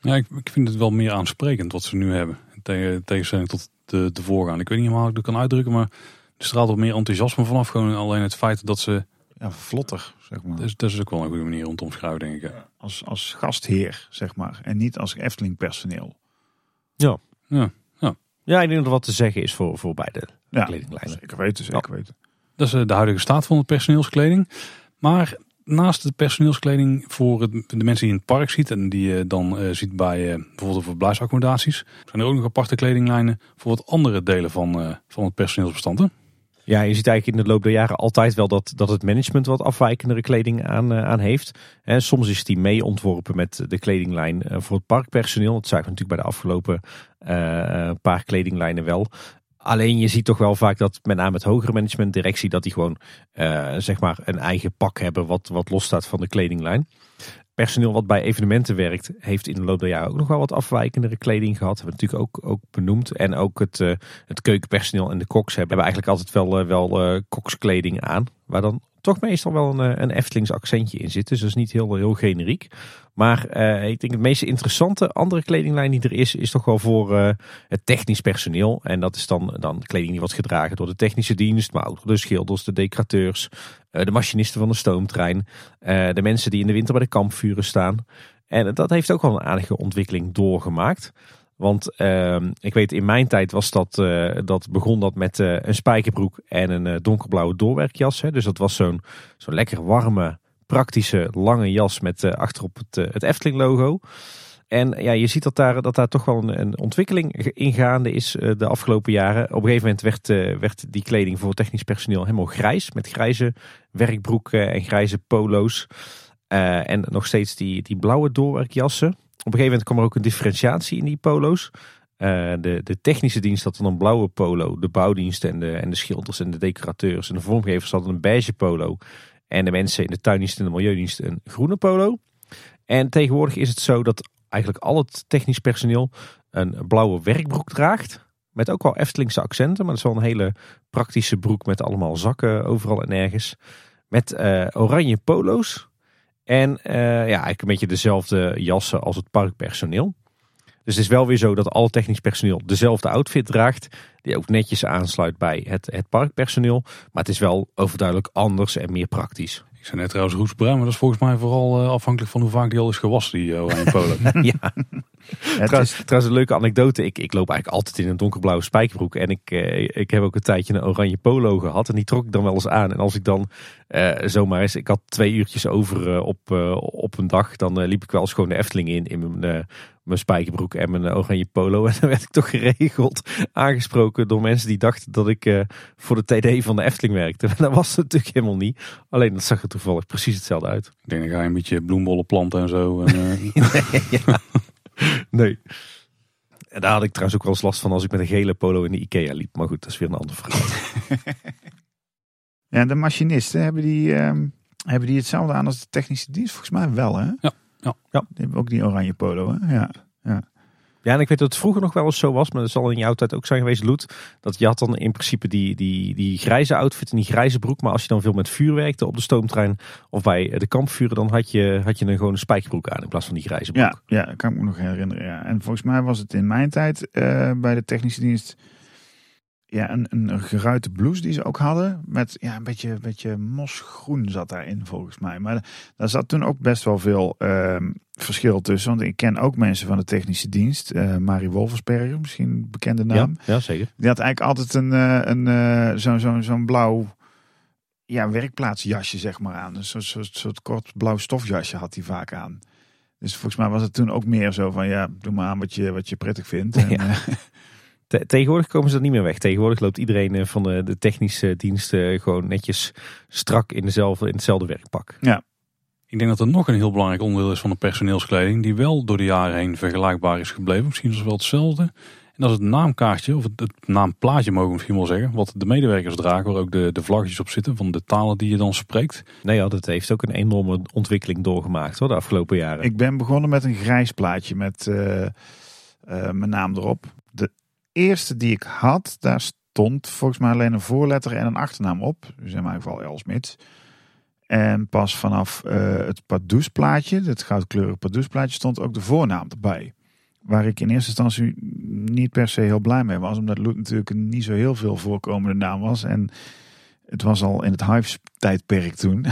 Ja, ik, ik vind het wel meer aansprekend wat ze nu hebben. Tegen, tegenstelling tot de, de voorgaande. Ik weet niet helemaal hoe ik dat kan uitdrukken, maar er straalt wat meer enthousiasme vanaf. Gewoon alleen het feit dat ze... Ja, vlotter, zeg maar. Dat is, dat is ook wel een goede manier om te omschrijven, denk ik. Ja. Als, als gastheer, zeg maar. En niet als Efteling personeel. Ja. Ja, ja. Ja, ik denk dat er wat te zeggen is voor, voor beide Ja, kledinglijnen. zeker weten, zeker Ja. weten. Dat is de huidige staat van de personeelskleding. Maar naast de personeelskleding voor het, de mensen die je in het park ziet... en die je dan uh, ziet bij uh, bijvoorbeeld de verblijfsaccommodaties... zijn er ook nog aparte kledinglijnen voor wat andere delen van, uh, van het personeelsbestand. Hè? Ja, je ziet eigenlijk in de loop der jaren altijd wel dat, dat het management wat afwijkendere kleding aan, uh, aan heeft. En soms is die mee ontworpen met de kledinglijn uh, voor het parkpersoneel. Dat zagen we natuurlijk bij de afgelopen uh, paar kledinglijnen wel. Alleen je ziet toch wel vaak dat met name het hogere management, directie, dat die gewoon uh, zeg maar een eigen pak hebben wat, wat losstaat van de kledinglijn. Personeel wat bij evenementen werkt, heeft in de loop der jaren ook nog wel wat afwijkendere kleding gehad. Dat hebben we natuurlijk ook, ook benoemd. En ook het, uh, het keukenpersoneel en de koks hebben, hebben eigenlijk altijd wel, uh, wel uh, kokskleding aan. Waar dan toch meestal wel een, een Eftelings accentje in zit. Dus dat is niet heel, heel generiek. Maar uh, ik denk het meest interessante andere kledinglijn die er is, is toch wel voor uh, het technisch personeel. En dat is dan, dan kleding die wordt gedragen door de technische dienst, maar ook door de schilders, de decorateurs, uh, de machinisten van de stoomtrein. Uh, de mensen die in de winter bij de kampvuren staan. En dat heeft ook wel een aardige ontwikkeling doorgemaakt. Want uh, ik weet, in mijn tijd was dat, uh, dat begon dat met uh, een spijkerbroek en een uh, donkerblauwe doorwerkjas. Hè. Dus dat was zo'n zo'n lekker warme, praktische, lange jas met uh, achterop het, uh, het Efteling logo. En ja, je ziet dat daar, dat daar toch wel een, een ontwikkeling in gaande is uh, de afgelopen jaren. Op een gegeven moment werd, uh, werd die kleding voor technisch personeel helemaal grijs. Met grijze werkbroeken en grijze polo's. Uh, en nog steeds die, die blauwe doorwerkjassen. Op een gegeven moment kwam er ook een differentiatie in die polo's. Uh, de, de technische dienst had dan een blauwe polo. De bouwdienst en de, en de schilders en de decorateurs en de vormgevers hadden een beige polo. En de mensen in de tuindienst en de milieudienst een groene polo. En tegenwoordig is het zo dat eigenlijk al het technisch personeel een blauwe werkbroek draagt. Met ook wel Eftelingse accenten. Maar dat is wel een hele praktische broek met allemaal zakken overal en ergens. Met uh, oranje polo's. En uh, ja, eigenlijk een beetje dezelfde jassen als het parkpersoneel. Dus het is wel weer zo dat alle technisch personeel dezelfde outfit draagt. Die ook netjes aansluit bij het, het parkpersoneel. Maar het is wel overduidelijk anders en meer praktisch. Ik zei net trouwens roestbruin, maar dat is volgens mij vooral uh, afhankelijk van hoe vaak die al is gewassen, die uh, oranje polo. Ja. Ja, trouwens, is... trouwens een leuke anekdote. Ik, ik loop eigenlijk altijd in een donkerblauwe spijkerbroek. En ik, uh, ik heb ook een tijdje een oranje polo gehad. En die trok ik dan wel eens aan. En als ik dan uh, zomaar eens... Ik had twee uurtjes over uh, op, uh, op een dag. Dan uh, liep ik wel eens gewoon de Efteling in. In mijn, uh, mijn spijkerbroek en mijn uh, oranje polo. En dan werd ik toch geregeld aangesproken door mensen die dachten dat ik uh, voor de T D van de Efteling werkte. Maar dat was het natuurlijk helemaal niet. Alleen dat zag er toevallig precies hetzelfde uit. Ik denk, dan ga je een beetje bloembollen planten en zo. En, uh... nee, ja. Nee. En daar had ik trouwens ook wel eens last van als ik met een gele polo in de Ikea liep. Maar goed, dat is weer een ander verhaal. Ja, de machinisten, hebben die, um, hebben die hetzelfde aan als de technische dienst? Volgens mij wel, hè? Ja. ja. ja. Die hebben ook die oranje polo, hè? Ja. Ja. Ja, en ik weet dat het vroeger nog wel eens zo was, maar dat zal in jouw tijd ook zijn geweest, Loet. Dat je had dan in principe die, die, die grijze outfit en die grijze broek. Maar als je dan veel met vuur werkte op de stoomtrein of bij de kampvuren, dan had je, had je een gewone spijkerbroek aan in plaats van die grijze broek. Ja, ja, dat kan ik me nog herinneren. Ja. En volgens mij was het in mijn tijd uh, bij de technische dienst ja, een, een geruite blouse die ze ook hadden. Met ja, een beetje, beetje mosgroen zat daarin volgens mij. Maar daar zat toen ook best wel veel uh, verschil tussen. Want ik ken ook mensen van de technische dienst. Uh, Marie Wolfersberger, misschien een bekende naam. Ja, ja, zeker. Die had eigenlijk altijd een, een, een, zo'n zo, zo'n blauw ja, werkplaatsjasje zeg maar aan. Een soort, soort, soort kort blauw stofjasje had hij vaak aan. Dus volgens mij was het toen ook meer zo van ja, doe maar aan wat je, wat je prettig vindt. En, ja. Te- tegenwoordig komen ze er niet meer weg. Tegenwoordig loopt iedereen van de, de technische diensten gewoon netjes strak in, dezelfde, in hetzelfde werkpak. Ja. Ik denk dat er nog een heel belangrijk onderdeel is van de personeelskleding die wel door de jaren heen vergelijkbaar is gebleven. Misschien is het wel hetzelfde. En dat is het naamkaartje, of het, het naamplaatje mogen we misschien wel zeggen. Wat de medewerkers dragen, waar ook de, de vlaggetjes op zitten van de talen die je dan spreekt. Nee, ja, dat heeft ook een enorme ontwikkeling doorgemaakt hoor, de afgelopen jaren. Ik ben begonnen met een grijs plaatje met uh, uh, mijn naam erop. De eerste die ik had, daar stond volgens mij alleen een voorletter en een achternaam op. Dus in mijn geval Elsmits. En pas vanaf uh, het Pardoesplaatje, het goudkleurige Pardoesplaatje, stond ook de voornaam erbij. Waar ik in eerste instantie niet per se heel blij mee was. Omdat Loet natuurlijk een niet zo heel veel voorkomende naam was. En het was al in het Hives-tijdperk toen.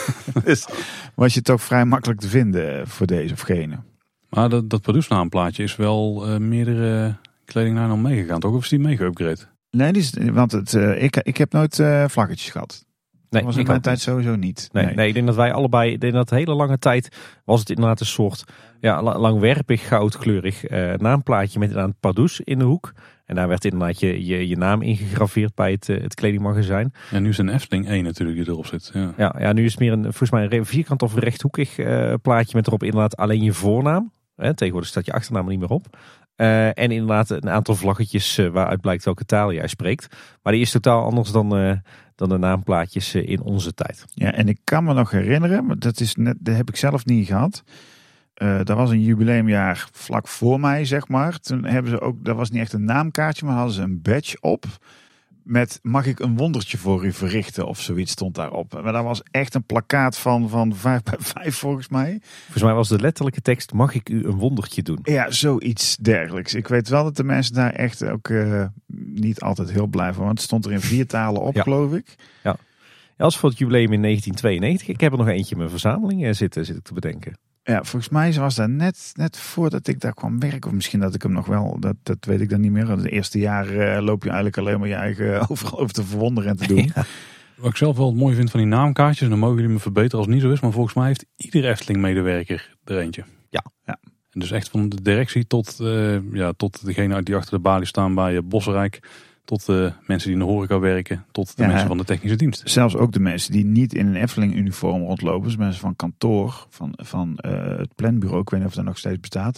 Dus was je toch vrij makkelijk te vinden voor deze of gene. Maar dat, dat Pardoesnaamplaatje is wel uh, meerdere kledinglijnen al meegegaan, toch? Of is die meegeupgrade? Nee, die is, want het, uh, ik, ik heb nooit uh, vlaggetjes gehad. Nee, dat was in mijn tijd sowieso niet. Nee, nee. nee, ik denk dat wij allebei, ik denk dat hele lange tijd was het inderdaad een soort ja, langwerpig, goudkleurig uh, naamplaatje met inderdaad Pardoes in de hoek. En daar werd inderdaad je, je, je naam ingegraveerd bij het, uh, het kledingmagazijn. Ja, nu is een Efteling één natuurlijk die erop zit. Ja, ja, ja nu is het meer een, volgens mij een vierkant of rechthoekig uh, plaatje met erop inderdaad alleen je voornaam. Hè, tegenwoordig staat je achternaam er niet meer op. Uh, en inderdaad een aantal vlaggetjes uh, waaruit blijkt welke taal jij spreekt. Maar die is totaal anders dan, uh, dan de naamplaatjes uh, in onze tijd. Ja, en ik kan me nog herinneren, maar dat, is net, dat heb ik zelf niet gehad. Uh, dat was een jubileumjaar vlak voor mij, zeg maar. Toen hebben ze ook, dat was niet echt een naamkaartje, maar hadden ze een badge op. Met mag ik een wondertje voor u verrichten of zoiets stond daarop. Maar dat was echt een plakkaat van, van vijf bij vijf volgens mij. Volgens mij was de letterlijke tekst mag ik u een wondertje doen. Ja, zoiets dergelijks. Ik weet wel dat de mensen daar echt ook uh, niet altijd heel blij van. Want het stond er in vier talen op, ja. geloof ik. Ja. Ja, als voor het jubileum in negentien tweeënnegentig. Ik heb er nog eentje in mijn verzameling zitten, zit ik te bedenken. Ja, volgens mij was dat net, net voordat ik daar kwam werken. Of misschien dat ik hem nog wel, dat, dat weet ik dan niet meer. Het eerste jaar uh, loop je eigenlijk alleen maar je eigen overal over te verwonderen en te doen. Ja. Wat ik zelf wel mooi vind van die naamkaartjes, en dan mogen jullie me verbeteren als het niet zo is. Maar volgens mij heeft iedere Efteling-medewerker er eentje. Ja. ja. En dus echt van de directie tot, uh, ja, tot degene die achter de balie staan bij uh, Bosrijk. Tot de mensen die in de horeca werken. Tot de ja, mensen van de technische dienst. Zelfs ook de mensen die niet in een Efteling-uniform rondlopen. Dus mensen van kantoor, van, van uh, het planbureau. Ik weet niet of dat nog steeds bestaat.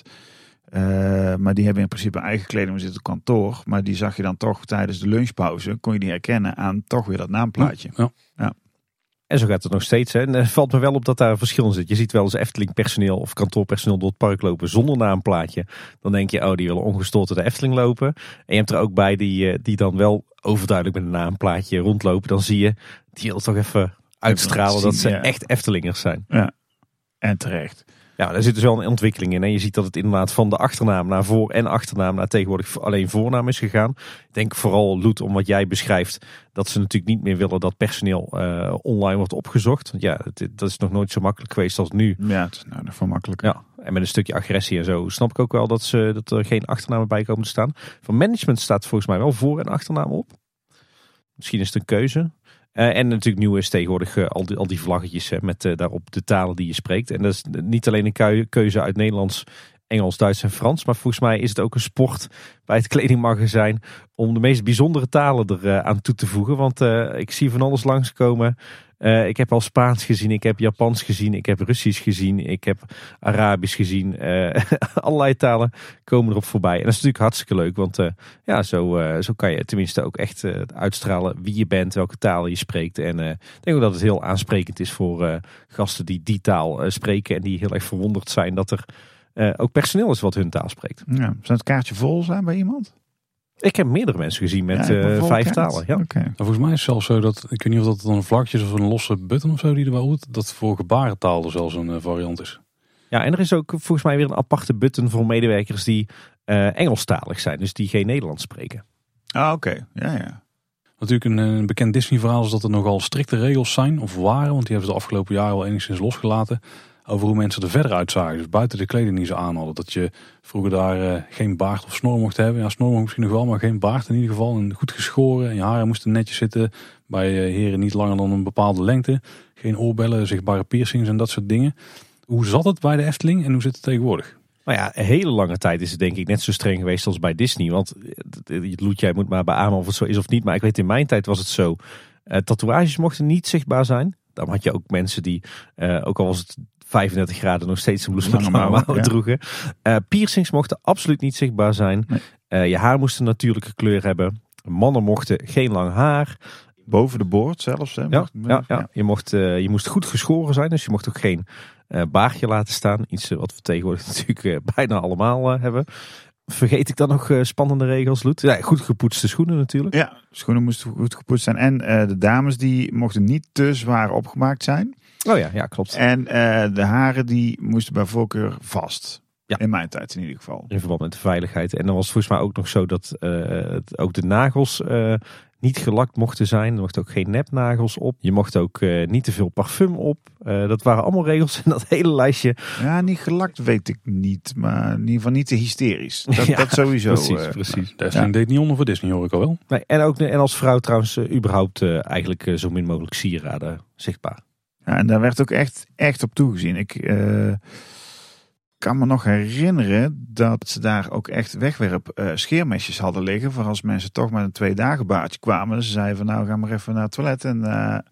Uh, maar die hebben in principe eigen kleding. We zitten op kantoor. Maar die zag je dan toch tijdens de lunchpauze. Kon je die herkennen aan toch weer dat naamplaatje. Ja. ja. En zo gaat het nog steeds. Hè. En er valt me wel op dat daar een verschil in zit. Je ziet wel eens Efteling personeel of kantoorpersoneel door het park lopen zonder naamplaatje. Dan denk je, oh, die willen ongestoord door de Efteling lopen. En je hebt er ook bij die, die dan wel overduidelijk met een naamplaatje rondlopen. Dan zie je, die wil toch even uitstralen dat ze echt Eftelingers zijn. Ja, en terecht. Ja, daar zit dus wel een ontwikkeling in. En je ziet dat het inderdaad van de achternaam naar voor- en achternaam naar tegenwoordig alleen voornaam is gegaan. Ik denk vooral, Loet, om wat jij beschrijft, dat ze natuurlijk niet meer willen dat personeel uh, online wordt opgezocht. Want ja, het, dat is nog nooit zo makkelijk geweest als nu. Ja, het is nou nog veel makkelijker. Ja, en met een stukje agressie en zo snap ik ook wel dat, ze, dat er geen achternamen bij komen te staan. Van management staat volgens mij wel voor- en achternaam op. Misschien is het een keuze. Uh, en natuurlijk nieuw is tegenwoordig uh, al, die, al die vlaggetjes hè, met uh, daarop de talen die je spreekt. En dat is niet alleen een keuze uit Nederlands, Engels, Duits en Frans. Maar volgens mij is het ook een sport bij het kledingmagazijn om de meest bijzondere talen er uh, aan toe te voegen. Want uh, ik zie van alles langskomen. Uh, ik heb al Spaans gezien, ik heb Japans gezien, ik heb Russisch gezien, ik heb Arabisch gezien. Uh, allerlei talen komen erop voorbij. En dat is natuurlijk hartstikke leuk, want uh, ja, zo, uh, zo kan je tenminste ook echt uh, uitstralen wie je bent, welke talen je spreekt. En uh, ik denk ook dat het heel aansprekend is voor uh, gasten die die taal uh, spreken en die heel erg verwonderd zijn dat er uh, ook personeel is wat hun taal spreekt. Ja, zou het kaartje vol zijn bij iemand? Ik heb meerdere mensen gezien met ja, uh, vijf talen. Ja. Okay. Nou, volgens mij is het zelfs zo dat, ik weet niet of dat dan een vlakje is of een losse button of zo die erbij hoort, dat voor gebarentaal er zelfs een uh, variant is. Ja, en er is ook volgens mij weer een aparte button voor medewerkers die uh, Engelstalig zijn, dus die geen Nederlands spreken. Ah, oké. Okay. Ja, ja. Natuurlijk een, een bekend Disney verhaal is dat er nogal strikte regels zijn, of waren, want die hebben ze de afgelopen jaren wel enigszins losgelaten. Over hoe mensen er verder uitzagen. Dus buiten de kleding die ze aan hadden. Dat je vroeger daar uh, geen baard of snor mocht hebben. Ja, snor mocht misschien nog wel, maar geen baard in ieder geval. En goed geschoren. En je haren moesten netjes zitten. Bij uh, heren niet langer dan een bepaalde lengte. Geen oorbellen, zichtbare piercings en dat soort dingen. Hoe zat het bij de Efteling en hoe zit het tegenwoordig? Nou ja, een hele lange tijd is het denk ik net zo streng geweest als bij Disney. Want Loet, jij moet maar beamen of het zo is of niet. Maar ik weet, in mijn tijd was het zo. Uh, tatoeages mochten niet zichtbaar zijn. Dan had je ook mensen die, uh, ook al was het vijfendertig graden, nog steeds een blouse met lange mouwen droegen. Uh, piercings mochten absoluut niet zichtbaar zijn. Nee. Uh, je haar moest een natuurlijke kleur hebben. Mannen mochten geen lang haar. Boven de boord zelfs. Hè? Ja, mocht, ja, ja. Je, mocht, uh, je moest goed geschoren zijn. Dus je mocht ook geen uh, baardje laten staan. Iets uh, wat we tegenwoordig natuurlijk uh, bijna allemaal uh, hebben. Vergeet ik dan nog uh, spannende regels, Loet? Ja, goed gepoetste schoenen natuurlijk. Ja, schoenen moesten goed gepoetst zijn. En uh, de dames die mochten niet te zwaar opgemaakt zijn. Oh ja, ja klopt. En uh, de haren die moesten bij voorkeur vast. Ja. In mijn tijd in ieder geval. In verband met de veiligheid. En dan was het volgens mij ook nog zo dat uh, ook de nagels uh, niet gelakt mochten zijn. Er mochten ook geen nepnagels op. Je mocht ook uh, niet te veel parfum op. Uh, dat waren allemaal regels in dat hele lijstje. Ja, niet gelakt weet ik niet. Maar in ieder geval niet te hysterisch. Dat, ja, dat sowieso. Precies, uh, precies. De Efteling ja. deed niet onder voor Disney, hoor ik al wel. Nee, en, ook, en als vrouw trouwens uh, überhaupt uh, eigenlijk uh, zo min mogelijk sieraden zichtbaar. Ja, en daar werd ook echt, echt op toegezien. Ik... Uh, kan me nog herinneren dat ze daar ook echt wegwerp uh, scheermesjes hadden liggen. Voor als mensen toch met een twee dagen baardje kwamen. Dus ze zeiden van nou ga maar even naar het toilet en uh,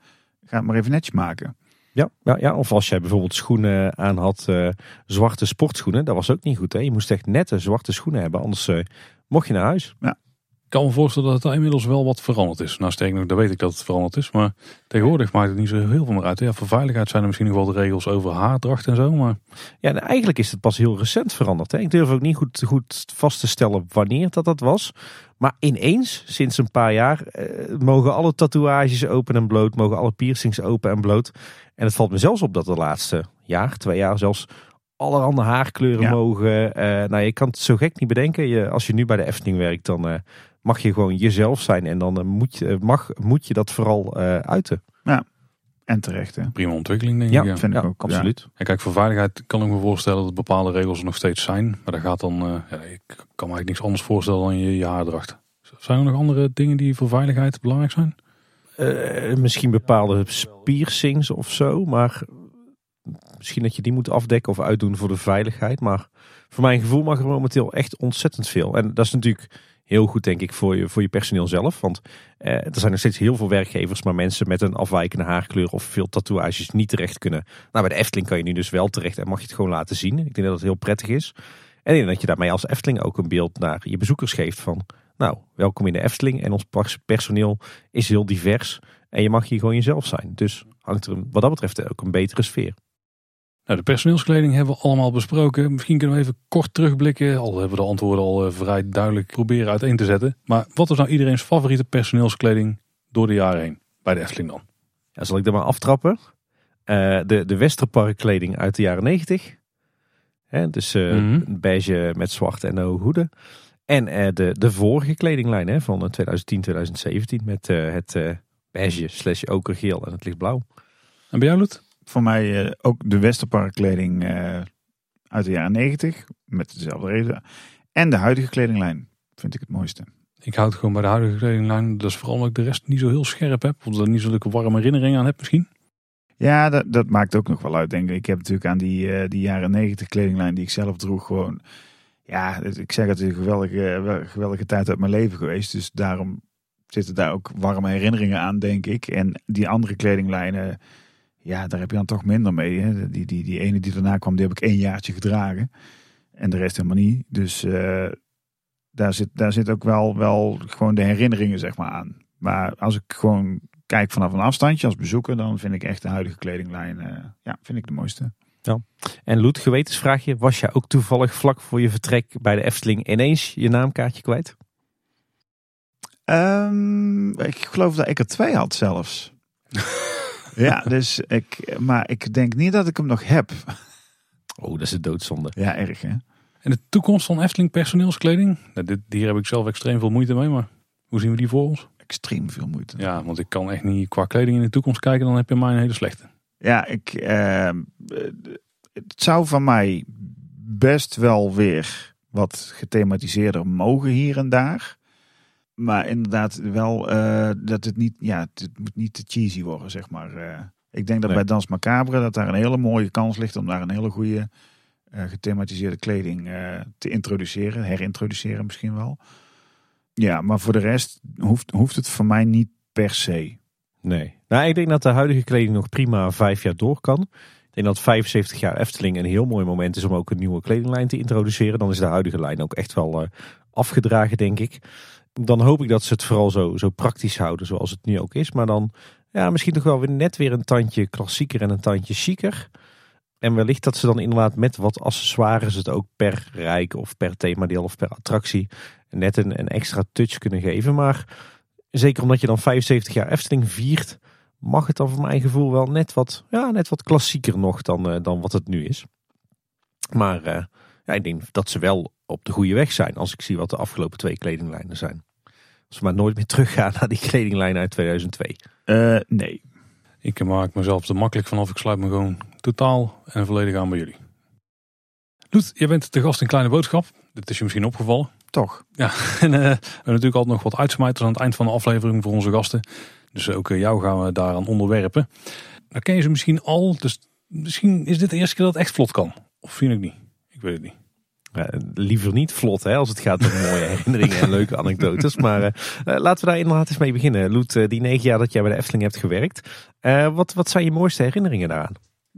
ga het maar even netjes maken. Ja, ja, ja, of als jij bijvoorbeeld schoenen aan had, uh, zwarte sportschoenen. Dat was ook niet goed. Hè? Je moest echt nette zwarte schoenen hebben, anders uh, mocht je naar huis. Ja. Ik kan me voorstellen dat het inmiddels wel wat veranderd is. Nou, sterk nog, dan weet ik dat het veranderd is. Maar tegenwoordig maakt het niet zo heel veel meer uit. Ja, voor veiligheid zijn er misschien nog wel de regels over haardracht en zo. Maar... Ja, en eigenlijk is het pas heel recent veranderd. Hè? Ik durf ook niet goed, goed vast te stellen wanneer dat dat was. Maar ineens, sinds een paar jaar, eh, mogen alle tatoeages open en bloot. Mogen alle piercings open en bloot. En het valt me zelfs op dat de laatste jaar, twee jaar zelfs... allerhande haarkleuren ja. mogen. Uh, nou, je kan het zo gek niet bedenken. Je, als je nu bij de Efteling werkt, dan uh, mag je gewoon jezelf zijn. En dan uh, moet, je, mag, moet je dat vooral uh, uiten. Ja, en terecht. Hè? Prima ontwikkeling, denk ja, ik. Ja, vind ik ja, ook. Absoluut. Ja. En kijk, voor veiligheid kan ik me voorstellen dat bepaalde regels er nog steeds zijn. Maar dat gaat dan... Uh, ja, ik kan me eigenlijk niks anders voorstellen dan je, je haardracht. Zijn er nog andere dingen die voor veiligheid belangrijk zijn? Uh, misschien bepaalde piercings of zo, maar... Misschien dat je die moet afdekken of uitdoen voor de veiligheid. Maar voor mijn gevoel mag er momenteel echt ontzettend veel. En dat is natuurlijk heel goed, denk ik, voor je, voor je personeel zelf. Want eh, er zijn nog steeds heel veel werkgevers, maar mensen met een afwijkende haarkleur of veel tatoeages niet terecht kunnen. Nou, bij de Efteling kan je nu dus wel terecht en mag je het gewoon laten zien. Ik denk dat het heel prettig is. En ik denk dat je daarmee als Efteling ook een beeld naar je bezoekers geeft van... Nou, welkom in de Efteling en ons personeel is heel divers. En je mag hier gewoon jezelf zijn. Dus hangt er wat dat betreft ook een betere sfeer. Nou, de personeelskleding hebben we allemaal besproken. Misschien kunnen we even kort terugblikken. Al hebben we de antwoorden al uh, vrij duidelijk proberen uiteen te zetten. Maar wat is nou iedereen's favoriete personeelskleding door de jaren heen? Bij de Efteling dan. Ja, zal ik er maar aftrappen? Uh, de, de Westerparkkleding uit de jaren negentig. Hè, dus uh, mm-hmm. beige met zwart en hoge hoeden. En uh, de, de vorige kledinglijn hè, van twintig tien twintig zeventien. Met uh, het uh, beige slash okergeel en het lichtblauw. En bij jou, Loet? Voor mij uh, ook de Westerparkkleding uh, uit de jaren negentig. Met dezelfde reden. En de huidige kledinglijn vind ik het mooiste. Ik houd gewoon bij de huidige kledinglijn. Dat is vooral omdat ik de rest niet zo heel scherp heb. Of dat ik niet zulke warme herinneringen aan heb misschien. Ja, dat, dat maakt ook nog wel uit, denk ik. Ik heb natuurlijk aan die, uh, die jaren negentig kledinglijn die ik zelf droeg gewoon... Ja, ik zeg het, een geweldige, geweldige tijd uit mijn leven geweest. Dus daarom zitten daar ook warme herinneringen aan, denk ik. En die andere kledinglijnen... Ja, daar heb je dan toch minder mee. Hè? Die, die, die ene die daarna kwam, die heb ik één jaartje gedragen. En de rest helemaal niet. Dus uh, daar, zit, daar zit ook wel, wel gewoon de herinneringen zeg maar aan. Maar als ik gewoon kijk vanaf een afstandje als bezoeker, dan vind ik echt de huidige kledinglijn, uh, ja, vind ik de mooiste. Ja. En Loet, gewetensvraagje. Was jij ook toevallig vlak voor je vertrek bij de Efteling ineens je naamkaartje kwijt? Um, ik geloof dat ik er twee had zelfs. Ja, dus ik, maar ik denk niet dat ik hem nog heb. Oh, dat is een doodzonde. Ja, erg hè. En de toekomst van Efteling personeelskleding? Nou, dit, hier heb ik zelf extreem veel moeite mee, maar hoe zien we die voor ons? Extreem veel moeite. Ja, want ik kan echt niet qua kleding in de toekomst kijken, dan heb je mij een hele slechte. Ja, ik, uh, het zou van mij best wel weer wat gethematiseerder mogen hier en daar. Maar inderdaad wel uh, dat het niet, ja, het moet niet te cheesy worden, zeg maar. Uh, ik denk dat nee. bij Dans Macabre dat daar een hele mooie kans ligt om daar een hele goede uh, gethematiseerde kleding uh, te introduceren, herintroduceren misschien wel. Ja, maar voor de rest hoeft, hoeft het voor mij niet per se. Nee. Nou, ik denk dat de huidige kleding nog prima vijf jaar door kan. Ik denk dat vijfenzeventig jaar Efteling een heel mooi moment is om ook een nieuwe kledinglijn te introduceren. Dan is de huidige lijn ook echt wel uh, afgedragen, denk ik. Dan hoop ik dat ze het vooral zo, zo praktisch houden zoals het nu ook is. Maar dan ja, misschien toch wel weer net weer een tandje klassieker en een tandje chiquer. En wellicht dat ze dan inderdaad met wat accessoires het ook per rijk of per themadeel of per attractie net een, een extra touch kunnen geven. Maar zeker omdat je dan vijfenzeventig jaar Efteling viert, mag het dan voor mijn gevoel wel net wat, ja, net wat klassieker nog dan, uh, dan wat het nu is. Maar uh, ja, ik denk dat ze wel op de goede weg zijn als ik zie wat de afgelopen twee kledinglijnen zijn. Als we maar nooit meer teruggaan naar die kledinglijn uit tweeduizend twee. Uh, nee. Ik maak mezelf er makkelijk vanaf. Ik sluit me gewoon totaal en volledig aan bij jullie. Loet, jij bent de gast in Kleine Boodschap. Dit is je misschien opgevallen. Toch? Ja, en uh, we hebben natuurlijk altijd nog wat uitsmijters aan het eind van de aflevering voor onze gasten. Dus ook uh, jou gaan we daaraan onderwerpen. Dan ken je ze misschien al, dus misschien is dit de eerste keer dat het echt vlot kan. Of vind ik niet? Ik weet het niet. Uh, liever niet vlot hè, als het gaat om mooie herinneringen en leuke anekdotes. Maar uh, uh, laten we daar inderdaad eens mee beginnen. Loet, uh, die negen jaar dat jij bij de Efteling hebt gewerkt. Uh, wat, wat zijn je mooiste herinneringen daaraan?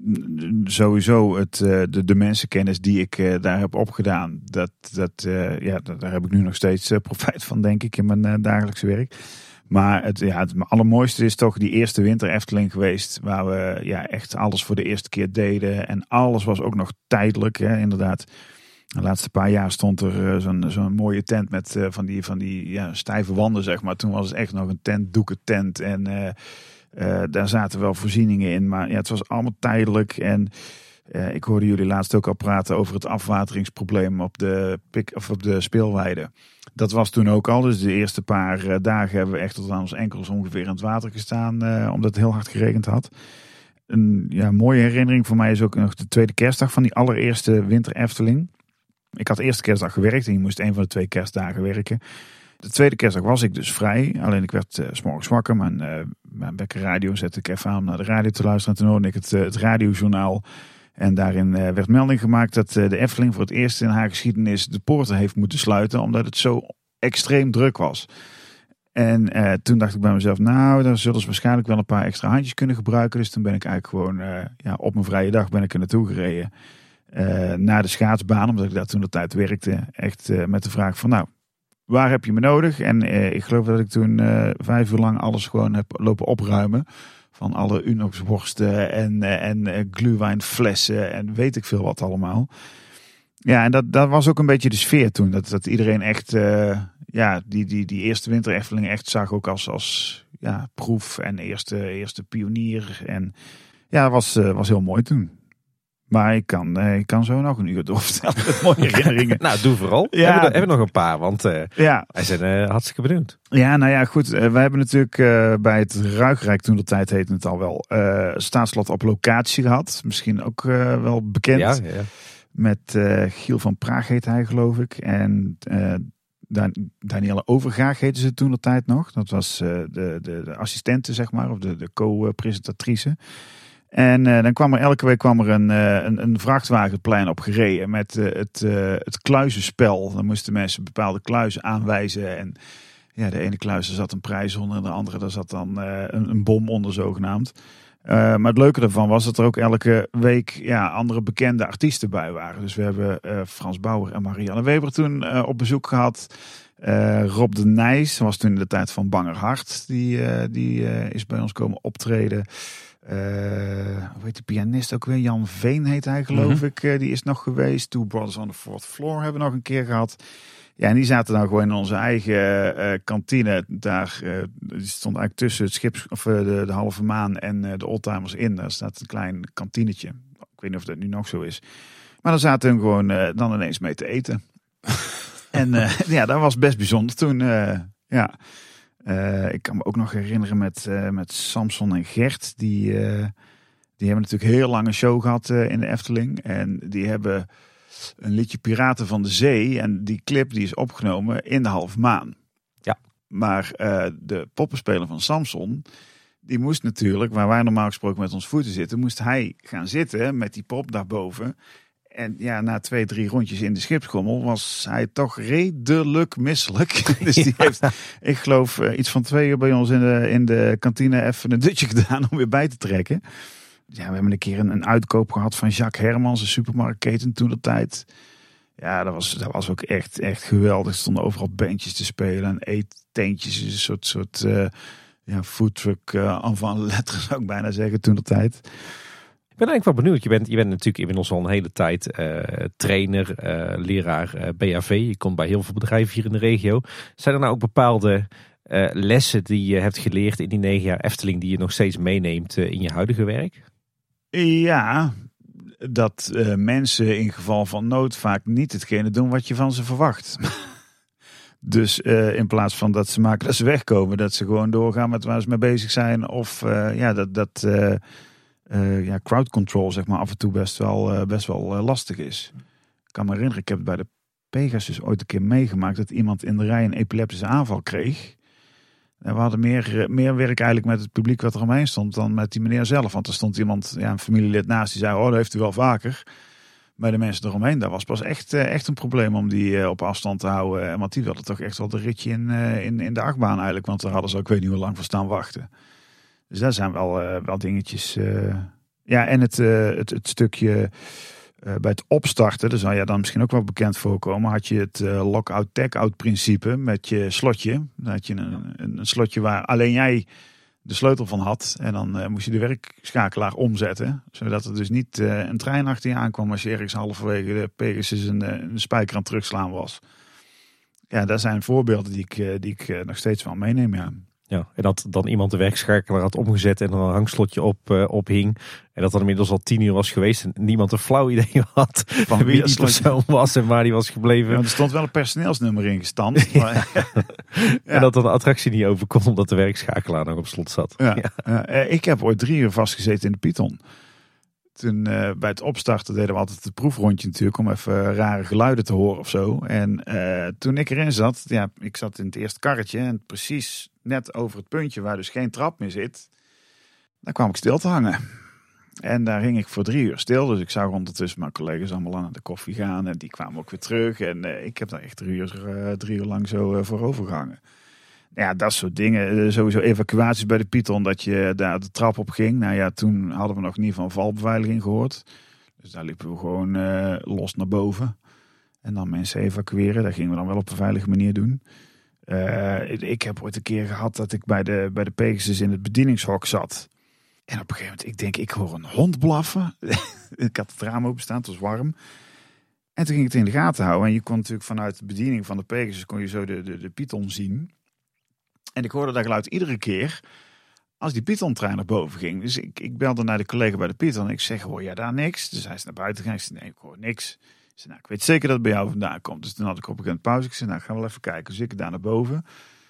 Sowieso het, uh, de, de mensenkennis die ik uh, daar heb opgedaan. Dat, dat, uh, ja, daar heb ik nu nog steeds uh, profijt van, denk ik, in mijn uh, dagelijkse werk. Maar het, ja, het allermooiste is toch die eerste winter Efteling geweest. Waar we ja, echt alles voor de eerste keer deden. En alles was ook nog tijdelijk, hè, inderdaad. De laatste paar jaar stond er uh, zo'n, zo'n mooie tent met uh, van die, van die ja, stijve wanden, zeg maar. Toen was het echt nog een tent, doekentent. En uh, uh, daar zaten wel voorzieningen in. Maar ja, het was allemaal tijdelijk. En uh, ik hoorde jullie laatst ook al praten over het afwateringsprobleem op de, pik, of op de speelweide. Dat was toen ook al. Dus de eerste paar uh, dagen hebben we echt tot aan ons enkels ongeveer in het water gestaan. Uh, omdat het heel hard geregend had. Een ja, mooie herinnering voor mij is ook nog de tweede kerstdag van die allereerste winter Efteling. Ik had de eerste kerstdag gewerkt en je moest een van de twee kerstdagen werken. De tweede kerstdag was ik dus vrij. Alleen ik werd uh, 's morgens wakker. Mijn, uh, mijn Bekker Radio zette ik even aan om naar de radio te luisteren. En toen hoorde ik het, uh, het radiojournaal. En daarin uh, werd melding gemaakt dat uh, de Efteling voor het eerst in haar geschiedenis de poorten heeft moeten sluiten. Omdat het zo extreem druk was. En uh, toen dacht ik bij mezelf, nou, daar zullen ze waarschijnlijk wel een paar extra handjes kunnen gebruiken. Dus toen ben ik eigenlijk gewoon uh, ja, op mijn vrije dag ben ik er naartoe gereden. Uh, naar de schaatsbaan, omdat ik daar toen de tijd werkte. Echt uh, met de vraag van, nou, waar heb je me nodig? En uh, ik geloof dat ik toen uh, vijf uur lang alles gewoon heb lopen opruimen. Van alle Unox worsten en, uh, en uh, glühweinflessen en weet ik veel wat allemaal. Ja, en dat, dat was ook een beetje de sfeer toen. Dat, dat iedereen echt, uh, ja, die, die, die eerste winter Efteling echt zag ook als, als ja, proef en eerste, eerste pionier. En ja, dat was, uh, was heel mooi toen. Maar ik kan, uh, ik kan zo nog een uur doorvertellen met mooie herinneringen. Nou, doe vooral. Ja. Hebben, we, hebben we nog een paar, want uh, ja. wij zijn uh, hartstikke benieuwd. Ja, nou ja, goed. Uh, wij hebben natuurlijk uh, bij het Ruigrijk, toen de tijd heette het al wel, uh, Staatslot op locatie gehad. Misschien ook uh, wel bekend. Ja, ja. Met uh, Giel van Praag heet hij, geloof ik. En uh, Dan, Danielle Overgaag heette ze toen de tijd nog. Dat was uh, de, de, de assistente, zeg maar, of de, de co-presentatrice. En uh, dan kwam er elke week kwam er een, uh, een, een vrachtwagen het plein op gereden met uh, het, uh, het kluizenspel. Dan moesten mensen bepaalde kluizen aanwijzen. En ja, de ene kluis er zat een prijs onder en de andere daar zat dan uh, een, een bom onder zogenaamd. Uh, maar het leuke daarvan was dat er ook elke week ja, andere bekende artiesten bij waren. Dus we hebben uh, Frans Bauer en Marianne Weber toen uh, op bezoek gehad. Uh, Rob de Nijs was toen in de tijd van Banger Hart. Die, uh, die uh, is bij ons komen optreden. Uh, hoe heet de pianist ook weer? Jan Veen heet hij, geloof mm-hmm. ik. Uh, die is nog geweest. Two Brothers on the Fourth Floor hebben we nog een keer gehad. Ja, en die zaten dan gewoon in onze eigen uh, kantine. Daar uh, die stond eigenlijk tussen het schip, of uh, de, de halve maan en uh, de oldtimers in. Daar staat een klein kantinetje. Ik weet niet of dat nu nog zo is. Maar dan zaten we gewoon uh, dan ineens mee te eten. En uh, ja, dat was best bijzonder toen. Uh, ja. Uh, ik kan me ook nog herinneren met, uh, met Samson en Gert. Die, uh, die hebben natuurlijk heel lang een show gehad uh, in de Efteling. En die hebben een liedje Piraten van de Zee. En die clip die is opgenomen in de halve maan. Ja. Maar uh, de poppenspeler van Samson, die moest natuurlijk, waar wij normaal gesproken met ons voeten zitten, moest hij gaan zitten met die pop daarboven. En ja, na twee, drie rondjes in de schipschommel was hij toch redelijk misselijk. Dus die ja. heeft, ik geloof, uh, iets van twee uur bij ons in de, in de kantine even een dutje gedaan om weer bij te trekken. Ja, we hebben een keer een, een uitkoop gehad van Jacques Hermans, een supermarktketen toen de tijd. Ja, dat was, dat was ook echt, echt geweldig. Er stonden overal bandjes te spelen en eetteentjes. Een soort, soort uh, ja, foodtruck uh, avant lettre zou ik bijna zeggen toen de tijd. Ik ben eigenlijk wel benieuwd. Je bent, je bent natuurlijk inmiddels al een hele tijd uh, trainer, uh, leraar uh, B H V. Je komt bij heel veel bedrijven hier in de regio. Zijn er nou ook bepaalde uh, lessen die je hebt geleerd in die negen jaar Efteling die je nog steeds meeneemt uh, in je huidige werk? Ja, dat uh, mensen in geval van nood vaak niet hetgene doen wat je van ze verwacht. Dus uh, in plaats van dat ze maken dat ze wegkomen, dat ze gewoon doorgaan met waar ze mee bezig zijn. Of uh, ja, dat, dat uh, uh, ja, crowd control zeg maar af en toe best wel, uh, best wel uh, lastig is. Ik kan me herinneren, ik heb het bij de Pegasus ooit een keer meegemaakt dat iemand in de rij een epileptische aanval kreeg. En we hadden meer, meer werk eigenlijk met het publiek wat er omheen stond dan met die meneer zelf. Want er stond iemand, ja, een familielid naast, die zei, oh, dat heeft u wel vaker. Bij de mensen eromheen, dat was pas echt, echt een probleem om die op afstand te houden. Want die wilden toch echt wel de ritje in, in, in de achtbaan eigenlijk. Want daar hadden ze ook weet niet hoe lang voor staan wachten. Dus daar zijn wel, wel dingetjes. Ja, en het, het, het stukje bij het opstarten, daar zou je dan misschien ook wel bekend voorkomen. Had je het lock-out-tag-out principe met je slotje. Dan had je een, een slotje waar alleen jij de sleutel van had. En dan uh, moest je de werkschakelaar omzetten. Zodat er dus niet uh, een trein achter je aankwam als je ergens halverwege de Pegasus een, een spijker aan het terugslaan was. Ja, dat zijn voorbeelden die ik, uh, die ik uh, nog steeds wel meeneem, ja. Ja, en dat dan iemand de werkschakelaar had omgezet en er een hangslotje op, uh, op hing. En dat dan inmiddels al tien uur was geweest en niemand een flauw idee had van wie, wie die persoon was en waar die was gebleven. Ja, er stond wel een personeelsnummer in gestampt. Maar... ja. En dat dan de attractie niet over kon omdat de werkschakelaar nog op slot zat. Ja. Ja. Uh, ik heb ooit drie uur vastgezeten in de Python. Toen uh, bij het opstarten deden we altijd het proefrondje natuurlijk om even uh, rare geluiden te horen of zo. En uh, toen ik erin zat, ja, ik zat in het eerste karretje en precies net over het puntje waar dus geen trap meer zit, daar kwam ik stil te hangen. En daar hing ik voor drie uur stil. Dus ik zag ondertussen mijn collega's allemaal aan de koffie gaan en die kwamen ook weer terug. En uh, ik heb daar echt drie uur, uh, drie uur lang zo uh, voor overgehangen. Ja, dat soort dingen. Sowieso evacuaties bij de Python, dat je daar de trap op ging. Nou ja, toen hadden we nog niet van valbeveiliging gehoord. Dus daar liepen we gewoon uh, los naar boven. En dan mensen evacueren. Dat gingen we dan wel op een veilige manier doen. Uh, ik heb ooit een keer gehad dat ik bij de, bij de Pegasus in het bedieningshok zat. En op een gegeven moment, ik denk, ik hoor een hond blaffen. Ik had het raam openstaan, het was warm. En toen ging ik het in de gaten houden. En je kon natuurlijk vanuit de bediening van de Pegasus kon je zo de, de, de Python zien. En ik hoorde dat geluid iedere keer als die Python-trein naar boven ging. Dus ik, ik belde naar de collega bij de Python en ik zeg, hoor jij daar niks? Dus hij is naar buiten gegaan. Ik zei, nee, ik hoor niks. Ik zei, nou, ik weet zeker dat het bij jou vandaan komt. Dus toen had ik op een gegeven moment pauze. Ik zei, nou, ik ga wel even kijken. Dus ik daar naar boven.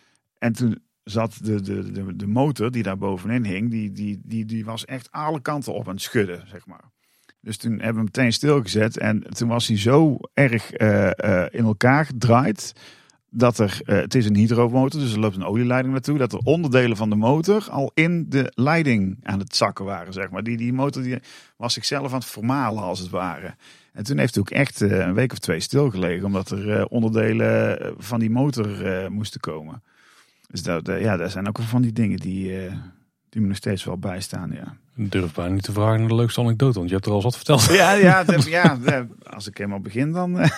En toen zat de, de, de, de motor die daar bovenin hing, die, die, die, die was echt alle kanten op aan het schudden, zeg maar. Dus toen hebben we hem meteen stilgezet. En toen was hij zo erg uh, uh, in elkaar gedraaid dat er, uh, het is een hydromotor, dus er loopt een olieleiding naartoe, dat er onderdelen van de motor al in de leiding aan het zakken waren, zeg maar. Die, die motor die was zichzelf aan het vermalen, als het ware. En toen heeft hij ook echt uh, een week of twee stilgelegen, omdat er uh, onderdelen van die motor uh, moesten komen. Dus dat, uh, ja, dat zijn ook wel van die dingen die, uh, die me nog steeds wel bijstaan, ja. Ik durf bijna niet te vragen naar de leukste anekdote, want je hebt er al eens wat verteld. Ja, ja, dat, ja als ik helemaal begin dan... Uh,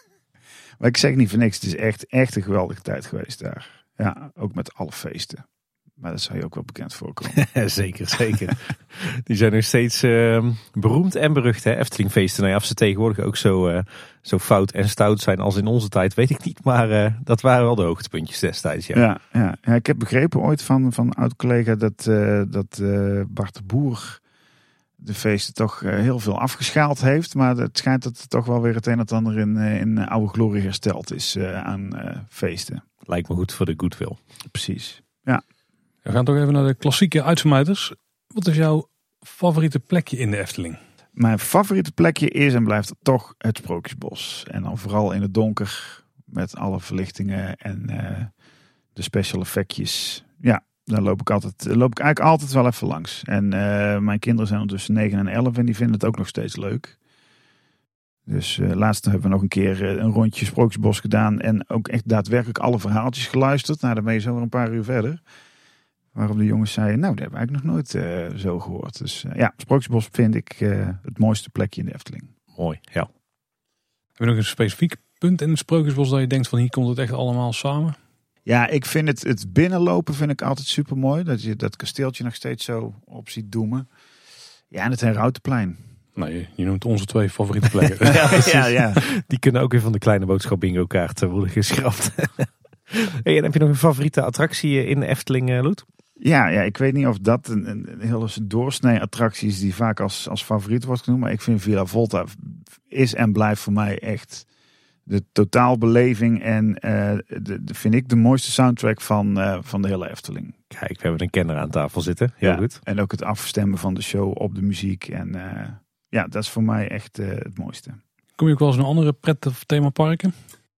Maar ik zeg niet voor niks, het is echt, echt een geweldige tijd geweest daar. Ja, ook met alle feesten. Maar dat zou je ook wel bekend voorkomen. Zeker, zeker. Die zijn nog steeds uh, beroemd en berucht, hè? Eftelingfeesten. Nou ja, of ze tegenwoordig ook zo, uh, zo fout en stout zijn als in onze tijd, weet ik niet. Maar uh, dat waren wel de hoogtepuntjes destijds, ja. Ja, ja. Ja, ik heb begrepen ooit van, van een oud-collega dat, uh, dat uh, Bart de Boer de feesten toch uh, heel veel afgeschaald heeft. Maar het schijnt dat er toch wel weer het een en het ander in, uh, in oude glorie hersteld is uh, aan uh, feesten. Lijkt me goed voor de goodwill. Precies, ja. We gaan toch even naar de klassieke uitsmijters. Wat is jouw favoriete plekje in de Efteling? Mijn favoriete plekje is en blijft toch het Sprookjesbos. En dan vooral in het donker met alle verlichtingen en uh, de special effectjes. Ja, daar loop ik, altijd, loop ik eigenlijk altijd wel even langs. En uh, mijn kinderen zijn ondertussen negen en elf en die vinden het ook nog steeds leuk. Dus uh, laatst hebben we nog een keer uh, een rondje Sprookjesbos gedaan. En ook echt daadwerkelijk alle verhaaltjes geluisterd. Nou, dan ben je zo weer een paar uur verder. Waarop de jongens zeiden, nou, dat hebben we eigenlijk nog nooit uh, zo gehoord. Dus uh, ja, Sprookjesbos vind ik uh, het mooiste plekje in de Efteling. Mooi, ja. Heb je nog een specifiek punt in het Sprookjesbos dat je denkt van hier komt het echt allemaal samen? Ja, ik vind het, het binnenlopen vind ik altijd super mooi. Dat je dat kasteeltje nog steeds zo op ziet doemen. Ja, en het Herautenplein. Nee, je noemt onze twee favoriete plekken. ja, ja, ja. Die kunnen ook weer van de kleine boodschap bingo kaart worden geschrapt. Hey, en heb je nog een favoriete attractie in de Efteling, uh, Loet? Ja, ja, ik weet niet of dat een, een, een hele doorsnee attractie is die vaak als, als favoriet wordt genoemd. Maar ik vind Villa Volta is en blijft voor mij echt de totaalbeleving. En uh, de, de, vind ik de mooiste soundtrack van, uh, van de hele Efteling. Kijk, we hebben een kenner aan tafel zitten. Heel ja, goed. En ook het afstemmen van de show op de muziek. En uh, ja, dat is voor mij echt uh, het mooiste. Kom je ook wel eens naar andere pret- of themaparken?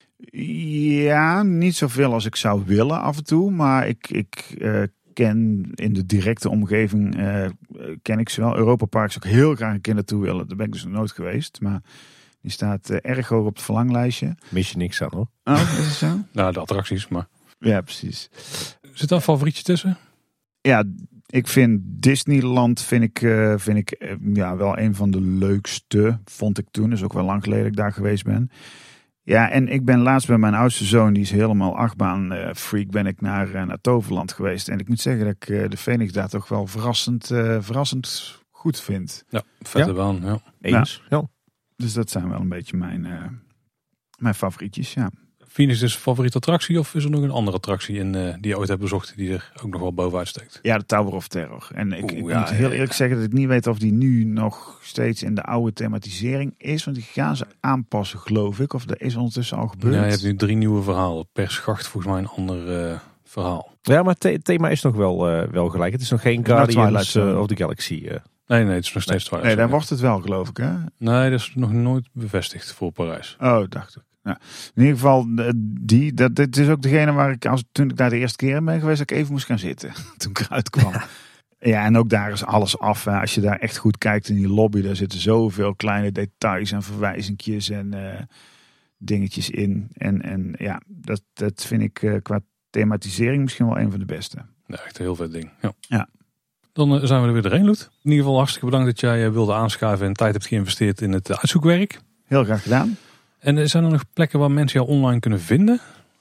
Ja, niet zoveel als ik zou willen af en toe. Maar ik, ik uh, ken in de directe omgeving, uh, ken ik ze wel. Europa Park zou ik heel graag een keer naartoe willen. Daar ben ik dus nog nooit geweest. Maar die staat uh, erg hoog op het verlanglijstje. Mis je niks aan, hoor. Oh, is het zo? Nou, de attracties, maar... Ja, precies. Zit daar een favorietje tussen? Ja, ik vind Disneyland vind ik, uh, vind ik uh, ja, wel een van de leukste. Vond ik toen. Dat is ook wel lang geleden dat ik daar geweest ben. Ja, en ik ben laatst bij mijn oudste zoon, die is helemaal achtbaan uh, freak, ben ik naar, uh, naar Toverland geweest. En ik moet zeggen dat ik uh, de Phoenix daar toch wel verrassend, uh, verrassend goed vind. Ja, vette Ja? baan, ja. Eens. Ja. Dus dat zijn wel een beetje mijn, uh, mijn favorietjes, ja. Phoenix is favoriete attractie of is er nog een andere attractie in, uh, die je ooit hebt bezocht die er ook nog wel bovenuit steekt? Ja, de Tower of Terror. En ik, Oeh, ik ja, moet heel ja, eerlijk ja. zeggen dat ik niet weet of die nu nog steeds in de oude thematisering is. Want die gaan ze aanpassen, geloof ik. Of dat is ondertussen al gebeurd. Ja, je hebt nu drie nieuwe verhalen. Per schacht volgens mij een ander uh, verhaal. Ja, maar het thema is nog wel, uh, wel gelijk. Het is nog geen nog Guardians Twilight Zone. uh, of the Galaxy. Uh. Nee, nee, het is nog steeds Twilight Nee, Zone. daar wordt het wel, geloof ik, hè? Nee, dat is nog nooit bevestigd voor Parijs. Oh, dacht ik. Ja. In ieder geval, die, dat, dit is ook degene waar ik, als, toen ik daar de eerste keer in ben geweest, dat ik even moest gaan zitten. Toen ik eruit kwam. Ja, ja, en ook daar is alles af. Hè. Als je daar echt goed kijkt in die lobby, daar zitten zoveel kleine details en verwijzingjes en uh, dingetjes in. En, en ja, dat, dat vind ik uh, qua thematisering misschien wel een van de beste. Ja, echt een heel vet ding. Ja. Ja. Dan uh, zijn we er weer doorheen, Loet. In ieder geval hartstikke bedankt dat jij uh, wilde aanschuiven en tijd hebt geïnvesteerd in het uh, uitzoekwerk. Heel graag gedaan. En uh, zijn er nog plekken waar mensen jou online kunnen vinden?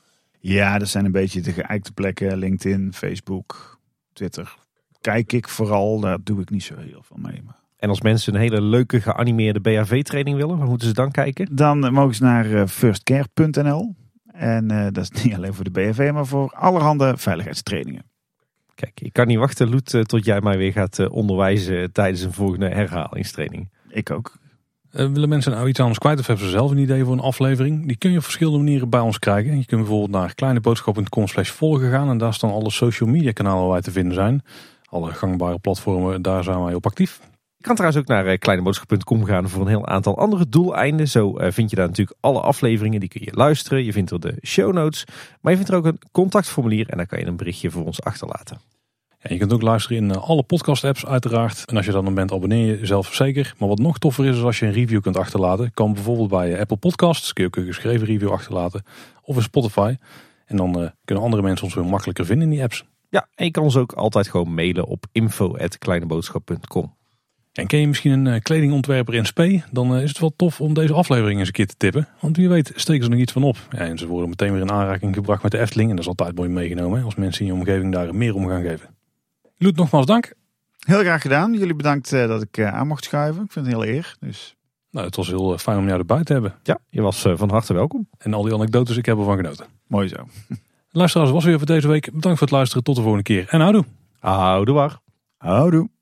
Ja, dat zijn een beetje de geëikte plekken. LinkedIn, Facebook, Twitter. Kijk ik vooral, daar doe ik niet zo heel veel mee. Maar... En als mensen een hele leuke geanimeerde B H V-training willen, waar moeten ze dan kijken? Dan uh, mogen ze naar uh, firstcare punt n l. En uh, dat is niet alleen voor de B H V, maar voor allerhande veiligheidstrainingen. Kijk, ik kan niet wachten, Loet, uh, tot jij mij weer gaat uh, onderwijzen tijdens een volgende herhalingstraining. Ik ook. Uh, willen mensen nou iets aan ons kwijt of hebben ze zelf een idee voor een aflevering? Die kun je op verschillende manieren bij ons krijgen. Je kunt bijvoorbeeld naar kleineboodschap punt com slash volgen gaan. En daar staan alle social media kanalen waar wij te vinden zijn. Alle gangbare platformen, daar zijn wij op actief. Je kan trouwens ook naar uh, kleineboodschap punt com gaan voor een heel aantal andere doeleinden. Zo uh, vind je daar natuurlijk alle afleveringen, die kun je luisteren. Je vindt er de show notes. Maar je vindt er ook een contactformulier en daar kan je een berichtje voor ons achterlaten. Ja, je kunt ook luisteren in alle podcast apps uiteraard. En als je dan dan bent, abonneer je jezelf zeker. Maar wat nog toffer is, is als je een review kunt achterlaten. Kan bijvoorbeeld bij Apple Podcasts, kun je ook een geschreven review achterlaten. Of in Spotify. En dan uh, kunnen andere mensen ons weer makkelijker vinden in die apps. Ja, en je kan ons ook altijd gewoon mailen op info at kleineboodschap punt com. En ken je misschien een uh, kledingontwerper in spe? Dan uh, is het wel tof om deze aflevering eens een keer te tippen. Want wie weet steken ze nog iets van op. Ja, en ze worden meteen weer in aanraking gebracht met de Efteling. En dat is altijd mooi meegenomen, hè, als mensen in je omgeving daar meer om gaan geven. Loet, nogmaals dank. Heel graag gedaan. Jullie bedankt uh, dat ik uh, aan mocht schuiven. Ik vind het een hele eer. Dus... Nou, het was heel uh, fijn om jou erbij te hebben. Ja, je was uh, van harte welkom. En al die anekdotes, ik heb ervan genoten. Mooi zo. Luisteraars, was weer voor deze week. Bedankt voor het luisteren. Tot de volgende keer. En houdoe. Houdoe waar. Houdoe.